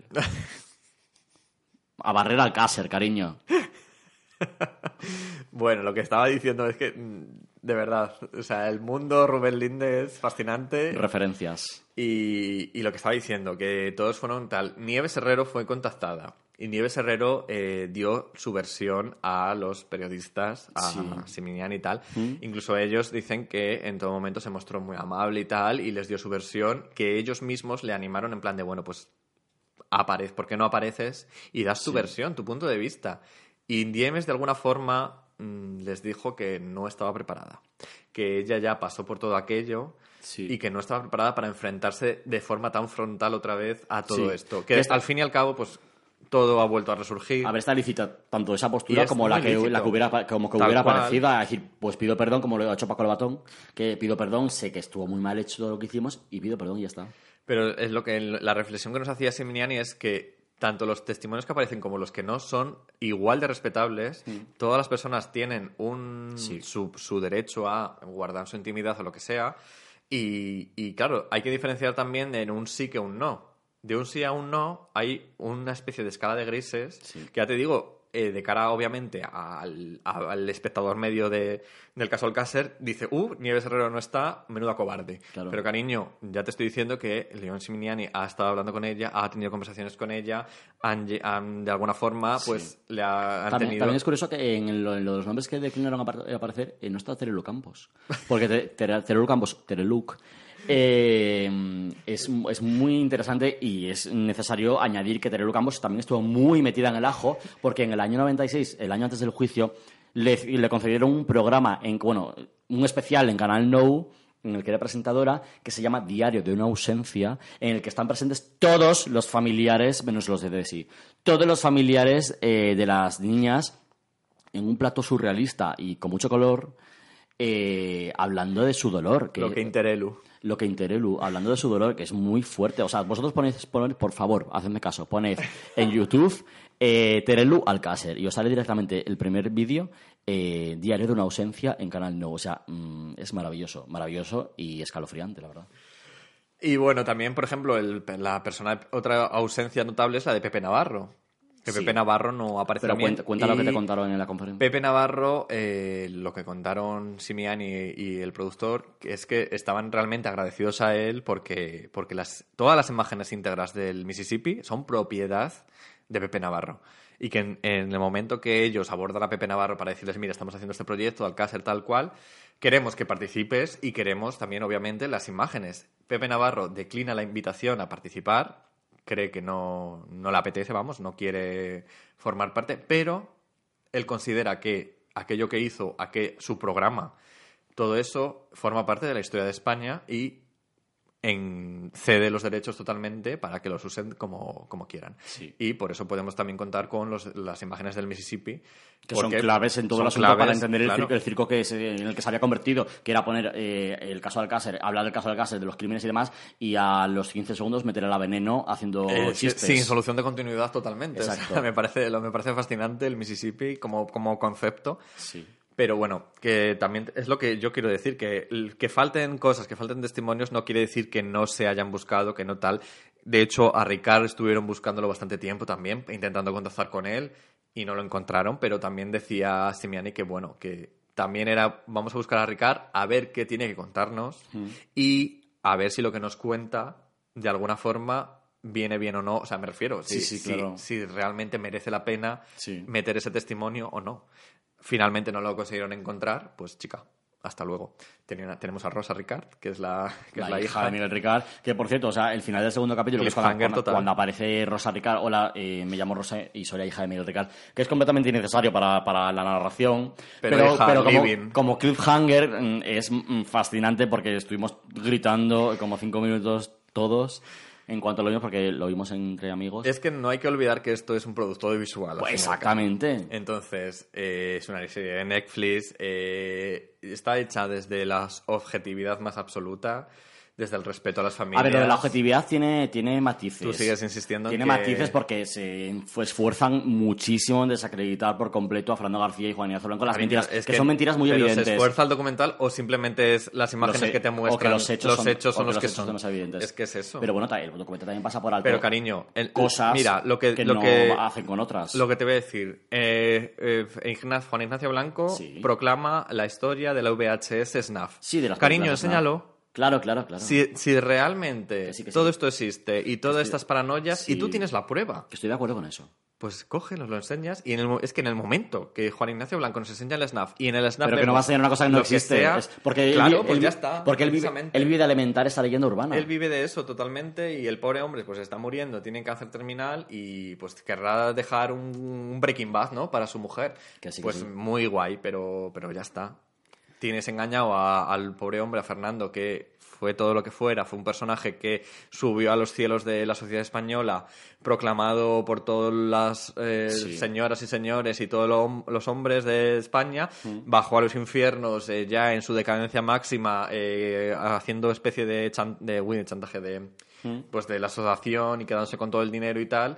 S3: A barrer al Alcácer, cariño.
S2: Bueno, lo que estaba diciendo es que, mm, de verdad, o sea, el mundo Rubén Linde es fascinante.
S3: Referencias.
S2: Y, y lo que estaba diciendo, que todos fueron tal. Nieves Herrero fue contactada. Y Nieves Herrero eh, dio su versión a los periodistas, a
S3: Sí.
S2: Siminian y tal.
S3: ¿Mm?
S2: Incluso ellos dicen que en todo momento se mostró muy amable y tal, y les dio su versión, que ellos mismos le animaron en plan de, bueno, pues, aparez, ¿por qué no apareces? Y das tu
S3: Sí.
S2: versión, tu punto de vista. Y Nieves, de alguna forma, mm, les dijo que no estaba preparada. Que ella ya pasó por todo aquello...
S3: Sí.
S2: y que no estaba preparada para enfrentarse de forma tan frontal otra vez a todo
S3: Sí.
S2: esto. Que
S3: Esta-
S2: al fin y al cabo, pues todo ha vuelto a resurgir.
S3: A ver, está lícita tanto esa
S2: Y
S3: postura
S2: es
S3: como la
S2: muy
S3: que,
S2: lícito.
S3: la que hubiera, pa- como que
S2: Tal
S3: hubiera
S2: cual.
S3: parecido a decir, pues pido perdón, como lo ha hecho Paco Lobatón, que pido perdón, sé que estuvo muy mal hecho todo lo que hicimos y pido perdón y ya está.
S2: Pero es lo que la reflexión que nos hacía Siminiani es que tanto los testimonios que aparecen como los que no son igual de respetables. Todas las personas tienen un
S3: Sí.
S2: su, su derecho a guardar su intimidad o lo que sea. Y, y claro, hay que diferenciar también en un sí que un no. De un sí a un no hay una especie de escala de grises
S3: Sí.
S2: que ya te digo, eh, de cara obviamente al, al espectador medio de, del caso Alcácer, dice, uh, Nieves Herrero no está, menuda cobarde.
S3: Claro.
S2: Pero cariño, ya te estoy diciendo que León Siminiani ha estado hablando con ella, ha tenido conversaciones con ella, han, lle- han, de alguna forma, pues le ha, han
S3: También,
S2: tenido...
S3: también es curioso que en lo, en lo de los nombres que declinaron apar- aparecer eh, no está Terelu Campos. Porque te- Tere- Terelu Campos, Tereluc, eh, es, es muy interesante y es necesario añadir que Terelu Campos también estuvo muy metida en el ajo porque en el año noventa y seis, el año antes del juicio, le, le concedieron un programa, en, bueno, un especial en Canal Nou en el que era presentadora, que se llama Diario de una ausencia, en el que están presentes todos los familiares, menos los de Desi, todos los familiares eh, de las niñas en un plato surrealista y con mucho color, eh, hablando de su dolor. Que,
S2: Lo que Interelu.
S3: Lo que Interelu, hablando de su dolor, que es muy fuerte. O sea, vosotros ponéis, poned, por favor, hacedme caso, poned en YouTube eh, Terelu Alcácer y os sale directamente el primer vídeo, eh, Diario de una ausencia en Canal No. O sea, mm, es maravilloso, maravilloso y escalofriante, la verdad.
S2: Y bueno, también, por ejemplo, el, la persona, otra ausencia notable es la de Pepe Navarro. Que
S3: Sí.
S2: Pepe Navarro no aparece
S3: Pero
S2: también.
S3: cuenta, cuenta lo que
S2: Y
S3: te contaron en la conferencia.
S2: Pepe Navarro, eh, lo que contaron Simiani y el productor, que es que estaban realmente agradecidos a él porque, porque las, todas las imágenes íntegras del Mississippi son propiedad de Pepe Navarro. Y que en, en el momento que ellos abordan a Pepe Navarro para decirles, mira, estamos haciendo este proyecto, Alcácer tal cual, queremos que participes y queremos también, obviamente, las imágenes. Pepe Navarro declina la invitación a participar, cree que no, no le apetece, vamos, no quiere formar parte, pero él considera que aquello que hizo, a que su programa, todo eso forma parte de la historia de España y en, cede los derechos totalmente para que los usen como, como quieran.
S3: Sí.
S2: Y por eso podemos también contar con los, las imágenes del Mississippi.
S3: Que son claves en todo el asunto
S2: claves,
S3: para entender el,
S2: claro.
S3: circo, el circo que se, en el que se había convertido, que era poner eh, el caso de Alcácer, hablar del caso de Alcácer, de los crímenes y demás, y a los quince segundos meter a veneno haciendo
S2: Eh,
S3: chistes.
S2: Sin solución de continuidad totalmente.
S3: Exacto.
S2: O sea, me, parece, lo, me parece fascinante el Mississippi como, como concepto.
S3: Sí.
S2: Pero bueno, que también es lo que yo quiero decir, que, que falten cosas, que falten testimonios, no quiere decir que no se hayan buscado, que no tal. De hecho, a Ricard estuvieron buscándolo bastante tiempo también, intentando contactar con él, y no lo encontraron, pero también decía Simiani que, bueno, que también era, vamos a buscar a Ricard, a ver qué tiene que contarnos, mm. y a ver si lo que nos cuenta, de alguna forma, viene bien o no. O sea, me refiero, si,
S3: sí, sí, claro.
S2: si, si realmente merece la pena
S3: sí.
S2: meter ese testimonio o no. Finalmente no lo consiguieron encontrar, pues chica, hasta luego. Tenía, tenemos a Rosa Ricard, que es la, que
S3: la,
S2: es la
S3: hija,
S2: hija
S3: de Miguel Ricard, que por cierto, o sea, el final del segundo capítulo, que es cuando, cuando, cuando aparece Rosa Ricard, hola, eh, me llamo Rosa y soy la hija de Miguel Ricard, que es completamente innecesario para, para la narración,
S2: pero,
S3: pero,
S2: hija,
S3: pero como,
S2: living.
S3: como cliffhanger mm, es mm, fascinante porque estuvimos gritando como cinco minutos todos. En cuanto lo vimos, porque lo vimos entre amigos.
S2: Es que no hay que olvidar que esto es un producto audiovisual.
S3: Pues exactamente.
S2: Entonces, eh, es una serie de Netflix. Eh, está hecha desde la objetividad más absoluta, desde el respeto a las familias.
S3: A ver, lo de la objetividad tiene, tiene matices.
S2: Tú sigues insistiendo
S3: Tiene
S2: en que...
S3: matices porque se esfuerzan muchísimo en desacreditar por completo a Fernando García y Juan Ignacio Blanco las mentiras, es que, que son mentiras muy
S2: pero
S3: evidentes.
S2: ¿Se esfuerza el documental o simplemente es las imágenes
S3: los,
S2: que te muestran?
S3: O que los hechos
S2: los
S3: son,
S2: hechos son
S3: los
S2: los que,
S3: que son.
S2: son.
S3: Evidentes.
S2: Es que es eso.
S3: Pero bueno, el documental también pasa por alto.
S2: Pero cariño, el,
S3: cosas
S2: mira, lo que,
S3: que
S2: lo
S3: no
S2: que,
S3: hacen con otras.
S2: Lo que te voy a decir. Eh, eh, Ignacio, Juan Ignacio Blanco sí. proclama la historia de la V H S S N A F.
S3: Sí, de las
S2: Cariño, enséñalo.
S3: Claro, claro, claro.
S2: Si, si realmente
S3: que sí, que
S2: todo
S3: sí.
S2: esto existe y todas
S3: estoy...
S2: estas paranoias sí. y tú tienes la prueba.
S3: Que estoy de acuerdo con eso.
S2: Pues cógelo, lo enseñas y en el, es que en el momento que Juan Ignacio Blanco nos enseña el S N A F y en el S N A F
S3: pero que no va a enseñar una cosa que no existe.
S2: Que sea,
S3: es porque
S2: claro,
S3: él,
S2: pues
S3: él,
S2: ya está.
S3: Porque él vive, él vive de alimentar esta leyenda urbana.
S2: Él vive de eso totalmente y el pobre hombre pues está muriendo, tiene cáncer terminal y pues querrá dejar un, un Breaking Bad, ¿no? Para su mujer.
S3: Que sí, que
S2: pues
S3: sí.
S2: muy guay, pero, pero ya está. Tienes engañado a, al pobre hombre, a Fernando, que fue todo lo que fuera, fue un personaje que subió a los cielos de la sociedad española, proclamado por todas las eh, sí. señoras y señores y todos lo, los hombres de España, mm. bajó a los infiernos eh, ya en su decadencia máxima, eh, haciendo especie de, chan, de, uy, de chantaje de, mm. pues de la asociación y quedándose con todo el dinero y tal.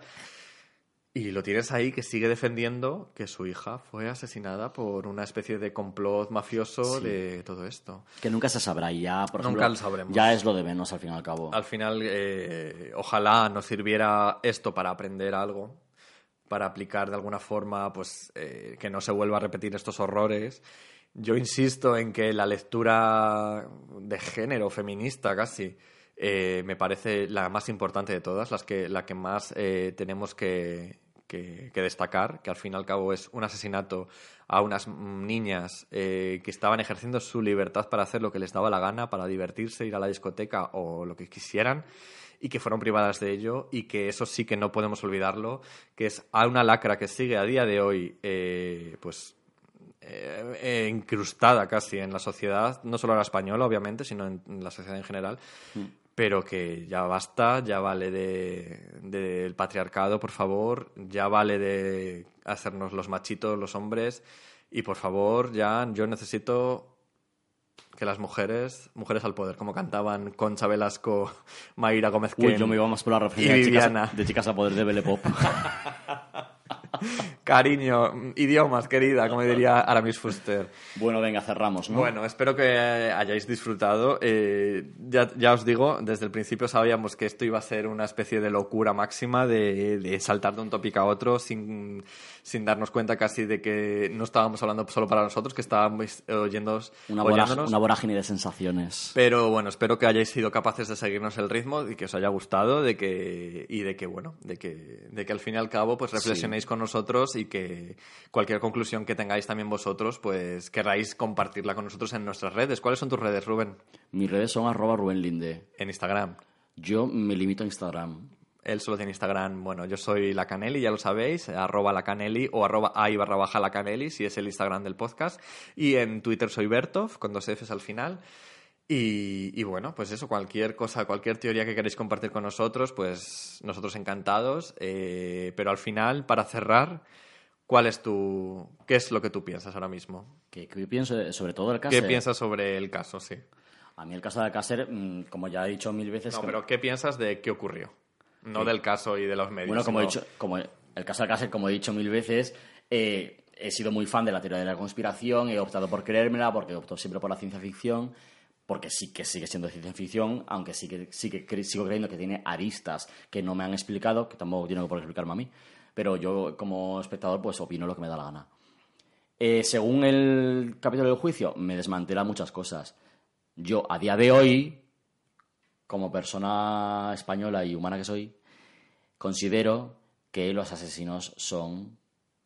S2: Y lo tienes ahí que sigue defendiendo que su hija fue asesinada por una especie de complot mafioso sí. de todo esto.
S3: Que nunca se sabrá y ya, por ejemplo,
S2: nunca lo sabremos.
S3: Ya es lo de menos al fin y al cabo.
S2: Al final, eh, ojalá nos sirviera esto para aprender algo, para aplicar de alguna forma, pues, eh, que no se vuelva a repetir estos horrores. Yo insisto en que la lectura de género, feminista casi, eh, me parece la más importante de todas, las que, la que más eh, tenemos que... Que, que destacar, que al fin y al cabo es un asesinato a unas niñas eh, que estaban ejerciendo su libertad para hacer lo que les daba la gana, para divertirse, ir a la discoteca o lo que quisieran, y que fueron privadas de ello, y que eso sí que no podemos olvidarlo, que es a una lacra que sigue a día de hoy eh, pues eh, eh, incrustada casi en la sociedad, no solo la española obviamente, sino en, en la sociedad en general. Mm. Pero que ya basta, ya vale del de, de patriarcado, por favor, ya vale de hacernos los machitos, los hombres, y por favor, ya yo necesito que las mujeres, mujeres al poder, como cantaban Concha Velasco, Mayra Gómez Ken.
S3: Uy, yo me iba más por la referencia de chicas, de chicas al poder de Belle Pop.
S2: Cariño, idiomas, querida, como diría Aramis Fuster.
S3: Bueno, venga, cerramos, ¿no?
S2: Bueno, espero que hayáis disfrutado. Eh, ya, ya os digo, desde el principio sabíamos que esto iba a ser una especie de locura máxima, de, de saltar de un tópico a otro sin, sin darnos cuenta casi de que no estábamos hablando solo para nosotros, que estábamos oyendo,
S3: una oyéndonos. Una vorágine de sensaciones.
S2: Pero bueno, espero que hayáis sido capaces de seguirnos el ritmo y que os haya gustado, de que, y de que, bueno, de que, de que al fin y al cabo pues reflexionéis sí. con nosotros y que cualquier conclusión que tengáis también vosotros, pues querráis compartirla con nosotros en nuestras redes. ¿Cuáles son tus redes, Rubén?
S3: Mis redes son arroba Rubén Linde.
S2: En Instagram.
S3: Yo me limito a Instagram.
S2: Él solo tiene Instagram. Bueno, yo soy La Canelli, ya lo sabéis, arroba La Canelli o arroba ai barra baja La Canelli, si es el Instagram del podcast. Y en Twitter soy Bertov, con dos Fs al final. Y, y bueno, pues eso, cualquier cosa, cualquier teoría que queréis compartir con nosotros, pues nosotros encantados. Eh, pero al final, para cerrar, ¿cuál es tu, qué es lo que tú piensas ahora mismo?
S3: ¿Qué, qué pienso sobre todo el Alcácer?
S2: ¿Qué piensas sobre el caso, sí?
S3: A mí el caso de Alcácer, como ya he dicho mil veces...
S2: No,
S3: que...
S2: pero ¿qué piensas de qué ocurrió? No sí. del caso y de los medios.
S3: Bueno, como
S2: sino...
S3: he dicho, como el caso de Alcácer, como he dicho mil veces, eh, he sido muy fan de la teoría de la conspiración, he optado por creérmela, porque opto siempre por la ciencia ficción, porque sí que sigue siendo ciencia ficción, aunque sí que, sí que cre- sigo creyendo que tiene aristas que no me han explicado, que tampoco tienen por qué explicarme a mí, pero yo como espectador pues opino lo que me da la gana. Eh, según el capítulo del juicio, me desmantela muchas cosas. Yo, a día de hoy, como persona española y humana que soy, considero que los asesinos son...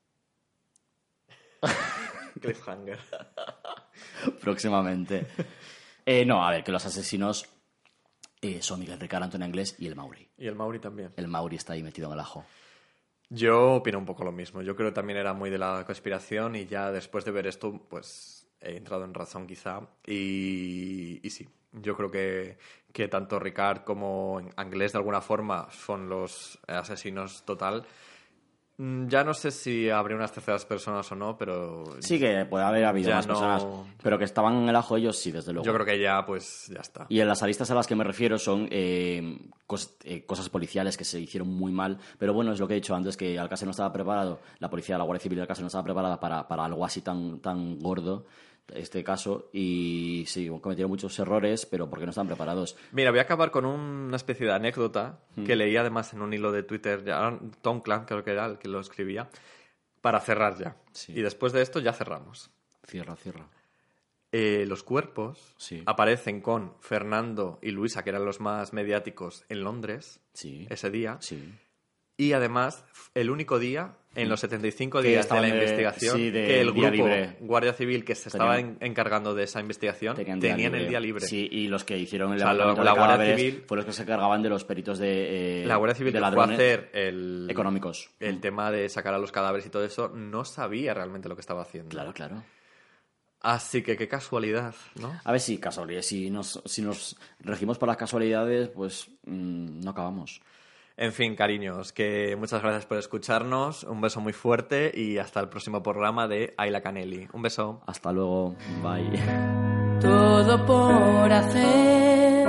S2: Cliffhanger.
S3: Próximamente. Eh, no, a ver, que los asesinos eh, son Miguel Ricard, Antonio Anglés y el Mauri.
S2: Y el Mauri también.
S3: El Mauri está ahí metido en el ajo.
S2: Yo opino un poco lo mismo. Yo creo que también era muy de la conspiración y ya después de ver esto, pues he entrado en razón quizá. Y, y sí, yo creo que, que tanto Ricard como Anglés de alguna forma son los asesinos total. Ya no sé si habría unas terceras personas o no, pero...
S3: Sí que puede haber habido más no... personas, pero que estaban en el ajo ellos sí, desde luego.
S2: Yo creo que ya, pues, ya está.
S3: Y en las aristas a las que me refiero son eh, cos- eh, cosas policiales que se hicieron muy mal, pero bueno, es lo que he dicho antes, que Alcácer no estaba preparado, la policía, la Guardia Civil de Alcácer no estaba preparada para, para algo así tan, tan gordo, este caso, y sí, cometieron muchos errores, pero porque no estaban preparados.
S2: Mira, voy a acabar con una especie de anécdota mm. que leí además en un hilo de Twitter, ya, Tom Clank creo que era el que lo escribía, para cerrar ya. Sí. Y después de esto ya cerramos.
S3: Cierra, cierra.
S2: Eh, los cuerpos
S3: sí.
S2: aparecen con Fernando y Luisa, que eran los más mediáticos, en Londres
S3: sí.
S2: ese día.
S3: Sí.
S2: Y además, el único día, en los setenta y cinco días de la
S3: de,
S2: investigación,
S3: sí, de
S2: que el grupo
S3: libre.
S2: Guardia Civil que se estaba tenían, en, encargando de esa investigación tenían, tenían el día libre.
S3: Sí, y los que hicieron el
S2: o sea, lo, la Guardia Civil
S3: fueron los que se cargaban de los peritos de eh,
S2: La Guardia Civil
S3: de
S2: que fue a hacer el,
S3: económicos.
S2: El tema de sacar a los cadáveres y todo eso, no sabía realmente lo que estaba haciendo.
S3: Claro, claro.
S2: Así que qué casualidad, ¿no?
S3: A ver, sí, casualidad. Si nos, si nos regimos por las casualidades, pues mmm, no acabamos.
S2: En fin, cariños, que muchas gracias por escucharnos, un beso muy fuerte y hasta el próximo programa de Ay la Canelli. Un beso.
S3: Hasta luego, bye.
S1: Todo por hacer.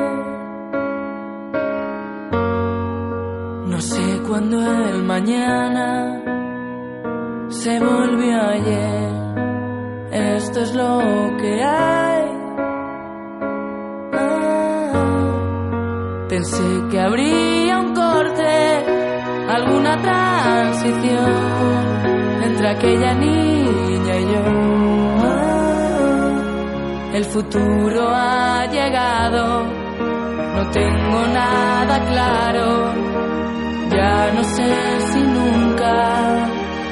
S1: No sé cuándo el mañana se volvió ayer. Esto es lo que hay. Ah, pensé que habría un corte, alguna transición entre aquella niña y yo. Ah, el futuro ha llegado, no tengo nada claro, ya no sé si nunca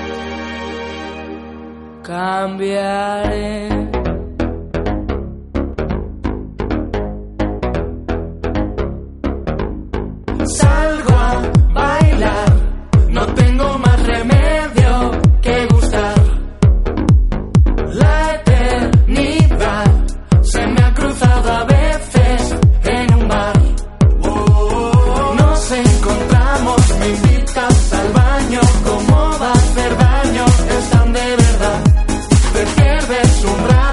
S1: cambiaré. Salgo a bailar, no tengo más remedio que gustar. La eternidad se me ha cruzado a veces en un bar. Nos encontramos, me invitas al baño, ¿cómo va a hacer daño? Es tan de verdad. Te pierdes un rato.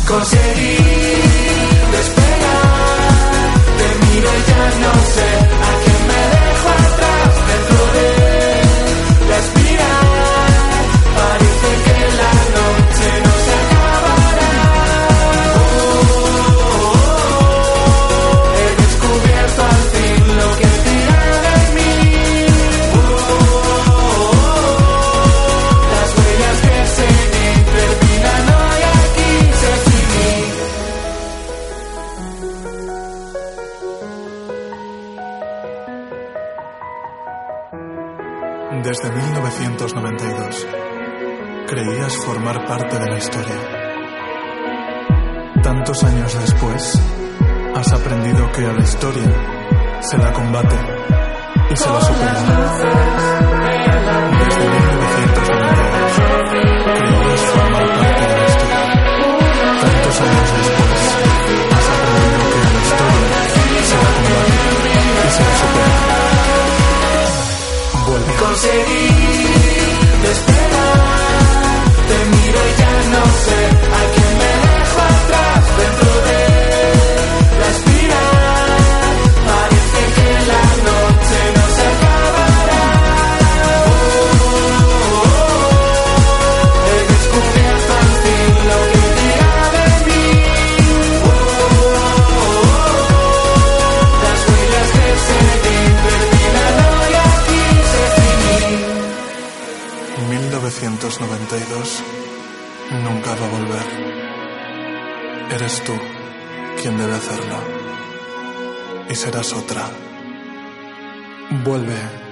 S1: Conseguí despegar, te miro y ya no sé a quién me dejo atrás dentro de la espiral. Parece que la noche no se acabará. Oh, oh, oh, he descubierto al fin lo que tira de mí. Oh, oh, oh, las huellas que seguí terminan hoy aquí, se finí.
S4: Desde mil novecientos noventa y dos, creías formar parte de la historia. Tantos años después, has aprendido que a la historia se la combate y se la supera. Desde mil novecientos noventa y dos, creías formar parte de la historia. Tantos años después, has aprendido que a la historia se la combate y se la supera. Vuelve.
S1: Conseguí despegar, te miro y ya no sé a quién me dejo atrás dentro de la espiral. Parece que la noche no se acabará. Oh, oh, oh, he descubierto al fin lo que tira de mí. Oh, oh, oh, las huellas que seguí terminan hoy aquí, se finí.
S4: mil novecientos noventa y dos nunca va a volver. Eres tú quien debe hacerlo. Y serás otra. Vuelve.